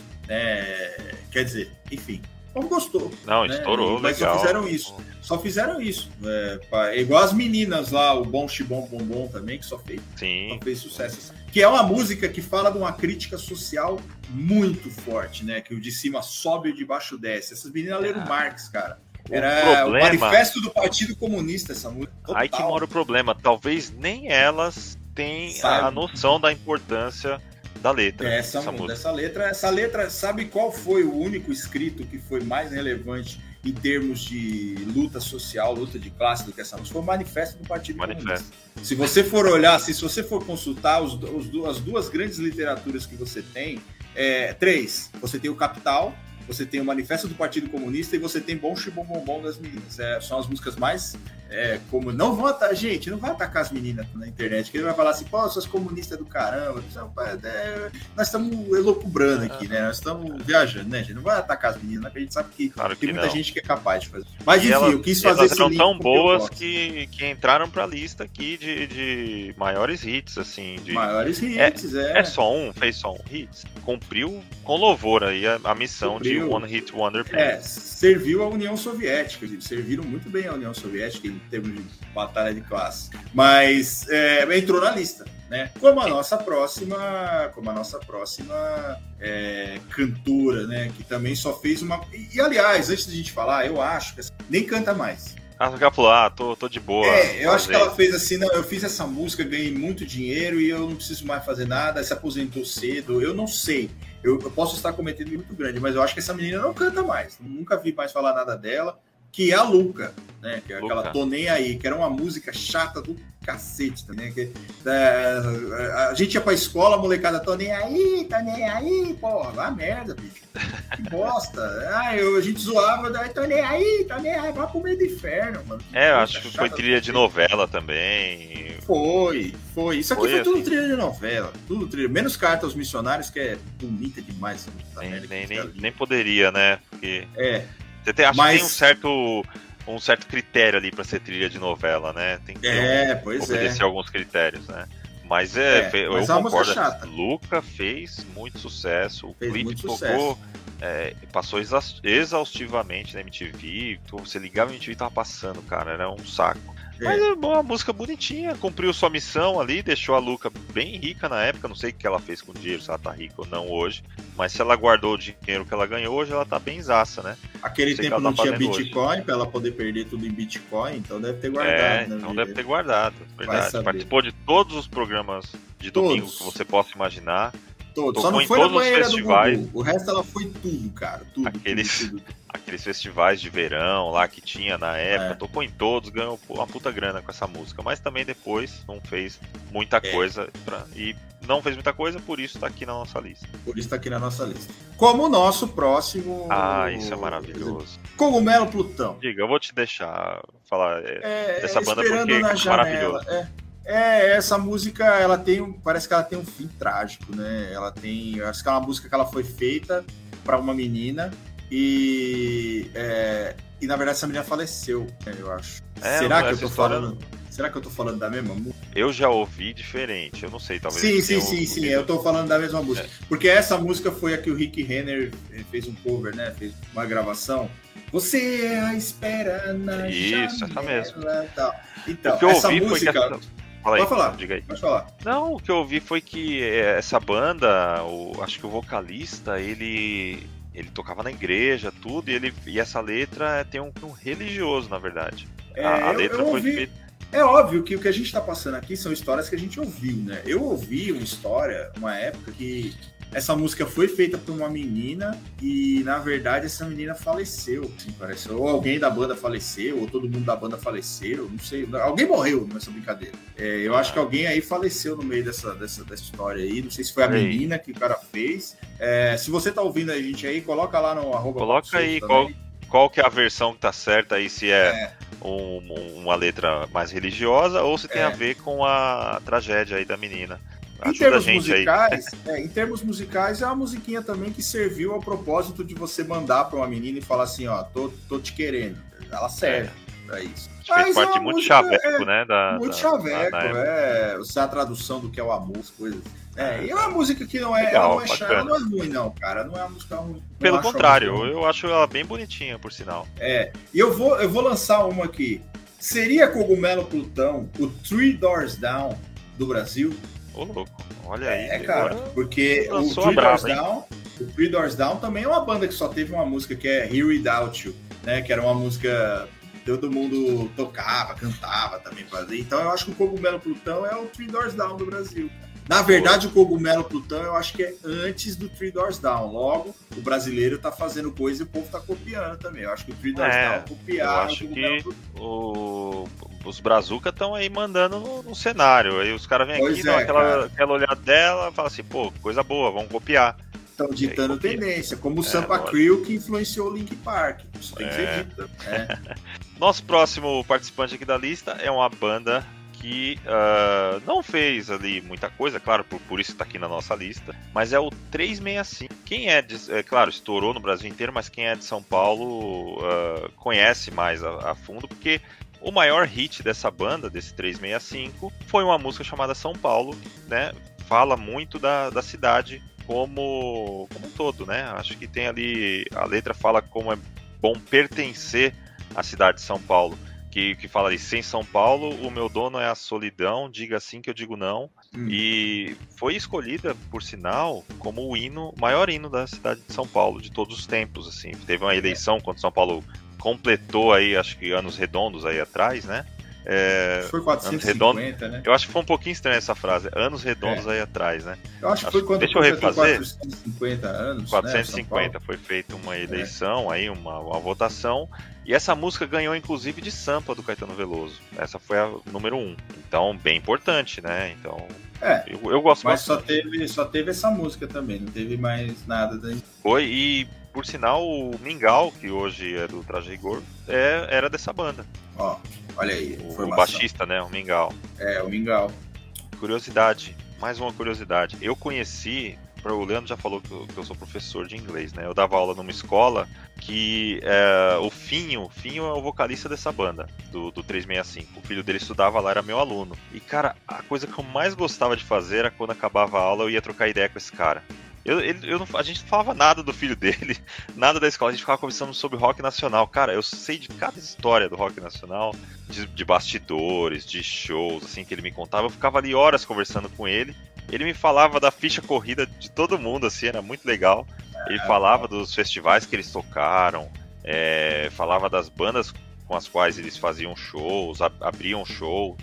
É, quer dizer, enfim... Como gostou. Não, né? estourou, Mas legal. só fizeram isso. Só fizeram isso. É, pra, igual as meninas lá, o Bom Xibom Bombom também, que só fez, Sim. só fez sucesso. Que é uma música que fala de uma crítica social muito forte, né? Que o de cima sobe e o de baixo desce. Essas meninas leram ah. Marx, cara. Era o, problema... o manifesto do Partido Comunista, essa música. Total. Aí que mora o problema. Talvez nem elas tenham a noção da importância da letra. Essa, dessa letra, essa letra, sabe qual foi o único escrito que foi mais relevante em termos de luta social, luta de classe do que essa música? Foi o Manifesto do Partido Manifesto. Comunista. Se você for olhar, se você for consultar os, os, as duas grandes literaturas que você tem, é, três, você tem o Capital, você tem o Manifesto do Partido Comunista e você tem Bom Xibom Bombom das meninas. É, são as músicas mais... É, como, não vão atacar, gente, não vai atacar as meninas na internet, que ele vai falar assim, pô, essas comunistas do caramba, é, nós estamos elocubrando aqui, né? Nós estamos viajando, né, gente? Não vai atacar as meninas, porque a gente sabe que claro que tem muita não. gente que é capaz de fazer. Mas e enfim, elas, eu quis fazer elas esse eram link tão boas que, que entraram pra lista aqui de, de maiores hits, assim. De... Maiores hits, é, é. É só um, fez só um hit. Cumpriu com louvor aí a, a missão Cumpriu. de One Hit Wonder Band. É, serviu a União Soviética, gente. Serviram muito bem a União Soviética em termos de batalha de classe. Mas é, entrou na lista. né? Como a nossa próxima, como a nossa próxima é, cantora, né? Que também só fez uma... E, e, aliás, antes de a gente falar, eu acho que nem canta mais. Ah, ela falou, ah, tô, tô de boa. É, eu acho que ela fez assim, não, eu fiz essa música, ganhei muito dinheiro e eu não preciso mais fazer nada, se aposentou cedo, eu não sei. Eu, eu posso estar cometendo um muito grande, mas eu acho que essa menina não canta mais. Nunca vi mais falar nada dela, que é a Luca, né? Que é aquela Luca. Tô Nem Aí, que era uma música chata do cacete também. Que, é, a gente ia pra escola, a molecada, tô nem aí, tô nem aí, porra, vai merda, bicho. Que bosta. Ah, eu, a gente zoava, daí tô nem aí, tô nem aí, vai pro meio do inferno, mano. Que é, eu acho que foi trilha de novela também. Foi, foi. Isso aqui foi, foi tudo assim. trilha de novela. Tudo trilha. Menos Carta aos Missionários, que é bonita demais. Nem, nem, nem, nem poderia, né? Porque é. Você tem, acho mas... que tem um certo, um certo critério ali pra ser trilha de novela, né? Tem que é, um, pois obedecer é. alguns critérios, né? Mas é, é eu mas concordo. Chata. Luca fez muito sucesso. O fez clipe muito tocou, sucesso. É, passou exaustivamente na M T V. Você ligava a M T V e tava passando, cara. Era um saco. É. Mas é uma música bonitinha, cumpriu sua missão ali, deixou a Luca bem rica na época. Não sei o que ela fez com o dinheiro, se ela tá rica ou não hoje. Mas se ela guardou o dinheiro que ela ganhou, hoje ela tá bem zaça, né? Aquele tempo não tá tinha Bitcoin, pra ela poder perder tudo em Bitcoin, então deve ter guardado. É, né, então vida. deve ter guardado, verdade. Participou de todos os programas de domingo todos. Que você possa imaginar. Todos, só não foi na banheira do Gugu. O resto ela foi tudo, cara. Tudo, aqueles, tudo, tudo. aqueles festivais de verão lá que tinha na época, é. Tocou em todos, ganhou uma puta grana com essa música. Mas também depois não fez muita é. coisa. Pra, e não fez muita coisa, por isso tá aqui na nossa lista. Por isso tá aqui na nossa lista. Como o nosso próximo... Ah, isso é maravilhoso. Cogumelo Plutão. Diga, eu vou te deixar falar é, dessa banda porque é maravilhoso. É. É, essa música, ela tem um, parece que ela tem um fim trágico, né? Ela tem, acho que é uma música que ela foi feita para uma menina e, é, e na verdade essa menina faleceu, né, eu acho. É, será que eu tô falando? Não... Será que eu tô falando da mesma música? Eu já ouvi diferente, eu não sei, talvez. Sim, sim, sim, sim, eu tô falando da mesma música. É. Porque essa música foi a que o Rick Renner fez um cover, né? Fez uma gravação. Você é a espera na Isso, janela, essa mesmo. Tal. Então, o que eu essa ouvi música... foi que essa... Fala aí, pode falar, diga aí. Pode falar. Não, o que eu ouvi foi que essa banda, o, acho que o vocalista, ele, ele tocava na igreja, tudo, e, ele, e essa letra tem um, um religioso, na verdade. É, a, a letra eu, eu foi ouvi... feita... É óbvio que o que a gente está passando aqui são histórias que a gente ouviu, né? Eu ouvi uma história, uma época que essa música foi feita por uma menina e, na verdade, essa menina faleceu, assim, parece. Ou alguém da banda faleceu, ou todo mundo da banda faleceu, não sei. Alguém morreu nessa brincadeira. É, eu ah. acho que alguém aí faleceu no meio dessa, dessa, dessa história aí. Não sei se foi a Ei. menina que o cara fez. É, se você tá ouvindo a gente aí, coloca lá no arroba. Coloca aí qual, qual que é a versão que tá certa aí, se é... é. Um, uma letra mais religiosa ou se tem é. a ver com a tragédia aí da menina. Em termos, musicais, é, em termos musicais, é uma musiquinha também que serviu ao propósito de você mandar para uma menina e falar assim, ó, tô, tô te querendo. Ela serve é. para isso. Fez parte é muito música, chaveco, é, né? Da, muito da, chaveco, da, é. Você a tradução do que é o amor, as coisas. É, e é uma música que não é, Legal, ela não, é chata, ela não é ruim, não, cara. Não é uma música ruim. Pelo contrário, eu acho ela bem bonitinha, por sinal. É, e eu vou, eu vou lançar uma aqui. Seria Cogumelo Plutão o Three Doors Down do Brasil? Ô, louco, olha aí. É, cara, porque o Three Doors Down, o Three Doors Down também é uma banda que só teve uma música que é Here Without You, né? Que era uma música que todo mundo tocava, cantava também. Fazia. Então eu acho que o Cogumelo Plutão é o Three Doors Down do Brasil. Na verdade, o Cogumelo Plutão eu acho que é antes do Three Doors Down. Logo, o brasileiro tá fazendo coisa e o povo tá copiando também. Eu acho que o Three Doors é, Down copiaram. Eu acho que o, os Brazuca estão aí mandando no, no cenário. Aí os caras vêm aqui, é, dão aquela, aquela olhada dela e falam assim, pô, coisa boa, vamos copiar. Estão ditando tendência, como o é, Sampa Crew que influenciou o Linkin Park. Isso tem que ser dito. É. Nosso próximo participante aqui da lista é uma banda que uh, não fez ali muita coisa, claro, por, por isso está aqui na nossa lista, mas é o três sessenta e cinco. Quem é, de, é claro, estourou no Brasil inteiro, mas quem é de São Paulo uh, conhece mais a, a fundo, porque o maior hit dessa banda, desse três sessenta e cinco, foi uma música chamada São Paulo, né? Fala muito da, da cidade como, como um todo, né? Acho que tem ali, a letra fala como é bom pertencer à cidade de São Paulo, que, que fala ali, sem São Paulo, o meu dono é a solidão, diga sim que eu digo não. Hum. E foi escolhida, por sinal, como o hino, maior hino da cidade de São Paulo, de todos os tempos, assim. Teve uma eleição quando São Paulo completou aí, acho que anos redondos aí atrás, né? É, foi quatrocentos e cinquenta, né? Eu acho que foi um pouquinho estranha essa frase, anos redondos é. aí atrás, né? Eu acho que foi quando Deixa eu refazer. quatrocentos e cinquenta anos, quatrocentos e cinquenta, né? Foi feita uma eleição, é. aí uma, uma votação, e essa música ganhou inclusive de sampa do Caetano Veloso. Essa foi a número um. Então, bem importante, né? Então, é, eu, eu gosto mas bastante. Mas só teve, só teve essa música também, não teve mais nada daí. Foi, e por sinal, o Mingau, que hoje é do Traje Rigor, é, era dessa banda. Ó, olha aí, o, o baixista, né? O Mingau. É, o Mingau. Curiosidade, mais uma curiosidade. Eu conheci, o Leandro já falou que eu, que eu sou professor de inglês, né? Eu dava aula numa escola que é, o Finho, Finho é o vocalista dessa banda, do, do trezentos e sessenta e cinco. O filho dele estudava lá, era meu aluno. E, cara, a coisa que eu mais gostava de fazer era quando acabava a aula eu ia trocar ideia com esse cara. Eu, ele, eu não, a gente não falava nada do filho dele, nada da escola, a gente ficava conversando sobre rock nacional. Cara, eu sei de cada história do rock nacional, de, de bastidores, de shows, assim, que ele me contava. Eu ficava ali horas conversando com ele. Ele me falava da ficha corrida de todo mundo, assim, era muito legal. Ele falava dos festivais que eles tocaram, é, falava das bandas com as quais eles faziam shows, ab- abriam show.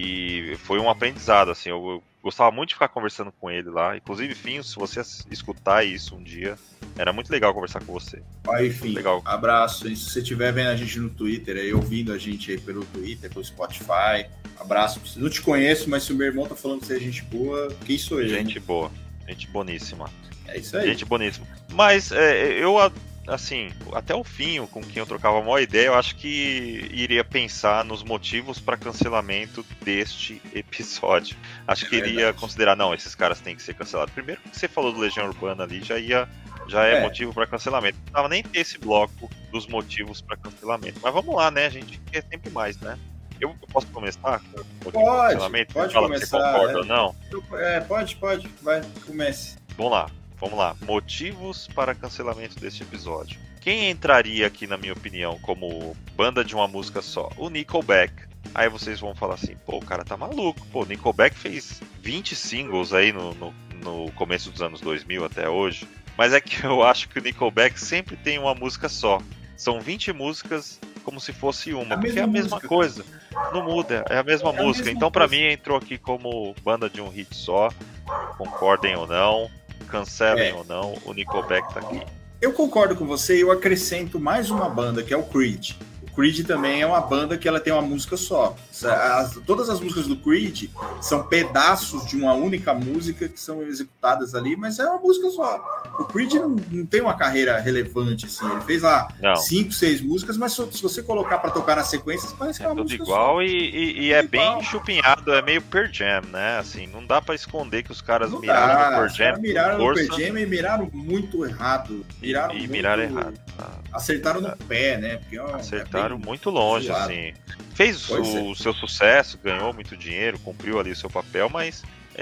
E foi um aprendizado, assim, eu, eu gostava muito de ficar conversando com ele lá. Inclusive, Finho, se você escutar isso um dia, era muito legal conversar com você. Aí, Finho, legal. Abraço. E se você estiver vendo a gente no Twitter, aí, ouvindo a gente aí pelo Twitter, pelo Spotify, abraço. Não te conheço, mas se o meu irmão tá falando que você é gente boa, quem sou eu? Gente né? boa, gente boníssima. É isso aí. Gente boníssima. Mas é, eu... assim, até o Finho, com quem eu trocava a maior ideia, eu acho que iria pensar nos motivos para cancelamento deste episódio. Acho é que iria verdade. considerar, não, esses caras têm que ser cancelados. Primeiro que você falou do Legião Urbana ali, já ia já é, é. motivo para cancelamento. Não tava nem ter esse bloco dos motivos para cancelamento. Mas vamos lá, né? A gente quer sempre mais, né? Eu posso começar com o pode, cancelamento? Pode Fala começar. Se você concorda é. ou não? É, pode, pode. Vai, comece. Vamos lá. Vamos lá, motivos para cancelamento deste episódio. Quem entraria aqui, na minha opinião, como banda de uma música só? O Nickelback. Aí vocês vão falar assim, pô, o cara tá maluco. Pô, o Nickelback fez vinte singles aí no, no, no começo dos anos dois mil até hoje. Mas é que eu acho que o Nickelback sempre tem uma música só. São vinte músicas como se fosse uma, a porque é a mesma música, coisa. Não muda, é a mesma é música. A mesma então, pra mim, entrou aqui como banda de um hit só. Concordem ou não. Cancelem é. ou não, o Nickelback tá aqui. Eu concordo com você e eu acrescento mais uma banda, que é o Creed. O Creed também é uma banda que ela tem uma música só. As, todas as músicas do Creed são pedaços de uma única música que são executadas ali, mas é uma música só. O Creed não, não tem uma carreira relevante, assim. Ele fez lá não. cinco, seis músicas, mas se você colocar pra tocar nas sequências, parece que é uma é música igual só. E, e, e é igual. Bem chupinhado, é meio Pearl Jam, né? Assim, não dá pra esconder que os caras não miraram dá. no Pearl Jam. Os miraram no Pearl Jam e miraram muito errado. Miraram e e muito... miraram errado. Ah, acertaram no pé, né? Porque, ó, acertaram é muito longe, zoado. assim. Fez o é. seu sucesso, ganhou muito dinheiro, cumpriu ali o seu papel, mas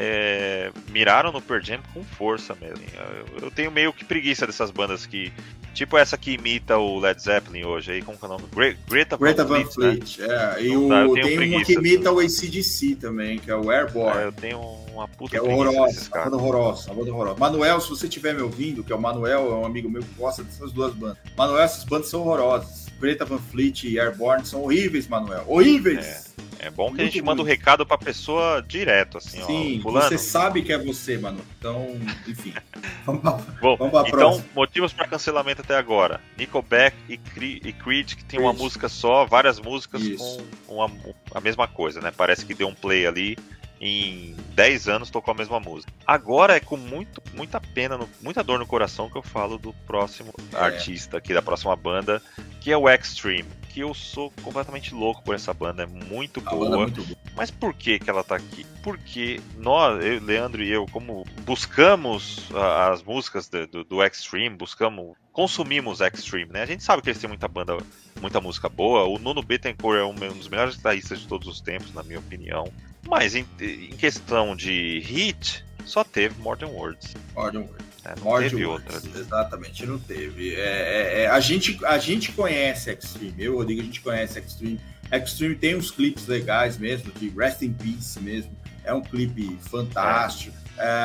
é, miraram no Pearl Jam com força mesmo. Eu, eu tenho meio que preguiça dessas bandas que... Tipo essa que imita o Led Zeppelin hoje, aí, como que é o nome? Gre- Greta, Greta Van Van Fleet, né? é. E o, dá, tem uma que imita o A C D C também, que é o Airborne. É, eu tenho uma puta que é horrorosa, uma banda horrorosa, uma banda horrorosa. Manuel, se você estiver me ouvindo, que é o Manuel, é um amigo meu que gosta dessas duas bandas. Manuel, essas bandas são horrorosas. Greta Van Fleet e Airborne são horríveis, Manuel. Horríveis! É. É bom que muito a gente manda o um recado pra pessoa direto, assim, Sim, ó. Fulano. Você sabe que é você, mano. Então, enfim. Vamos pra, bom, vamos pra então, próxima. motivos para cancelamento até agora. Nickelback e, Cre- e Creed, que tem Creed. uma música só, várias músicas Isso. com uma, a mesma coisa, né? Parece que deu um play ali, em dez anos tocou a mesma música. Agora é com muito, muita pena, no, muita dor no coração que eu falo do próximo é. artista aqui, da próxima banda, que é o Extreme. Que eu sou completamente louco por essa banda, é muito boa. Banda é muito boa. Mas por que que ela tá aqui? Porque nós, eu, Leandro e eu, como buscamos a, as músicas do, do, do Extreme, buscamos, consumimos Extreme, né? A gente sabe que eles têm muita banda, muita música boa. O Nuno Bettencourt é um, um dos melhores guitarristas de todos os tempos, na minha opinião. Mas em, em questão de hit, só teve Modern Words. Modern Words. É, não Modern teve Words, outra. Exatamente, não teve. É, é, é, a, gente, a gente conhece Extreme, eu, Rodrigo, a gente conhece Extreme Extreme tem uns clipes legais mesmo, de Rest in Peace mesmo. É um clipe fantástico.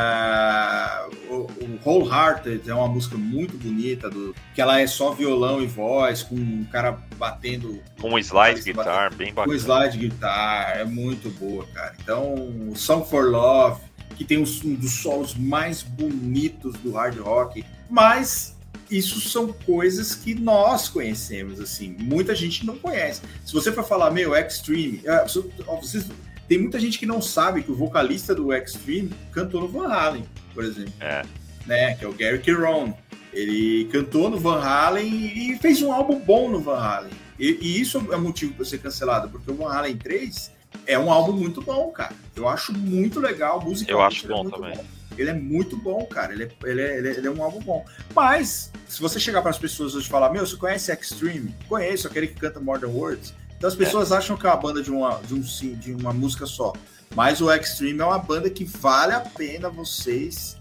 É, o, o Wholehearted é uma música muito bonita, do, que ela é só violão e voz, com um cara batendo... Com um slide guitar, batendo, bem bacana. Com slide guitar, é muito boa, cara. Então, o Song for Love, que tem um, um dos solos mais bonitos do hard rock, mas... Isso são coisas que nós conhecemos, assim. Muita gente não conhece. Se você for falar, meu, Extreme... Vocês, tem muita gente que não sabe que o vocalista do Extreme cantou no Van Halen, por exemplo. É. Né? Que é o Gary Cherone. Ele cantou no Van Halen e fez um álbum bom no Van Halen. E, e isso é motivo para ser cancelado, porque o Van Halen três é um álbum muito bom, cara. Eu acho muito legal. Música Eu acho bom é também. Bom. Ele é muito bom, cara. Ele é, ele, é, ele, é, ele é um álbum bom. Mas, se você chegar para as pessoas hoje e falar, meu, você conhece Extreme? Conheço, aquele que canta More Than Words. Então as pessoas é. acham que é uma banda de uma, de, um, de uma música só. Mas o Extreme é uma banda que vale a pena vocês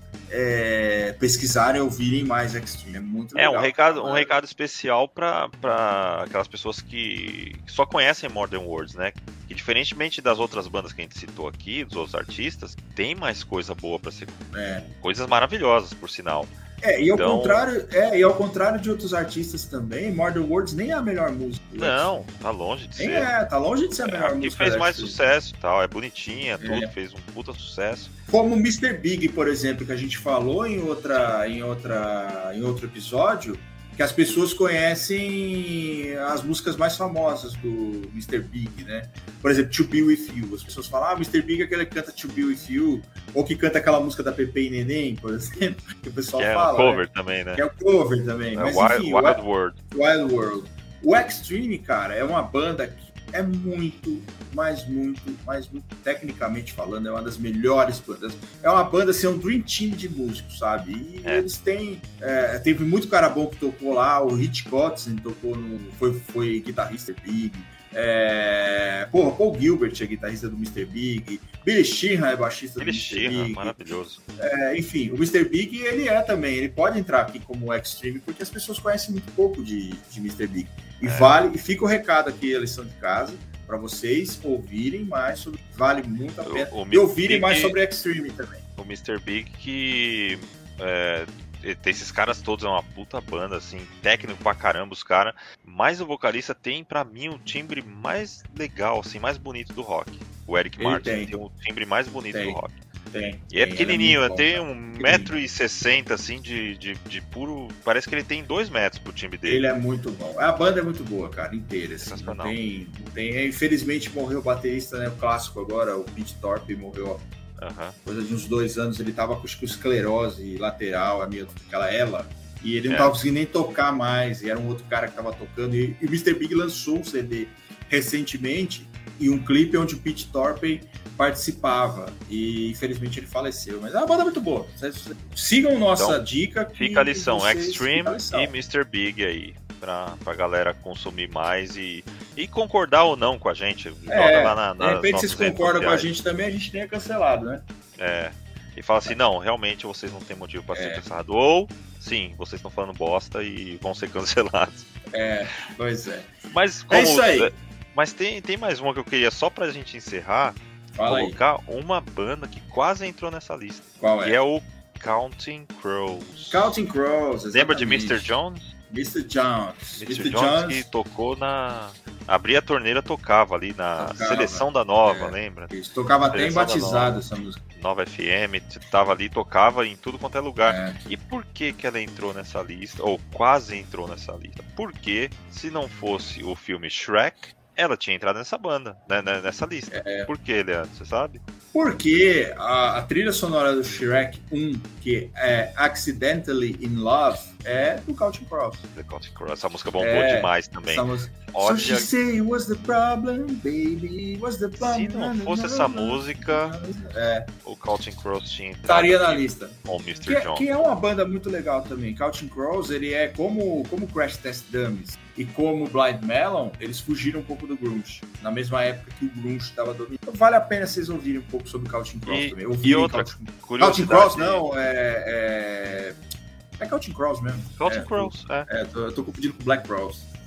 é, pesquisarem e ouvirem mais Extreme. É muito legal. É, um recado, um recado especial para aquelas pessoas que só conhecem More Than Words, né? Que diferentemente das outras bandas que a gente citou aqui, dos outros artistas, tem mais coisa boa para ser. É. Coisas maravilhosas, por sinal. É, e ao, então... contrário, é, e ao contrário de outros artistas também, More Than Words nem é a melhor música. Não, tá longe de nem ser. É, tá longe de ser a melhor é, música. Que fez mais sucesso e tal, é bonitinha, tudo, é. fez um puta sucesso. Como mister Big, por exemplo, que a gente falou em, outra, em, outra, em outro episódio, que as pessoas conhecem as músicas mais famosas do mister Big, né? Por exemplo, To Be With You. As pessoas falam, ah, mister Big é aquele que canta To Be With You, ou que canta aquela música da Pepe e Neném, por exemplo, que o pessoal que fala. É o cover né? também, né? Que é o cover também. É Mas, Wild, enfim, Wild World. Wild World. O Extreme, cara, é uma banda que é muito, mas muito, mas muito, tecnicamente falando, é uma das melhores bandas. É uma banda, assim, é um dream team de músicos, sabe? E é. eles têm... É, teve muito cara bom que tocou lá, o Rich Kotzen tocou no... Foi, foi guitarrista Big. É, porra, Paul Gilbert é guitarrista do mister Big. Billy Sheehan é baixista Billy do mister Sheehan, Big. Maravilhoso. É, enfim, o mister Big, ele é também, ele pode entrar aqui como Extreme, porque as pessoas conhecem muito pouco de, de mister Big. E é. vale, e fica o recado aqui, a lição de casa, para vocês ouvirem mais sobre, vale muito a pena, o, o e ouvirem Big, mais sobre Extreme também. O mister Big que é, tem esses caras todos, é uma puta banda, assim, técnico pra caramba os caras, mas o vocalista tem, pra mim, o timbre mais legal, assim, mais bonito do rock. O Eric Ele Martin tem. tem o timbre mais bonito tem. do rock. Tem, e é tem, pequenininho, é tem um metro e sessenta, assim, de, de, de puro... Parece que ele tem dois metros pro time dele. Ele é muito bom. A banda é muito boa, cara, inteira. Assim, não tem, não tem... Infelizmente morreu o baterista, né? O clássico agora, o Pete Thorpe, morreu há uhum. coisa de uns dois anos. Ele tava com esclerose lateral, aquela ela, e ele não é. tava conseguindo nem tocar mais. E era um outro cara que tava tocando. E, e o mister Big lançou um C D recentemente e um clipe onde o Pete Thorpe participava, e infelizmente ele faleceu, mas é uma banda muito boa. Vocês sigam nossa então, dica. Que fica a lição, Extreme a lição. E mister Big aí, pra, pra galera consumir mais e, e concordar ou não com a gente. É, lá na, de repente vocês concordam com a gente também, a gente nem é cancelado, né? É, e fala assim, não, realmente vocês não têm motivo pra é. ser cancelado, ou sim, vocês estão falando bosta e vão ser cancelados. É, pois é. Mas como, é isso aí. Mas tem, tem mais uma que eu queria, só pra gente encerrar, Fala colocar aí. uma banda que quase entrou nessa lista. Qual é? Que é o Counting Crows. Counting Crows, exatamente. Lembra de mister Jones? mister Jones. mister Jones, Jones que tocou na... Abria a torneira, tocava ali na tocava, Seleção da Nova, é, lembra? Isso, tocava até em batizado essa música. Nova F M, tava ali, tocava em tudo quanto é lugar. É. E por que que ela entrou nessa lista? Ou quase entrou nessa lista? Porque se não fosse o filme Shrek, ela tinha entrado nessa banda, né, nessa lista. É. Por que, Leandro? Você sabe? Porque a, a trilha sonora do Shrek um, que é Accidentally in Love, é do Counting Crows. The Counting Crows. Essa música bombou é, demais também. Essa música... Olha... So she say, what's the problem, baby? What's the problem? Se não fosse essa música, é. o Counting Crows tinha estaria na lista. Com o mister que, John. Que é uma banda muito legal também. Counting Crows, ele é como, como Crash Test Dummies e como Blind Melon, eles fugiram um pouco do grunge, na mesma época que o grunge estava dominando. Então vale a pena vocês ouvirem um pouco sobre Counting Crows e, também. E outra Counting, curiosidade... Counting Crows não, é... é... É Counting Crows mesmo. Counting é, Crows, tô, é. é tô, eu tô confundindo com Black Crows.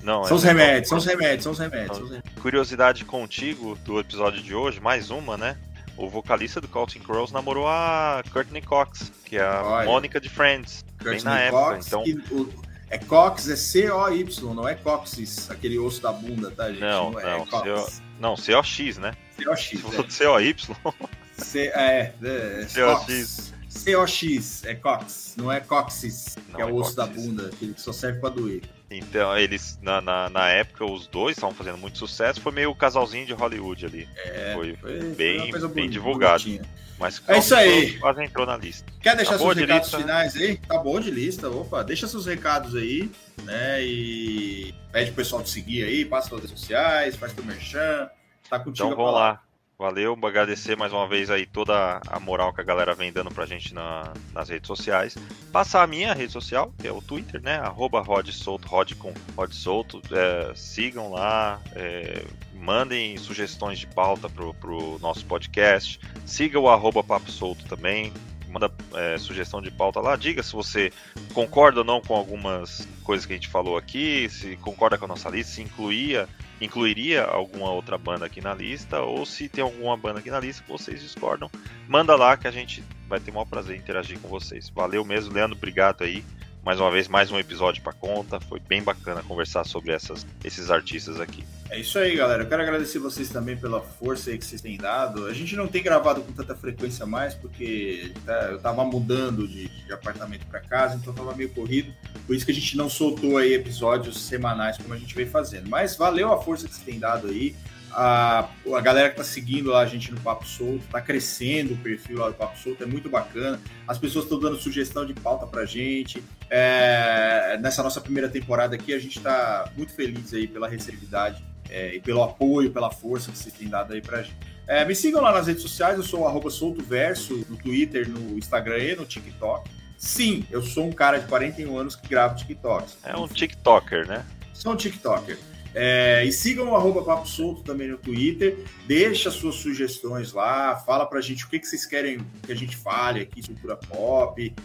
Não, são é os remédios, são os remédios, são os remédios, são os remédios. Curiosidade contigo do episódio de hoje, mais uma, né? O vocalista do Counting Crows namorou a Courtney Cox, que é a Olha, Mônica de Friends, bem na época. Cox, então... o, é Cox, é C O Y, não é Coxis, aquele osso da bunda, tá, gente? Não, não, não, é Cox. não, C O X, né? C O X, Se for C O Y... C, é, é, C O X. C O X, é Cox, não é Coxis, Não que é o é osso Coxis. da bunda, aquele que só serve pra doer. Então, eles, na, na, na época, os dois estavam fazendo muito sucesso, foi meio o casalzinho de Hollywood ali. É, foi, foi, bem, foi uma coisa bem bonita, divulgado. bonitinha. Mas É isso aí. quase entrou na lista. Quer deixar Tá seus boa de recados lista? finais aí? Tá bom de lista, opa, deixa seus recados aí, né, e pede pro pessoal te seguir aí, passa nas redes sociais, faz teu merchan, tá contigo. Então vamos lá. Valeu, agradecer mais uma vez aí toda a moral que a galera vem dando pra gente na, nas redes sociais. Passar a minha rede social, que é o Twitter, né? Arroba Rod Solto, Rod com Rod Solto. É, sigam lá, é, mandem sugestões de pauta pro, pro nosso podcast. Siga o arroba Papo Solto também. Manda é, sugestão de pauta lá. Diga se você concorda ou não com algumas coisas que a gente falou aqui, se concorda com a nossa lista, se incluía, incluiria alguma outra banda aqui na lista, ou se tem alguma banda aqui na lista que vocês discordam. Manda lá que a gente vai ter o maior prazer em interagir com vocês. Valeu mesmo, Leandro, obrigado aí. Mais uma vez, mais um episódio para conta. Foi bem bacana conversar sobre essas, esses artistas aqui. É isso aí, galera. Eu quero agradecer vocês também pela força aí que vocês têm dado. A gente não tem gravado com tanta frequência mais, porque tá, eu tava mudando de, de apartamento para casa, então tava meio corrido. Por isso que a gente não soltou aí episódios semanais como a gente vem fazendo. Mas valeu a força que vocês têm dado aí. A, a galera que tá seguindo lá a gente no Papo Solto, tá crescendo o perfil lá do Papo Solto, é muito bacana. As pessoas estão dando sugestão de pauta pra gente. É, nessa nossa primeira temporada aqui, a gente tá muito feliz aí pela receptividade é, e pelo apoio, pela força que vocês têm dado aí pra gente. É, me sigam lá nas redes sociais, eu sou o arroba soltoverso no Twitter, no Instagram e no TikTok. Sim, eu sou um cara de quarenta e um anos que grava TikToks. É um TikToker, né? Sou um TikToker. É, e sigam o arroba Papo Solto também no Twitter, deixa suas sugestões lá, fala pra gente o que, que vocês querem que a gente fale aqui, cultura pop,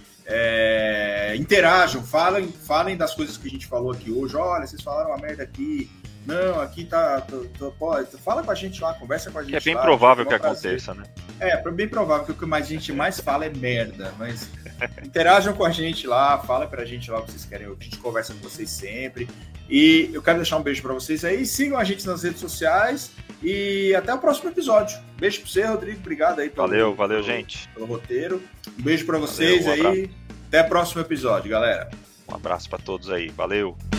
é, interajam, falem, falem das coisas que a gente falou aqui hoje, olha, vocês falaram uma merda aqui, não, aqui tá, tô, tô, pode, fala com a gente lá, conversa com a gente lá. É bem lá, provável que prazer. aconteça, né? É, é bem provável que o que mais a gente mais fala é merda, mas interajam com a gente lá, fala pra gente lá o que vocês querem, a gente conversa com vocês sempre. E eu quero deixar um beijo para vocês aí. Sigam a gente nas redes sociais. E até o próximo episódio. Beijo para você, Rodrigo. Obrigado aí. Pelo, valeu, valeu, pelo, gente. Pelo roteiro. Um beijo para vocês valeu, um aí. Até o próximo episódio, galera. Um abraço para todos aí. Valeu.